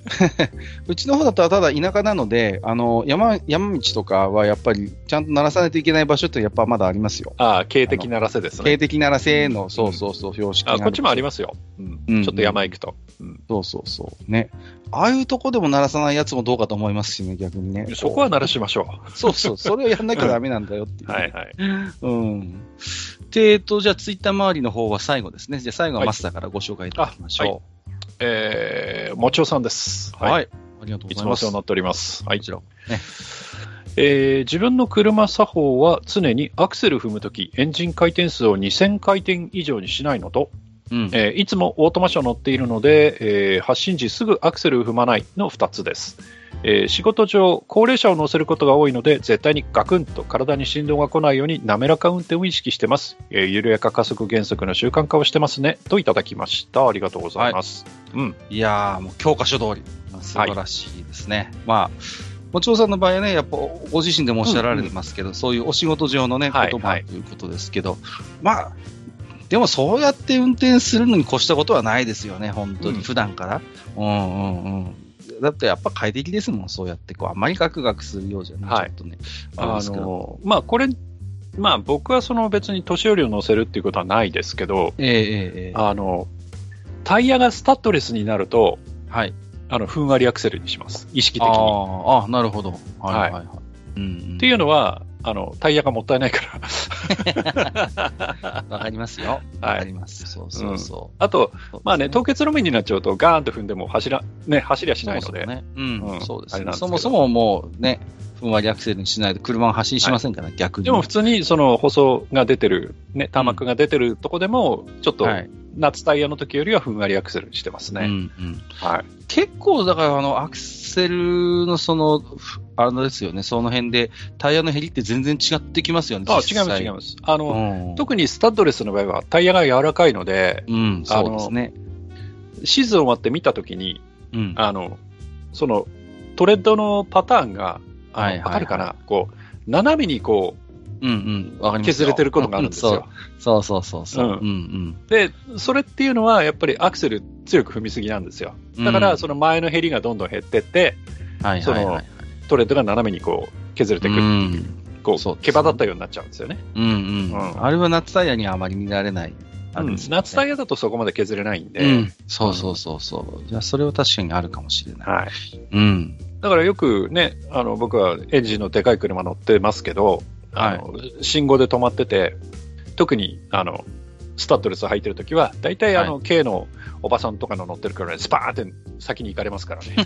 うちの方だとただ田舎なので、あの 山, 山道とかはやっぱりちゃんと鳴らさないといけない場所ってやっぱまだありますよ。 ああ、警笛鳴らせですね。 警笛鳴らせの、そうそうそう、標識がある。 あ、こっちもありますよ。うんうん、ちょっと山行くと、うん。 そうそうそう。ね。ああいうとこでも鳴らさないやつもどうかと思いますしね、逆にね。 そこは鳴らしましょう。 そうそう、それをやんなきゃダメなんだよっていう、ね。 はいはい。 うん。で、えっと、じゃあツイッター周りの方は最後ですね。じゃあ最後はマスターからご紹介いただきましょう。はい、 えー、もちおさんです。 はい。はい、ありがとうございます。いつもお世話になっております。はい。 こちら。ね。 えー、自分の車作法は常にアクセル踏むとき、エンジン回転数をにせんかいてん以上にしないのと、うんえー、いつもオートマ車乗っているので、えー、発進時すぐアクセルを踏まないのふたつです。えー、仕事上、高齢者を乗せることが多いので、絶対にガクンと体に振動が来ないように滑らか運転を意識してます。えー、緩やか加速減速の習慣化をしてますね。といただきました。ありがとうございます。 はい、うん、いやー、もう教科書通り、素晴らしいですね。はい、まあ、もちろんさんの場合はね、やっぱご自身でもおっしゃられてますけど、うんうん、そういうお仕事上のね、言葉ということですけど、はいはい、まあ、でもそうやって運転するのに越したことはないですよね、本当に、うん、普段から。うんうんうん。だってやっぱ快適ですもん、そうやってこうあんまりガクガクするようじゃない、はい、ちょっとね。 あのまあこれ、まあ僕はその別に年寄りを乗せるっていうことはないですけど、 えーえー、 あのタイヤがスタッドレスになると、 はい、 あのふんわりアクセルにします、意識的に。 ああ、なるほど。はいはいはい。 うんうん、っていうのはあのタイヤがもったいないから。わかりますよ。わかります。そうそうそう。うん、 あと、まあね、凍結路面になっちゃうとガーンと踏んでも走ら、ね、走りはしないので。 そうそうね。うん、うん、そうですね。そもそももうね、ふんわりアクセルにしないと車は発進しませんから、はい、逆に。 でも普通にその舗装が出てる、ね、ターマックが出てるとこでも、ちょっと、夏タイヤの時よりはふんわりアクセルにしてますね。うんうんはい、結構、だからあのアクセルのその、あのですよね、その辺でタイヤの減りって全然違ってきますよね。 あ、違います違います。あの、うん、特にスタッドレスの場合はタイヤが柔らかいので、 うん、そうですね。 シーズン終わって見たときに、うん、あのそのトレッドのパターンが、わ、はいはい、かるかな、こう斜めにこう。 うんうん、 削れてることがあるんですよ。 そうそうそうそう、うんうん、 で、それっていうのはやっぱりアクセル強く踏みすぎなんですよ。だからその前の減りがどんどん減ってって、うん、そのトレッドが斜めにこう削れてくるっていう、うん、こう毛羽立ったようになっちゃうんですよね。 うんうんうん、あれは夏タイヤにはあまり見られない。 うん、夏タイヤだとそこまで削れないんで、 うん、そうそうそうそう。じゃあそれは確かにあるかもしれない。 はい。 うん。 だからよくね、あの僕はエンジンのでかい車乗ってますけど。あのはい、信号で止まってて、特にあのスタッドレス履いてるときは、大体あの、はい、K のおばさんとかの乗ってるからね、スパーンって先に行かれますからね。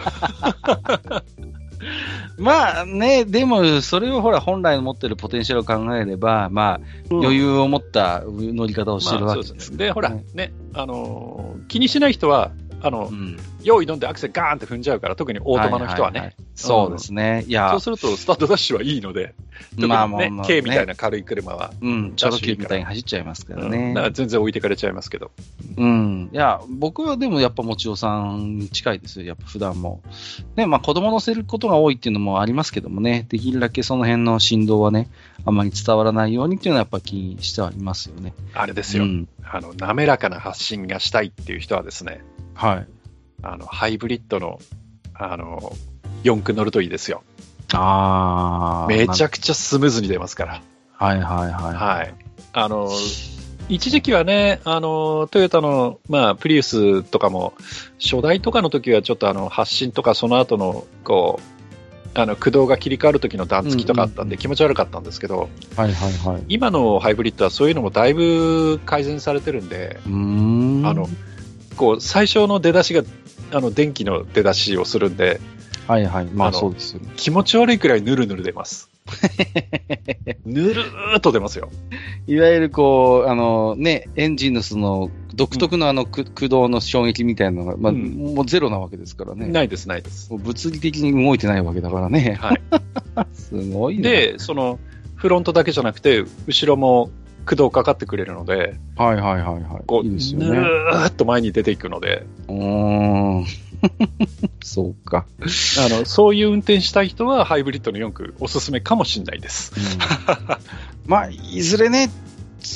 まあね、でもそれをほら本来の持ってるポテンシャルを考えれば、まあ、うん、余裕を持った乗り方をしてるわけです、ね。まあ、そうですね。で、 ほら、ね、あのー、気にしない人は、あの、うん、用意どんでアクセルガーンって踏んじゃうから、特にオートマの人はね。はいはいはい、 そうですね。いや、 そうするとスタートダッシュはいいので、特にね、まあまあまあね、K みたいな軽い車は、 うん、ちょうど K みたいに走っちゃいますからね。うん、 だから全然置いてかれちゃいますけど。 うん。いや、僕はでもやっぱもちおさんに近いですよ。やっぱ普段も。ね、まあ子供乗せることが多いっていうのもありますけどもね、できるだけその辺の振動はね、あんまり伝わらないようにっていうのはやっぱ気にしてはいますよね。 あれですよ。うん、あの、滑らかな発進がしたいっていう人はですね。 はい。 あのハイブリッドのあのよん駆乗るといいですよ。 ああ。 めちゃくちゃスムーズに出ますから。 はいはいはい。 はい。あの一時期はね、あのトヨタのまあプリウスとかも初代とかの時はちょっとあの発進とかその後のこうあの駆動が切り替わる時の段付きとかあったんで気持ち悪かったんですけど、 はいはいはい。 今のハイブリッドはそういうのもだいぶ改善されてるんで、 うーんあのこう最初の出だしがあの電気の出だしをするんで、 はいはい、まあそうですよね。 気持ち悪いくらいぬるぬる出ます。ぬるーっと出ますよ。 いわゆるこうあのねエンジンのその独特のあの、うん、駆動の衝撃みたいなのがまあ、うん、もうゼロなわけですからね。 ないですないです。 もう物理的に動いてないわけだからね。 はい。 すごいね。 でそのフロントだけじゃなくて後ろも駆動かかってくれるので、 はいはいはいはい。 こういいですよね。ぬーっと前に出ていくので。 うーん。そうか。 あのそういう運転したい人はハイブリッドのよん駆おすすめかもしれないです。 うん、まあいずれね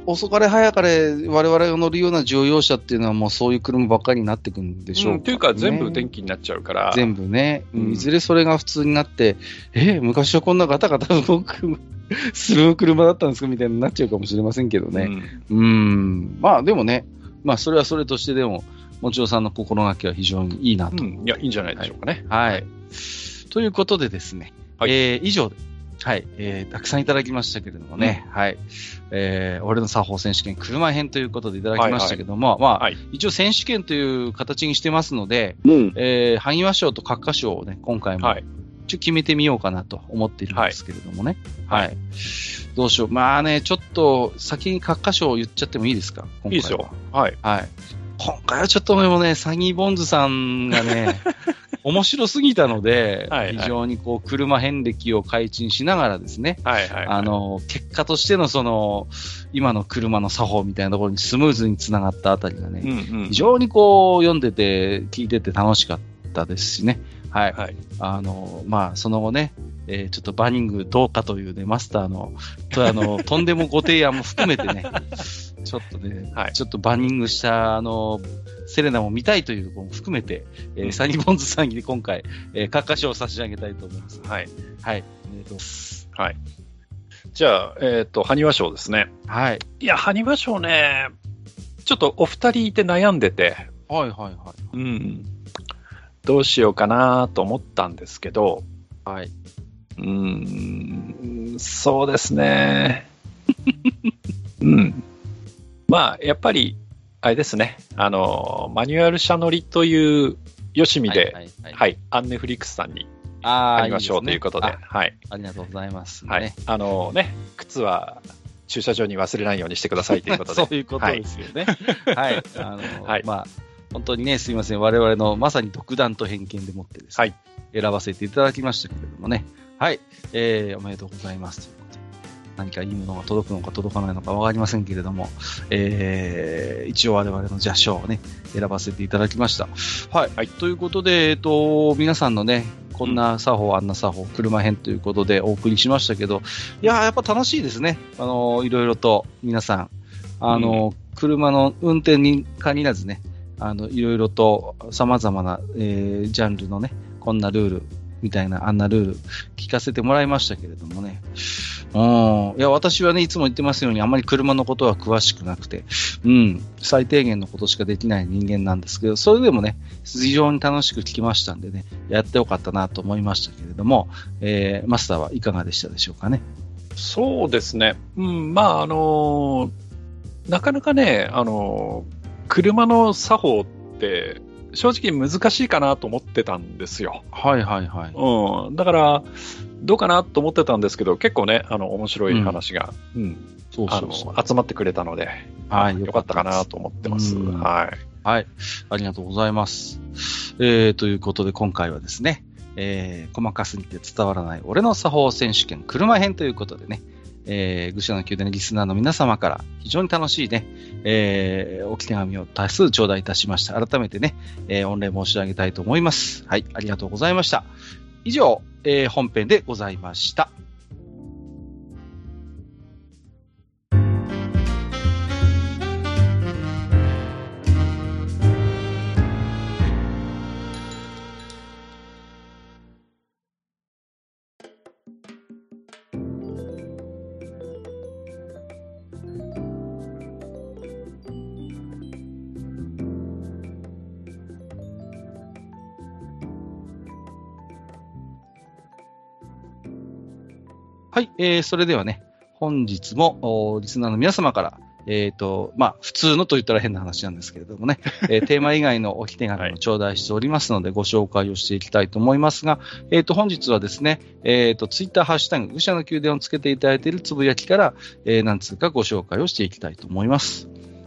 遅かれ早かれ我々が乗るような乗用車っていうのはもうそういう車ばっかりになっていくんでしょうか、ね。うん、 というか全部電気になっちゃうから。 全部ね。いずれそれが普通になって、うん、えー、昔はこんなガタガタ動くする車だったんですかみたいになっちゃうかもしれませんけどね。うん。うんまあでもね、まあそれはそれとしてでも、もちろさんの心がけは非常にいいなと、うん。 いや、いいんじゃないでしょうかね。 はい。はい、ということでですね、はい、えー、以上で、はい、えー、たくさんいただきましたけれどもね、うん、はい、えー、俺の作法選手権車編ということでいただきましたけども、はいはい、まあ、はい、一応選手権という形にしてますので、うん、えー、埴輪賞と閣下賞をね、今回も、一応決めてみようかなと思っているんですけれどもね、はい。はい、どうしよう。まあね、ちょっと先に閣下賞を言っちゃってもいいですか？今回は。いいですよ。はい。はい。今回はちょっとでもね、サニーボンズさんがね、面白すぎたので、はいはい、非常にこう車遍歴を開陳しながらですね、はいはいはい、あの結果としてのその今の車の作法みたいなところにスムーズにつながったあたりがね、うんうん、非常にこう読んでて聞いてて楽しかったですしね、はいはい、あのまあその後ね、えー、ちょっとバニングどうかというねマスターのとあのとんでもご提案も含めてね。ちょっとね、はい、ちょっとバンニングしたあのセレナも見たいというのも含めて、えーうん、サニーボンズさんに今回、えー、閣下賞を差し上げたいと思います。はい。はい。えーと、 はい。じゃあ、えっ、ー、と、埴輪賞ですね。はい。いや、埴輪賞ね、ちょっとお二人いて悩んでて。はいはいはい。うん。どうしようかなと思ったんですけど、はい。うーん、そうですね。うん。まあ、やっぱり、あれですね、あの、マニュアル車乗りというよしみで、はいはいはいはい、アンネフリックスさんにありましょうということで、 いいですね、 はい。 ありがとうございます、ね。 はい。あのね、靴は駐車場に忘れないようにしてくださいということで。 そういうことですよね。はい。はい、あの、はい、まあ、本当にね、すいません、我々のまさに独断と偏見でもってですね、はい、選ばせていただきましたけれどもね、はい、えー、おめでとうございます。何かいいものが届くのか届かないのかわかりませんけれども、えー、一応我々の邪賞をね、選ばせていただきました。はい。はい、ということで、えっと、皆さんのね、こんな作法、あんな作法、車編ということでお送りしましたけど、いやー、やっぱ楽しいですね。あの、いろいろと皆さん、あの、うん、車の運転に限らずね、あの、いろいろと様々な、えー、ジャンルのね、こんなルール、みたいな、あんなルール聞かせてもらいましたけれどもね。うん。いや、私はね、いつも言ってますように、あんまり車のことは詳しくなくて、うん。最低限のことしかできない人間なんですけど、それでもね、非常に楽しく聞きましたんでね、やってよかったなと思いましたけれども、えー、マスターはいかがでしたでしょうかね。 そうですね。うん、まあ、あのー、なかなかね、あのー、車の作法って、正直難しいかなと思ってたんですよ。はいはいはい。うん。だから、どうかなと思ってたんですけど、結構ね、あの、面白い話が、うん。うん、そうそうそう。あの、集まってくれたので、はい。よかったかなと思ってます。はい。 はい。ありがとうございます。えー、ということで、今回はですね、えー、細かすぎて伝わらない俺の作法選手権車編ということでね、えー、愚者の宮殿リスナーの皆様から非常に楽しいね、えー、お手紙を多数頂戴いたしました。改めてね、えー、御礼申し上げたいと思います。はい、ありがとうございました。以上、えー、本編でございました。はい、えー、それではね、本日もリスナーの皆様から、えっと、まあ、普通のと言ったら変な話なんですけれどもね、えー、テーマ以外の置き手紙を頂戴しておりますので、ご紹介をしていきたいと思いますが、えっと、本日はですね、えっと、ツイッターハッシュタグ、愚者の宮殿をつけていただいているつぶやきから、えー、何通かご紹介をしていきたいと思います。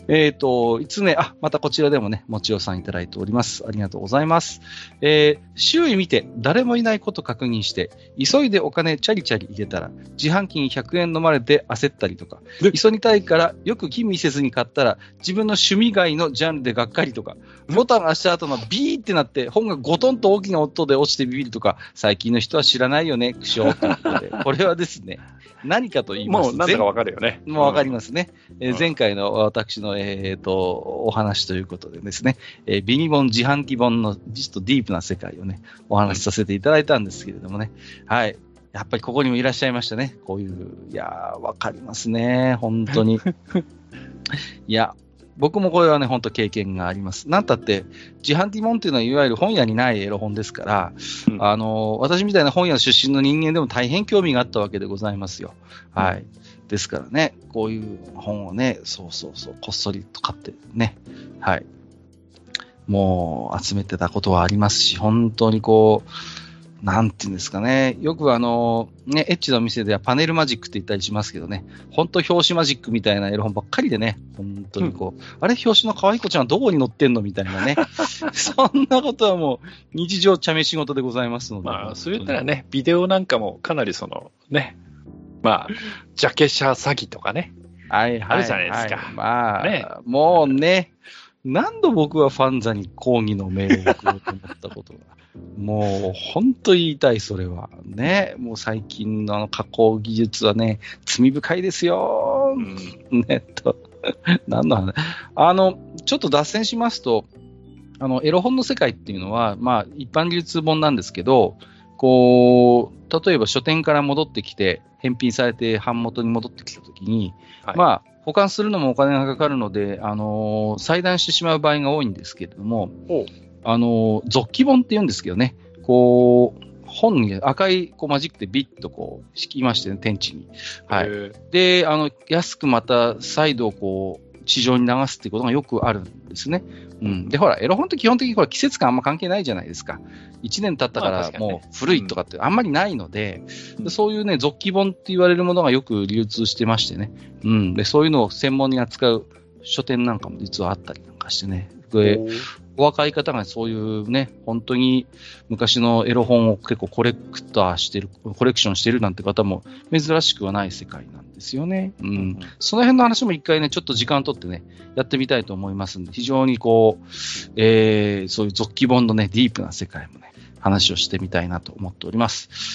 えっ、ー、と、いつつめ、あ、またこちらでもね、もちおさんいただいております。ありがとうございます。えー、周囲見て、誰もいないこと確認して、急いでお金チャリチャリ入れたら、自販機にひゃくえん飲まれて焦ったりとか、急ぎたいからよく吟味せずに買ったら、自分の趣味外のジャンルでがっかりとか、ボタン押した後のビーってなって、本がゴトンと大きな音で落ちてビビるとか、最近の人は知らないよね、苦笑ということで、これはですね、何かと言いますと、 もう何だかわかるよね。 もうわかりますね。うん、えー、前回の私の、えー、とお話ということでですね、えー、ビニ本自販機本のちょっとディープな世界をね、お話しさせていただいたんですけれどもね、はい。やっぱりここにもいらっしゃいましたね。こういう、いやー、わかりますね。本当に。いや、僕もこれはね、本当経験があります。なんたって、自販機本っていうのは、いわゆる本屋にないエロ本ですから、うん、あの、私みたいな本屋出身の人間でも大変興味があったわけでございますよ。はい。うん、ですからね、こういう本をね、そうそうそう、こっそりと買ってね、はい。もう集めてたことはありますし、本当にこう、なんていうんですかね。よくあの、ね、エッチなお店ではパネルマジックって言ったりしますけどね。本当表紙マジックみたいなエロ本ばっかりでね。本当にこう、うん、あれ表紙の可愛い子ちゃんはどこに載ってんのみたいなね。そんなことはもう日常茶目仕事でございますので。 まあ、そう言ったらね、ビデオなんかもかなりその、ね、まあ、ジャケ写詐欺とかね。 はいはい、はい。あるじゃないですか。 まあ、ね、もうね、何度僕はファンザに抗議のメールを送ろうと思ったことが。もう、本当言いたい、それは。ね。もう最近のあの加工技術はね、罪深いですよ。うん、ねと。何の話あの、ちょっと脱線しますと、あの、エロ本の世界っていうのは、まあ、一般流通本なんですけど、こう、例えば書店から戻ってきて、返品されて版元に戻ってきたときに、はい、まあ、保管するのもお金がかかるので、あのー、裁断してしまう場合が多いんですけれども、あのー、続記本って言うんですけどね、こう、本に赤いこうマジックでビッとこう敷きましてね、天地に。はい。で、あの、安くまた再度こう、地上に流すっていうことがよくあるんですね。うん。で、ほら、エロ本って基本的にほら季節感あんま関係ないじゃないですか。一年経ったからもう古いとかってあんまりないので、うん、そういうね、続記本って言われるものがよく流通してましてね。うん。で、そういうのを専門に扱う書店なんかも実はあったりなんかしてね。で、お若い方がそういうね、本当に昔のエロ本を結構コレクターしてる、コレクションしてるなんて方も珍しくはない世界なんですよね。うん。うん、その辺の話も一回ね、ちょっと時間を取ってね、やってみたいと思いますんで、非常にこう、えー、そういう続記本のね、ディープな世界もね、話をしてみたいなと思っております。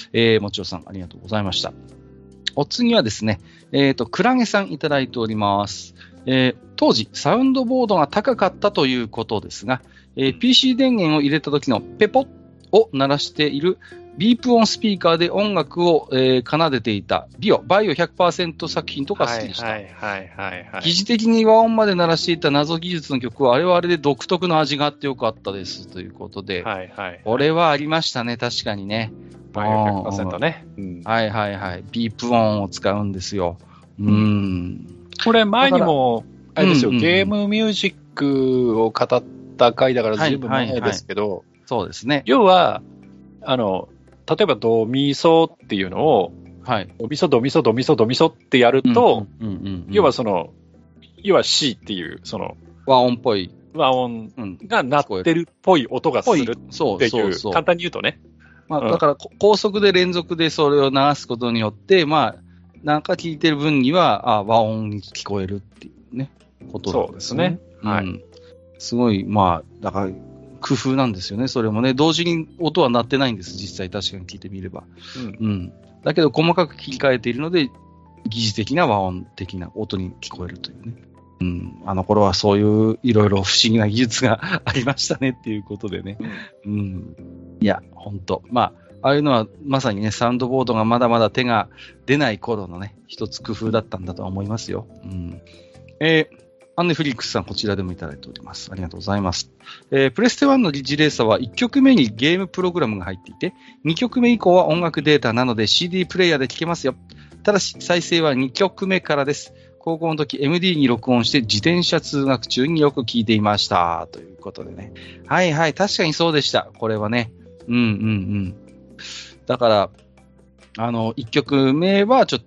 えー、もちろさんありがとうございました。お次はですね、えっと、クラゲさんいただいております。えー、当時、サウンドボードが高かったということですが、えー、ピーシー 電源を入れた時のペポッを鳴らしているビープ音スピーカーで音楽を、えー、奏でていたビオ、バイオ ひゃくパーセント 作品とか好きでした。はいはいはいはい。疑似的に和音まで鳴らしていた謎技術の曲はあれはあれで独特の味があってよかったですということで、はいはいはい、これはありましたね、確かにね。 バイオ ひゃくパーセント ね、 うん。はいはいはい。ビープ音を使うんですよ。うーん。 これ前にも、あれですよ、うんうんうん、ゲームミュージックを語った回だからずいぶん前ですけど、はいはいはい、 そうですね。 要は、あの、例えばドミソっていうのを、はい、ドミソドミソドミソドミソってやると、うんうんうんうん、要はその、要は C っていう、その、 和音っぽい。 和音が鳴ってるっぽい音がするっていう、そうそうそう簡単に言うとね。 まあ、だから、高速で連続でそれを流すことによって、まあ、なんか聞いてる分には、あ和音に聞こえるっていうね、ことなんですね。そうですね。はい。うん、すごい、まあ、だから、工夫なんですよね、それもね。同時に音は鳴ってないんです、実際確かに聞いてみれば。うん。うん、だけど、細かく切り替えているので、疑似的な和音的な音に聞こえるというね。うん。あの頃はそういういろいろ不思議な技術がありましたねっていうことでね。うん。いや、ほんと。まあ、ああいうのはまさにね、サウンドボードがまだまだ手が出ない頃のね、一つ工夫だったんだと思いますよ。うん。えー、アンネフリックスさん、こちらでもいただいております。ありがとうございます。えー、プレステワンの疑似レーサーはいっきょくめにゲームプログラムが入っていて、にきょくめ以降は音楽データなので シーディー プレイヤーで聴けますよ。ただし、再生はにきょくめからです。高校の時 エムディー に録音して自転車通学中によく聴いていました。ということでね。はいはい、確かにそうでした。これはね。うんうんうん。だから、あの、いっきょくめはちょっと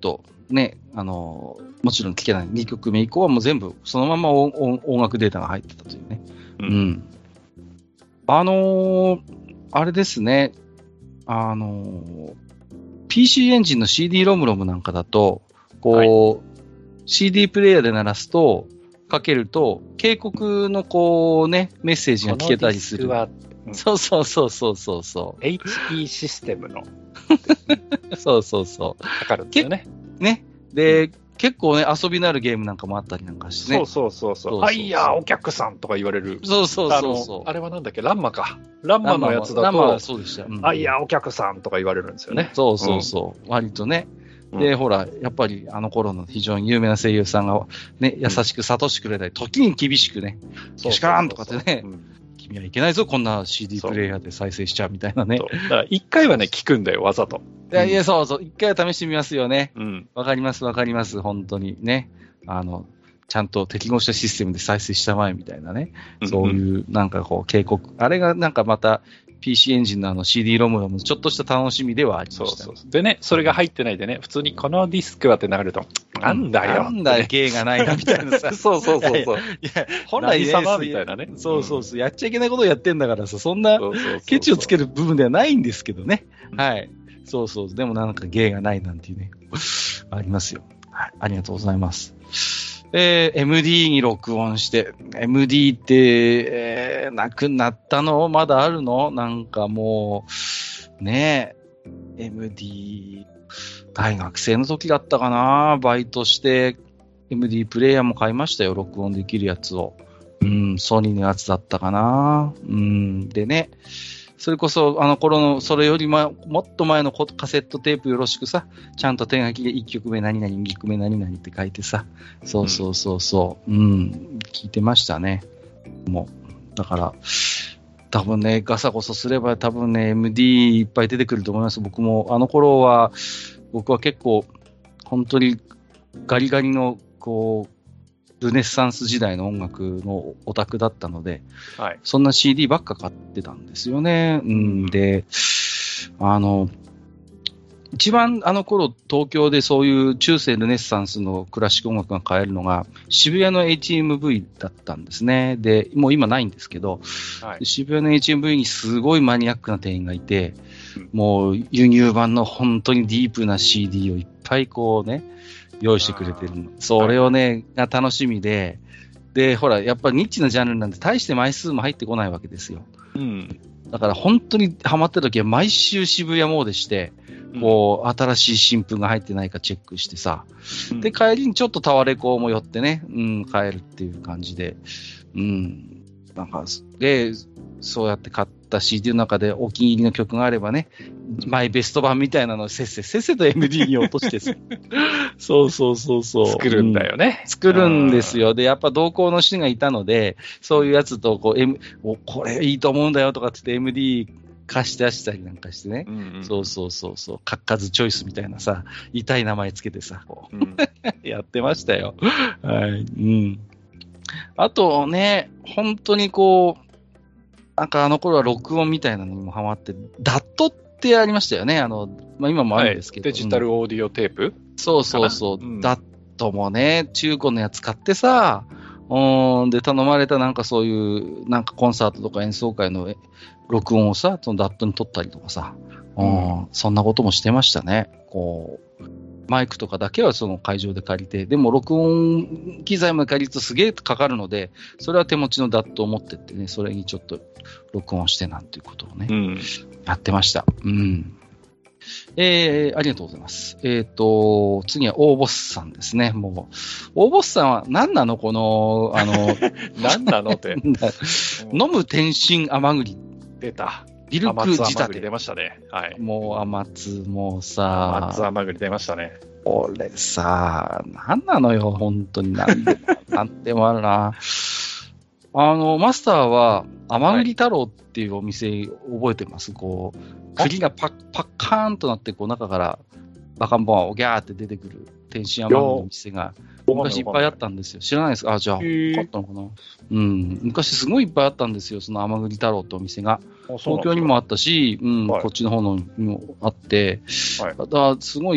ね、あの、もちろん聴けないにきょくめ以降はもう全部そのまま音, 音楽データが入ってたというね。うん。うん、あのー、あれですね、あのー、ピーシー エンジンの シーディー ロムロムなんかだと、こう、はい、シーディー プレイヤーで鳴らすと、かけると、警告のこうね、メッセージが聞けたりする。うん、そうそうそうそうそうそう。 エイチピー システムの。 そうそうそう。 かかるんですよね。 ね。で、うん、結構ね、遊びのあるゲームなんかもあったりなんかしてね。 そうそうそうそう。あ、いや、お客さんとか言われる。 そうそうそうそう。 あ, あれはなんだっけ、ランマか。ランマのやつだと、 ランマはそうでした。 うん、あ、いや、お客さんとか言われるんですよね。 そうそうそう。うん、割とね。で、うん、ほら、やっぱりあの頃の非常に有名な声優さんがね、優しく諭してくれたり、時に厳しくね、けしからんとかってね、うん、君はいけないぞ、こんな シーディー プレイヤーで再生しちゃうみたいなね。 だから一回はね、聞くんだよ、わざと。 いやいや、そうそう、一回は試してみますよね。うん。わかります、わかります、本当にね。あの、ちゃんと適合したシステムで再生したまえみたいなね。そういう、なんかこう、警告。あれがなんかまた、ピーシー エンジンのあの シーディー ロムロムのちょっとした楽しみではありました、ね。 そうそう。でね、それが入ってないでね、普通にこのディスクはって流れると、なんだよ。 なんだよ、芸がないな、みたいなさ。 そうそうそうそう。 いや、本来ね、 みたいなね。 そうそうそう。やっちゃいけないことをやってんだからさ、そんな、ケチをつける部分ではないんですけどね。はい。そうそう。でもなんか芸がないなんていうね、ありますよ。はい。ありがとうございます。えー、エムディー に録音して、エムディー って、えー、なくなったのまだあるのなんかもう、ねえ、エムディー、大学生の時だったかな、バイトして、エムディー プレイヤーも買いましたよ、録音できるやつを。うん、ソニーのやつだったかな。うん、でね、それこそ、あの頃の、それよりも、もっと前のカセットテープよろしくさ、ちゃんと手書きでいっきょくめ何々、にきょくめ何々って書いてさ、そうそうそうそう、うん、うん、聞いてましたね。もう、だから、多分ね、ガサゴソすれば多分ね、エムディー いっぱい出てくると思います。僕も、あの頃は、僕は結構、本当にガリガリの、こう、ルネッサンス時代の音楽のオタクだったので、はい、そんな シーディー ばっか買ってたんですよね。うん、で、あの、一番あの頃東京でそういう中世ルネッサンスのクラシック音楽が買えるのが渋谷の エイチエムブイ だったんですね。で、もう今ないんですけど、はい、渋谷の エイチエムブイ にすごいマニアックな店員がいて、うん、もう輸入版の本当にディープな シーディー をいっぱいこうね、用意してくれてるの。それをね、が楽しみで、で、ほら、やっぱりニッチなジャンルなんで、大して枚数も入ってこないわけですよ。うん。だから本当にハマってる時は毎週渋谷詣でして、こう、うん、新しい新譜が入ってないかチェックしてさ、うん、で、帰りにちょっとタワレコも寄ってね、うん、帰るっていう感じで、うん。なんか、で、そうやって買った シーディー の中でお気に入りの曲があればね、マイベスト版みたいなのをせっせせっせと エムディー に落としてさそうそうそうそう。 作るんだよね。 うん、作るんですよ。で、やっぱ同行の人がいたので、そういうやつとこう、M、これいいと思うんだよとかって言って エムディー 貸し出したりなんかしてね。うんうん、そうそうそうそう。かっかずチョイスみたいなさ、痛い名前つけてさ、こう、うん、やってましたよ。はい。うん。あとね、本当にこう、なんかあの頃は録音みたいなのにもハマって、ダットってありましたよね。あの、まあ、今もあるんですけど、 はい、デジタルオーディオテープ、うん、 そうそうそう、うん。ダットもね、中古のやつ買ってさ、うん、で、頼まれたなんかそういう、なんかコンサートとか演奏会の録音をさ、そのダットに撮ったりとかさ、うん、そんなこともしてましたね。こう、マイクとかだけはその会場で借りて、でも録音機材も借りるとすげえかかるので、それは手持ちのダットを持ってってね、それにちょっと録音してなんていうことをね、うん、やってました。うん。えー、ありがとうございます。えっと、次は大ボスさんですね。もう、大ボスさんは何なのこの、あの、 何なのって。 飲む天津甘栗。 出た。 ビルク仕立て。 出ましたね。はい。 もう甘津もさ、 甘津甘栗出ましたね。 俺さ、何なのよ、本当に。なんでも、なんでもあるな。あの、マスターは、甘栗太郎っていうお店覚えてます、はい、こう、栗がパッ、パッカーンとなって、こう、中から、バカンボン、おぎゃーって出てくる、天津甘栗の店が、昔いっぱいあったんですよ。知らないですか？あ、じゃあ、分かったのかな。うん。昔すごいいっぱいあったんですよ、その甘栗太郎ってお店が。東京にもあったし、うん、はい、こっちの方のにもあって、はい、だからすごい、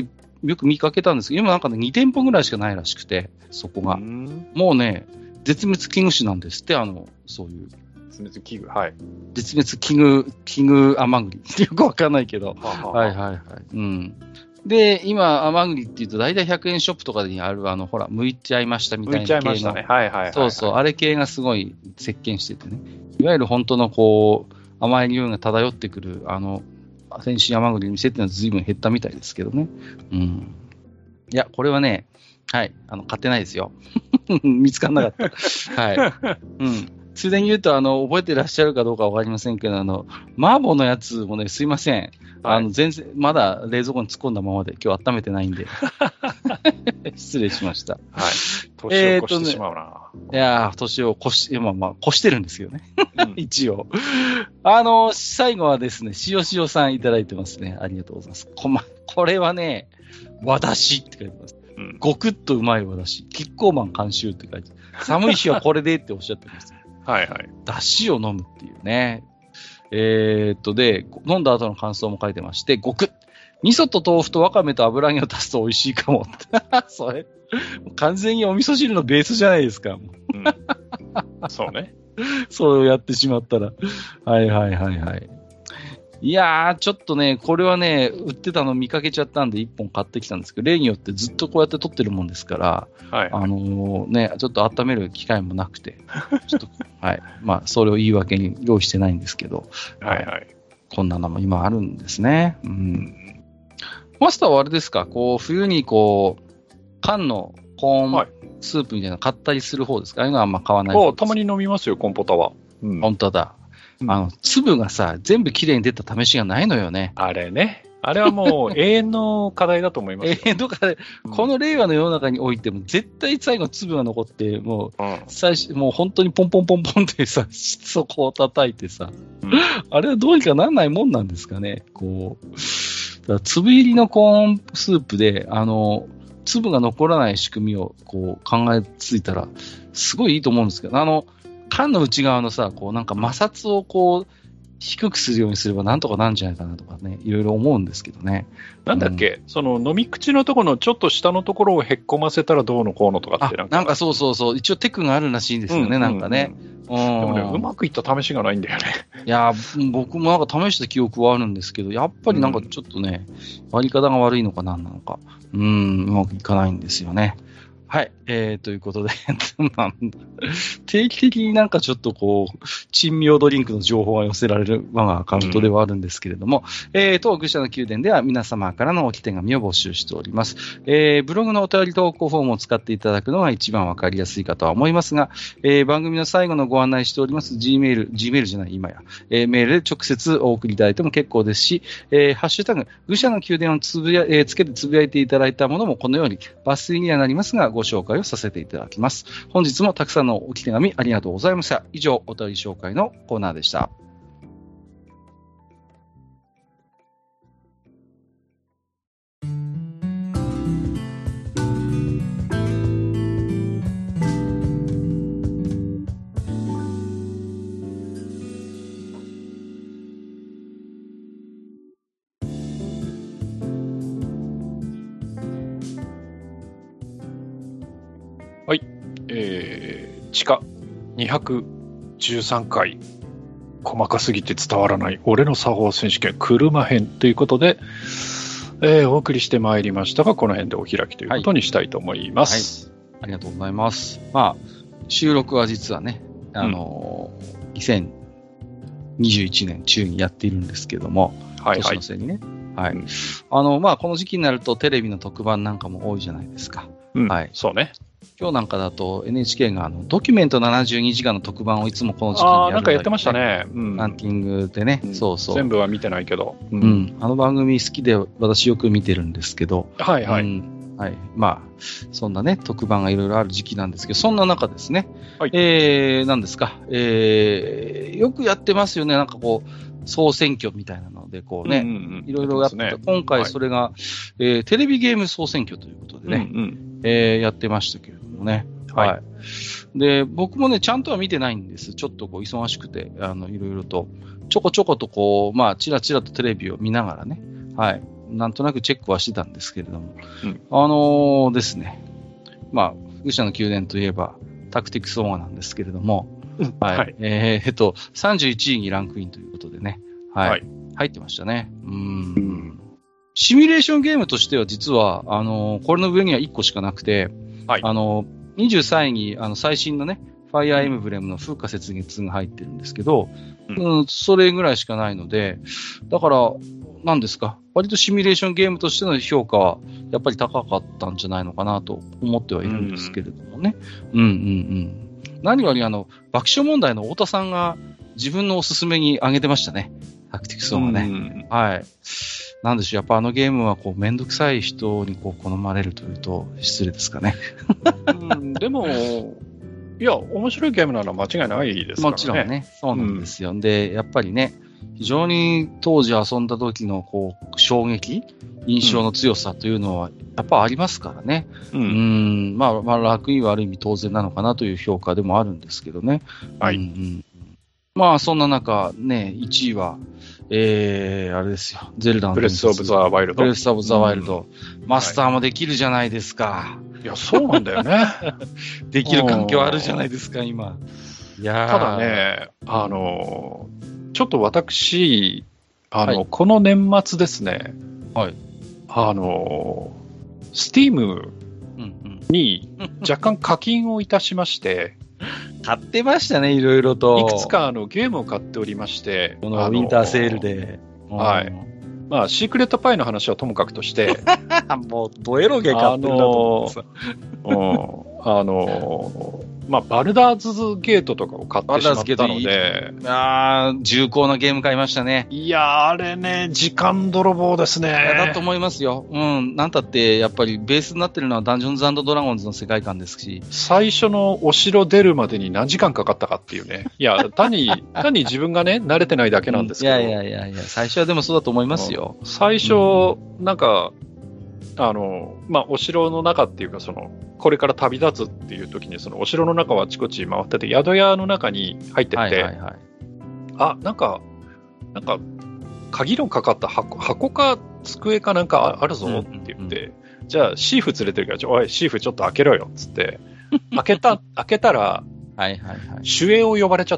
よく見かけたんですけど、今なんかね、に店舗ぐらいしかないらしくて、そこが。もうね、絶滅危惧種なんですって、あの、そういう。 絶滅危惧、はい。 絶滅危惧、危惧甘栗ってよくわかんないけど。ははいはいはい。うん。で、今、甘栗って言うと、だいたいひゃくえんショップとかにある、あの、ほら、剥いちゃいましたみたいな系の。剥いちゃいましたね。はいはいはい、はい。そうそう、あれ系がすごい席巻しててね。いわゆる本当のこう、甘い匂いが漂ってくる、あの、天津甘栗の店っていうのは随分減ったみたいですけどね。うん。いや、これはね、はい、あの、買ってないですよ。見つからなかった。はい。うん。ついでに言うと、あの、覚えてらっしゃるかどうかわかりませんけど、あの、麻婆のやつもね、すいません。はい、あの、全然、まだ冷蔵庫に突っ込んだままで、今日温めてないんで。失礼しました。 はい。年を越してしまうな。 えーね、いやー、年を越し、まあまあ、越してるんですよね。うん、一応。あの、最後はですね、しおしおさんいただいてますね。ありがとうございます。こ, ま、これはね、和だしって書いてます。うん、ごくっとうまい和だし。キッコーマン監修って書いてます。寒い日はこれでっておっしゃってます。 はいはい。 だしを飲むっていうね。えー、っと、で、飲んだ後の感想も書いてまして、ごく。味噌と豆腐とわかめと油揚げを足すと美味しいかも。それ、完全にお味噌汁のベースじゃないですか。うん、 そうね。 そうやってしまったら。はいはいはいはい。いやー、ちょっとね、これはね、売ってたの見かけちゃったんでいっぽん買ってきたんですけど、例によってずっとこうやって撮ってるもんですから、はいはい、あのー、ね、ちょっと温める機会もなくて、ちょっと、はい。まあ、それを言い訳に用意してないんですけど、 はいはい。 こんなのも今あるんですね。うん。マスターはあれですか、こう、冬にこう、缶のコーンスープみたいなの買ったりする方ですか？ああいうのはあんま買わない方ですか？ たまに飲みますよ、コンポタは。 うん、本当だ。あの、粒がさ、全部きれいに出た試しがないのよね。 あれね。あれはもう永遠の課題だと思いますよ。 永遠の課題。この令和の世の中においても、絶対最後粒が残って、もう、うん、最初、もう本当にポンポンポンポンってさ、そこを叩いてさ、うん、あれはどうにかなんないもんなんですかね。こう、だから粒入りのコーンスープで、あの、粒が残らない仕組みをこう考えついたら、すごいいいと思うんですけど、あの、缶の内側のさ、こうなんか摩擦をこう、低くするようにすればなんとかなんじゃないかなとかね、いろいろ思うんですけどね。 なんだっけ、うん、その飲み口のところのちょっと下のところをへっこませたらどうのこうのとかってなんか。 なんかそうそうそう、一応テクがあるらしいんですよね、うん、なんかね。 うん、でもね、うまくいった試しがないんだよね。 いや、僕もなんか試した記憶はあるんですけど、やっぱりなんかちょっとね、うん、割り方が悪いのかなんなのか、うん、うまくいかないんですよね。はい。えー、ということで、定期的になんかちょっとこう、珍妙ドリンクの情報が寄せられる我がアカウントではあるんですけれども、うん、えー、当愚者の宮殿では皆様からの置き手紙を募集しております。えー、ブログのお便り投稿フォームを使っていただくのが一番わかりやすいかとは思いますが、えー、番組の最後のご案内しております Gmail、Gmail じゃない今や、えー、メールで直接お送りいただいても結構ですし、えー、ハッシュタグ、愚者の宮殿をつぶや、えー、つけてつぶやいていただいたものもこのように抜粋にはなりますが、ご紹介をさせていただきます。本日もたくさんのお手紙ありがとうございました。以上、お便り紹介のコーナーでした。 はい、えー、地下にひゃくじゅうさんかい細かすぎて伝わらない俺の作法選手権車編ということで、えー、お送りしてまいりましたが、この辺でお開きということにしたいと思います。 はいはい、ありがとうございます。まあ、収録は実はね、あのーうん、にせんにじゅういちねん中にやっているんですけども、はいはい、年の瀬にね、はい、うん、あのまあ、この時期になるとテレビの特番なんかも多いじゃないですか。 うん、 はい、 そうね。 今日なんかだと エヌエイチケー があのドキュメントななじゅうにじかんの特番をいつもこの時期にやるんだけど、ね、あ、 なんかやってましたね。 うん、ランキングでね、うん、そうそう。 全部は見てないけど、 うん。うん、あの番組好きで私よく見てるんですけど、 はいはい。 うんはい。まあ、そんなね、特番がいろいろある時期なんですけど、そんな中ですね、はい、えー、何ですか、えー、よくやってますよね、なんかこう、総選挙みたいなので、こうね、いろいろやってた、ね、今回それが、はい、えー、テレビゲーム総選挙ということでね、うんうん、えー、やってましたけれどもね。はい。はい、で、僕もね、ちゃんとは見てないんです。ちょっとこう、忙しくて、あの、いろいろと、ちょこちょことこう、まあ、ちらちらとテレビを見ながらね、はい。 なんとなくチェックはしてたんですけれども、 うん、 あのー、ですね、まあ、愚者の宮殿といえば、タクティクスオーガなんですけれども、 うん、 はい。 はい、 えー、えっと、さんじゅういちいにランクインということでね、はい。はい、入ってましたね。うーん。うんシミュレーションゲームとしては実は、あのー、これの上にはいっこしかなくて、 はい、 あのー、にじゅうさんいにあの最新のね、ファイアーエムブレムの風化雪月が入ってるんですけど、うん、うん、それぐらいしかないので、だから、何ですか、割とシミュレーションゲームとしての評価は、やっぱり高かったんじゃないのかなと思ってはいるんですけれどもね。うんうんうん。何よりあの、爆笑問題の太田さんが自分のおすすめに挙げてましたね。タクティクスオンがね。はい。なんでしょう、やっぱあのゲームはこう、めんどくさい人にこう、好まれるというと失礼ですかね。 うん、でも、いや、面白いゲームなのは間違いないですからね。 もちろんね。そうなんですよ。うん、で、やっぱりね、非常に当時遊んだ時のこう、衝撃、印象の強さというのは、やっぱありますからね。うん。うんまあ、まあ、楽にはある意味当然なのかなという評価でもあるんですけどね。 はい。 うんうんまあ、そんな中、ね、いちいは、えー、あれですよ、ゼルダのブレス・オブ・ザ・ワイルド。 ブレス・オブ・ザ・ワイルド。マスターもできるじゃないですか。はい、いや、そうなんだよね。 できる環境あるじゃないですか、今。いやただね、あの、ちょっと私、あの、はい、この年末ですね、 はい。 あの、スティームに若干課金をいたしまして、 買ってましたね、いろいろと。 いくつかあのゲームを買っておりまして、 このウィンターセールで。 はい。まあ、シークレットパイの話はともかくとして、 もう、ドエロゲ買ってるんだと思ってさ。 あの、まあ、バルダーズゲートとかを買ってしまったので、 いや重厚なゲーム買いましたね。 いやあれね、時間泥棒ですね。 だと思いますよ。うん。なんたって、やっぱりベースになってるのはダンジョンズ&ドラゴンズの世界観ですし。 最初のお城出るまでに何時間かかったかっていうね。いや、単に、単に自分がね、慣れてないだけなんですけど。 いやいやいやいや、最初はでもそうだと思いますよ。 最初、うん、なんか、あの、まあ、お城の中っていうか、その、これから旅立つっていう時に、その、お城の中はあちこち回ってて、宿屋の中に入ってって、はいはいはい、あ、なんか、なんか、鍵のかかった箱、箱か机かなんかあるぞって言って、うんうんうん、じゃあ、シーフ連れてるから、おい、シーフちょっと開けろよ、つって、開けた、開けたら、 はいはいはい、 守衛を呼ばれちゃって、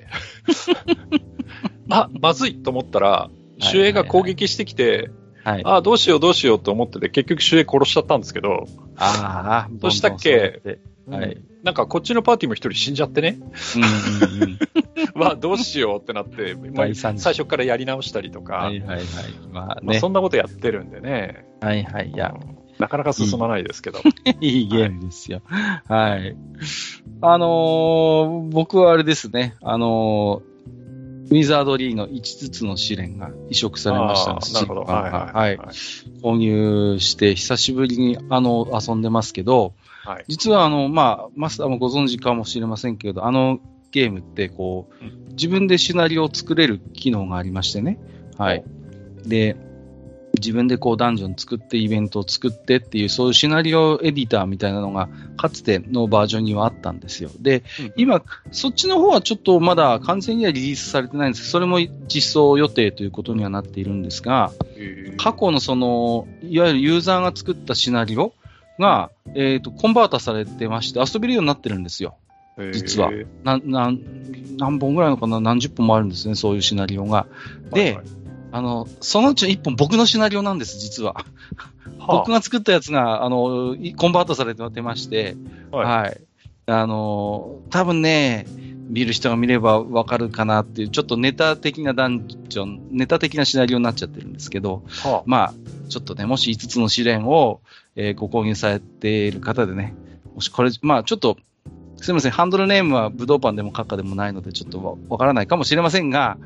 あ、まずいと思ったら、守衛が攻撃してきて、はいはいはいはい、ああ、どうしようどうしようと思ってて、結局守衛殺しちゃったんですけど、 ああ、 どうしたっけ、 はい、 なんかこっちのパーティーも一人死んじゃってね、うんうんうん、まあどうしようってなって、まあ、最初からやり直したりとか、 はいはいはい、まあね、 まあ、そんなことやってるんでね、 はいはい、いや、 なかなか進まないですけど。 いい, いいゲームですよ。はい。あのー、僕はあれですね、あのー、ウィザードリーのいつつの試練が移植されましたので、 なるほど。はいはい、 はいはい。購入して久しぶりにあの遊んでますけど、はい、実はあの、まあ、マスターもご存知かもしれませんけど、あのゲームってこう、うん、自分でシナリオを作れる機能がありましてね。はい。で、自分でこうダンジョン作ってイベントを作ってっていうそういうシナリオエディターみたいなのがかつてのバージョンにはあったんですよ。で、うん、今そっちの方はちょっとまだ完全にはリリースされてないんですけど、それも実装予定ということにはなっているんですが、過去のそのいわゆるユーザーが作ったシナリオが、えーと、コンバータされてまして遊べるようになってるんですよ。実はなな何本ぐらいのかな、何十本もあるんですね、そういうシナリオが。で、はいはい、あの、そのうちの一本僕のシナリオなんです、実は。はあ、僕が作ったやつが、あの、コンバートされてまして、はい。はい、あの、多分ね、見る人が見ればわかるかなっていう、ちょっとネタ的なダンジョン、ネタ的なシナリオになっちゃってるんですけど、はあ、まあ、ちょっとね、もしいつつの試練を、えー、ご購入されている方でね、もしこれ、まあ、ちょっと、すみません、ハンドルネームは武道パンでも閣下でもないので、ちょっとわからないかもしれませんが、うん、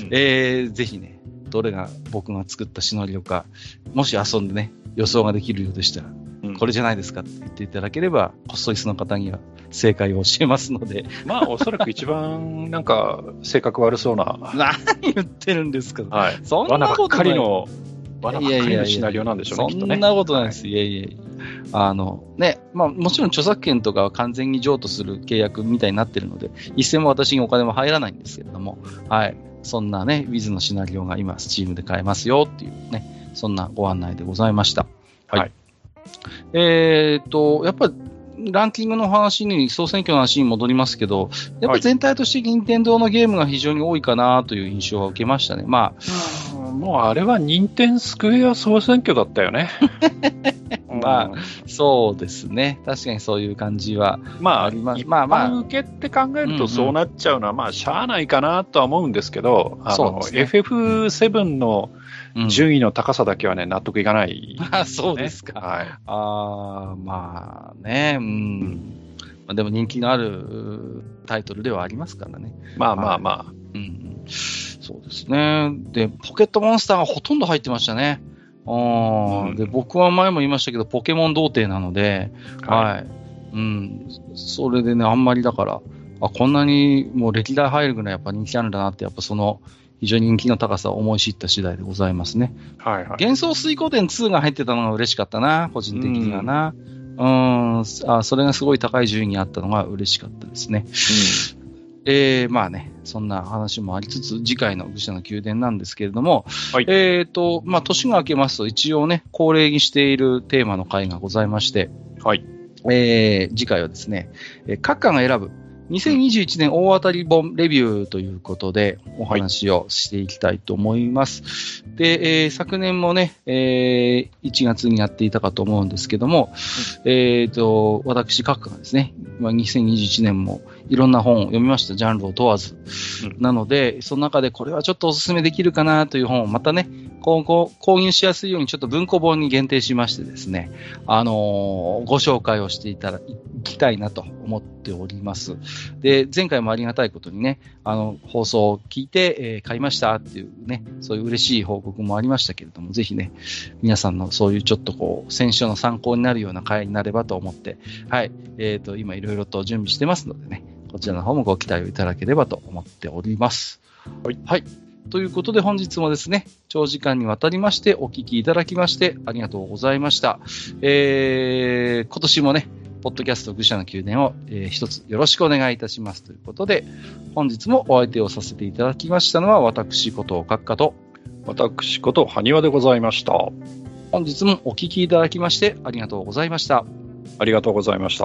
えー、ぜひね、どれが僕が作ったシナリオか、もし遊んでね、予想ができるようでしたら、うん、これじゃないですかって言っていただければ、こっそりその方には正解を教えますので。 まあ、おそらく一番、なんか、性格悪そうな。 何言ってるんですか。 はい。 そんなことない。 罠ばっかりの、罠ばっかりのシナリオなんでしょうね、きっとね。 そんなことないです。いやいやいや。あの、ね、まあ、もちろん著作権とかは完全に譲渡する契約みたいになってるので、一銭も私にお金も入らないんですけれども、はい。そんなね、Wiz のシナリオが今、Steam で買えますよっていうね、 そんなご案内でございました。はい。はい、 えー、っと、やっぱり、ランキングの話に、総選挙の話に戻りますけど、やっぱり全体として任天堂のゲームが非常に多いかなという印象は受けましたね。まあ、もうあれは任天スクエア総選挙だったよね。 まあ、そうですね。確かにそういう感じはまあります。まあまあ、一般受けって考えるとそうなっちゃうのは、まあ、しゃあないかなとは思うんですけど、あの、ね、エフエフセブン の順位の高さだけはね、納得いかない、ね。 あ、そうですか。 はい。 ああ、まあね、うん。まあ、でも人気のあるタイトルではありますからね。 まあまあまあ。 うん。そうですね。で、ポケットモンスターがほとんど入ってましたね。あうん、で僕は前も言いましたけど、ポケモン童貞なので、はい、はい。うん。それでね、あんまりだから、あ、こんなにもう歴代入るぐらいやっぱ人気あるんだなって、やっぱその、非常に人気の高さを思い知った次第でございますね。 はいはい。 幻想水光伝ツーが入ってたのが嬉しかったな、個人的にはな。うん、うんあ、それがすごい高い順位にあったのが嬉しかったですね。うんえー、まあね、そんな話もありつつ、次回の愚者の宮殿なんですけれども、はい、えっ、ー、と、まあ、年が明けますと、一応ね、恒例にしているテーマの回がございまして、 はい。 えー、次回はですね、各家が選ぶ、にせんにじゅういちねん大当たり本レビューということでお話をしていきたいと思います。はい、で、えー、昨年もね、えー、いちがつにやっていたかと思うんですけども、うん、えっと、私各家がですね、まあ、にせんにじゅういちねんもいろんな本を読みました、ジャンルを問わず。うん、なので、その中でこれはちょっとお勧めできるかなという本をまたね、今後購入しやすいようにちょっと文庫本に限定しましてですね、あのー、ご紹介をしていただきたいなと思っております。で、前回もありがたいことにね、あの、放送を聞いて、えー、買いましたっていうね、そういう嬉しい報告もありましたけれども、ぜひね、皆さんのそういうちょっとこう、選書の参考になるような回になればと思って、はい、えっと、今いろいろと準備してますのでね、こちらの方もご期待をいただければと思っております。はい。はい。ということで本日もですね、長時間にわたりましてお聞きいただきましてありがとうございました。えー、今年もね、ポッドキャスト愚者の宮殿を、えー、一つよろしくお願いいたしますということで、本日もお相手をさせていただきましたのは私こと閣下と私こと埴輪でございました。 本日もお聞きいただきましてありがとうございました。 ありがとうございました。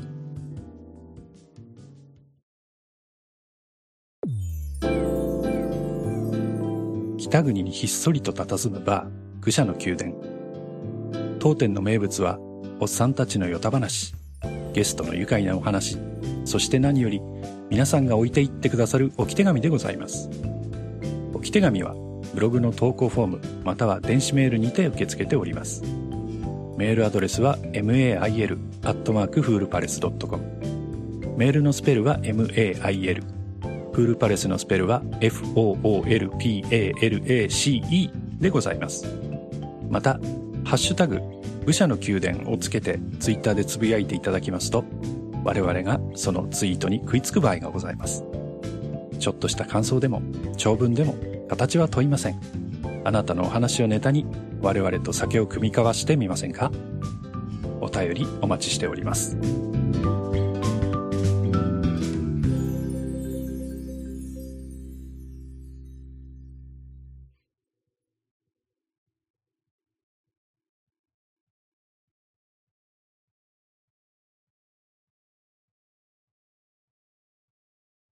北国にひっそりと佇むバー、愚者の宮殿。当店の名物はおっさんたちのよた話、ゲストの愉快なお話、そして何より皆さんが置いていってくださる置き手紙でございます。置き手紙はブログの投稿フォームまたは電子メールにて受け付けております。メールアドレスは メール アットマークフールパレス ドットコム、 メールのスペルは メール、フールパレスのスペルは エフオーオーエルピーエーエルエーシーイー でございます。またハッシュタグ愚者の宮殿をつけてツイッターでつぶやいていただきますと、我々がそのツイートに食いつく場合がございます。ちょっとした感想でも長文でも形は問いません。あなたのお話をネタに我々と酒を酌み交わしてみませんか。お便りお待ちしております。